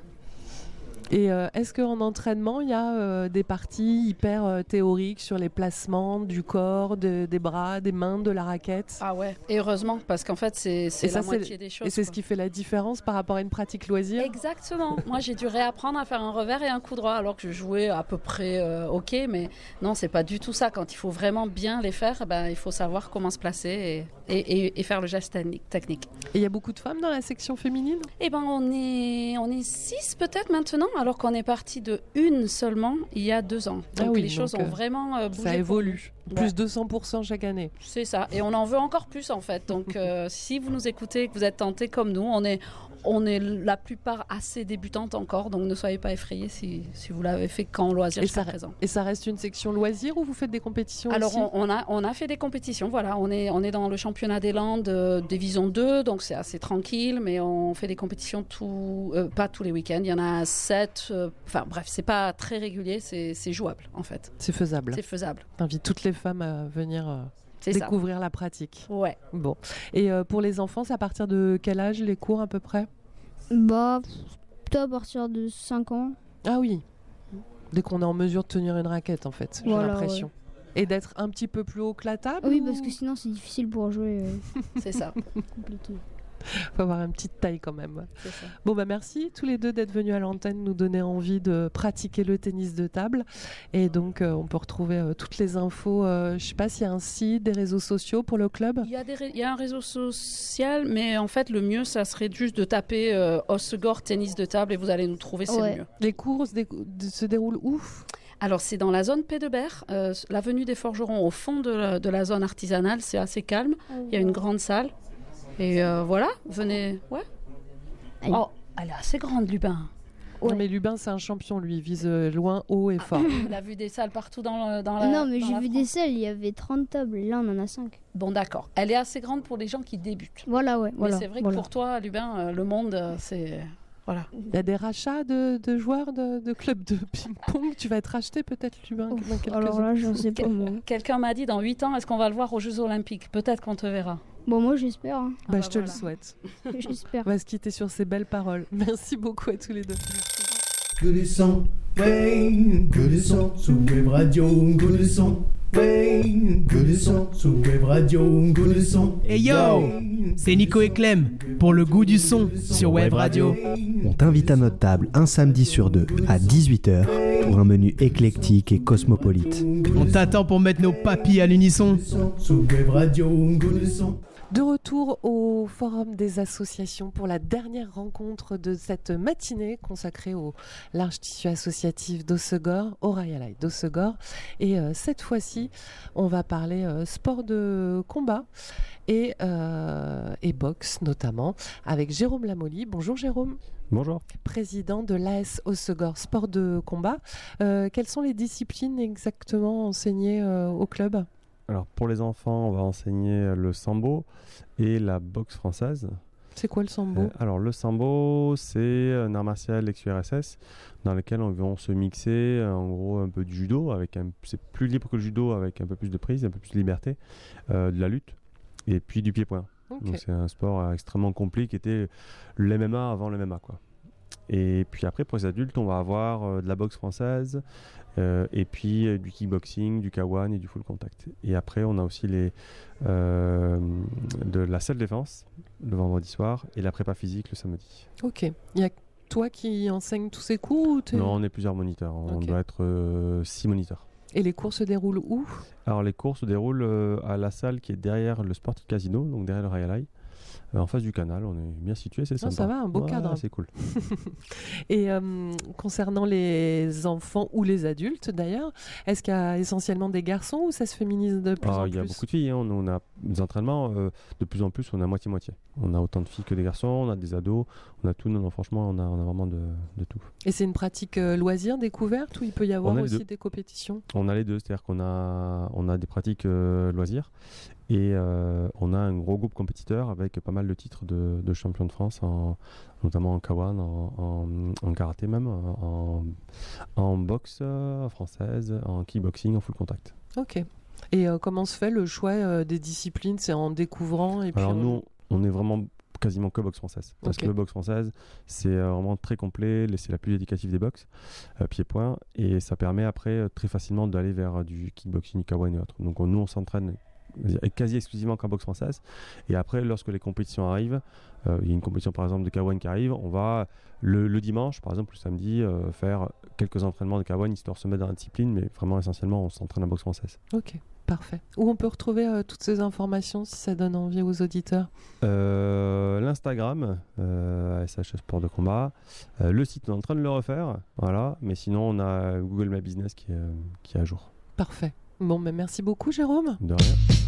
B: Et est-ce qu'en entraînement, il y a des parties hyper théoriques sur les placements du corps, des bras, des mains, de la raquette ?
N: Ah ouais, et heureusement, parce qu'en fait, c'est la moitié des choses.
B: Et c'est ce qui fait la différence par rapport à une pratique loisir ?
N: Exactement. Moi, j'ai dû réapprendre à faire un revers et un coup droit, alors que je jouais à peu près ok, mais non, c'est pas du tout ça. Quand il faut vraiment bien les faire, il faut savoir comment se placer et faire le geste technique.
B: Et il y a beaucoup de femmes dans la section féminine ?
N: Eh ben, on est 6 peut-être maintenant, alors qu'on est parti de 1 seulement il y a 2 ans. Donc les choses ont vraiment bougé.
B: Ça évolue. Plus de 200% chaque année.
N: C'est ça. Et on en veut encore plus en fait. Donc si vous nous écoutez, que vous êtes tentés comme nous, on est la plupart assez débutantes encore. Donc ne soyez pas effrayés si vous l'avez fait qu'en loisir jusqu'à présent.
B: Et ça reste une section loisir ou vous faites des compétitions
N: Alors
B: aussi ?
N: on a fait des compétitions. Voilà, on est dans le championnat des Landes division 2, donc c'est assez tranquille, mais on fait des compétitions pas tous les week-ends. Il y en a 7. Enfin bref, c'est pas très régulier, c'est jouable en fait.
B: C'est faisable.
N: C'est faisable.
B: J'invite toutes les femmes à venir découvrir la pratique.
N: Ouais.
B: Bon. Et pour les enfants, c'est à partir de quel âge les cours à peu près ?
O: Bah, plutôt à partir de 5 ans.
B: Ah oui. Dès qu'on est en mesure de tenir une raquette en fait, j'ai l'impression. Ouais. Et d'être un petit peu plus haut que la table ?
O: Oui, parce que sinon c'est difficile pour jouer.
N: C'est ça.
O: Compliqué.
B: Faut avoir une petite taille quand même. C'est ça. Bon merci tous les deux d'être venus à l'antenne nous donner envie de pratiquer le tennis de table. Et donc on peut retrouver toutes les infos. Je sais pas s'il y a un site, des réseaux sociaux pour le club.
N: Il y a un réseau social, mais en fait le mieux ça serait juste de taper Hossegor tennis de table et vous allez nous trouver, c'est le mieux.
B: Les cours se déroulent où ?
N: Alors c'est dans la zone Pédebert, l'avenue des Forgerons, au fond de la zone artisanale, c'est assez calme. Il y a une grande salle. Et voilà, venez. Ouais. Oh, elle est assez grande, Lubin.
B: Non, mais Lubin, c'est un champion, lui, il vise loin, haut et fort.
N: Il a vu des salles partout dans la
O: Non, mais
N: dans
O: j'ai
N: la
O: vu
N: France.
O: des salles, il y avait 30 tables, et là on en a 5.
N: Bon, d'accord. Elle est assez grande pour les gens qui débutent.
O: Voilà, ouais.
N: Mais
O: Voilà,
N: c'est vrai
O: voilà.
N: que pour toi, Lubin, le monde, c'est... Voilà.
B: Il y a des rachats de joueurs de clubs de ping-pong. Tu vas être racheté peut-être, Lubin, dans quelques
O: alors là, j'en sais pas, moi.
N: Quelqu'un m'a dit, dans 8 ans, est-ce qu'on va le voir aux Jeux Olympiques? Peut-être qu'on te verra.
O: Bon, moi j'espère. Hein.
B: Bah, je te le souhaite.
O: J'espère.
B: On va se quitter sur ces belles paroles. Merci beaucoup à tous les deux.
C: Que du son, ouais, que du son sous Web Radio, que du son, ouais, que du son sous Web Radio, que du son.
P: Hey yo, c'est Nico et Clem pour le goût du son sur Web Radio.
Q: On t'invite à notre table un samedi sur 2 à 18h pour un menu éclectique et cosmopolite.
P: On t'attend pour mettre nos papilles à l'unisson.
C: Sous Web Radio, que du son.
B: De retour au Forum des associations pour la dernière rencontre de cette matinée consacrée au large tissu associatif d'Hossegor, au Royal d'Hossegor. Et cette fois-ci, on va parler sport de combat et boxe notamment, avec Jérôme Lamolli. Bonjour Jérôme.
X: Bonjour.
B: Président de l'AS Hossegor Sport de combat. Quelles sont les disciplines exactement enseignées au club ?
X: Alors pour les enfants, on va enseigner le sambo et la boxe française.
B: C'est quoi le sambo ?
X: Alors le sambo, c'est un art martial ex-URSS dans lequel on va se mixer en gros un peu du judo, c'est plus libre que le judo avec un peu plus de prise, un peu plus de liberté, de la lutte et puis du pied-point. Okay. Donc c'est un sport extrêmement complet qui était le MMA avant le MMA, quoi. Et puis après pour les adultes, on va avoir de la boxe française. Et puis du kickboxing, du K1 et du full contact. Et après, on a aussi de la self-défense le vendredi soir et la prépa physique le samedi.
B: Ok. Il y a toi qui enseigne tous ces cours ou
X: Non, on est plusieurs moniteurs. On doit être 6 moniteurs.
B: Et les cours se déroulent où ?
X: Alors les cours se déroulent à la salle qui est derrière le Sporting Casino, donc derrière le Royal Eye. En face du canal, on est bien situé, c'est sympa.
B: Ça va, un beau cadre.
X: C'est cool.
B: Et concernant les enfants ou les adultes d'ailleurs, est-ce qu'il y a essentiellement des garçons ou ça se féminise de plus en plus ?
X: Il y a beaucoup de filles, hein. On a des entraînements, de plus en plus, on a moitié-moitié. On a autant de filles que des garçons, on a des ados, on a tout, non, franchement, on a vraiment de tout.
B: Et c'est une pratique loisir, découverte, ou il peut y avoir aussi des compétitions ?
X: On a les deux, c'est-à-dire qu'on a des pratiques loisirs. Et on a un gros groupe compétiteur avec pas mal de titres de champion de France, notamment en K1, en karaté même, en boxe française, en kickboxing, en full contact.
B: Ok. Et comment se fait le choix des disciplines ? C'est en découvrant et puis
X: Alors nous, on est vraiment quasiment que boxe française. Parce que le boxe française, c'est vraiment très complet, c'est la plus éducative des boxes, pied-point, et ça permet après très facilement d'aller vers du kickboxing, K1 et autres. Donc nous, on s'entraîne quasi exclusivement qu'en boxe française, et après lorsque les compétitions arrivent, il y a une compétition par exemple de K1 qui arrive, on va le dimanche par exemple, le samedi, faire quelques entraînements de K1 histoire de se mettre dans la discipline, mais vraiment essentiellement on s'entraîne en boxe française.
B: Ok, parfait. Où on peut retrouver toutes ces informations si ça donne envie aux auditeurs?
X: L'Instagram, SH Sport de combat, le site on est en train de le refaire, voilà, mais sinon on a Google My Business qui est à jour.
B: Parfait. Bon, mais merci beaucoup Jérôme.
X: De rien.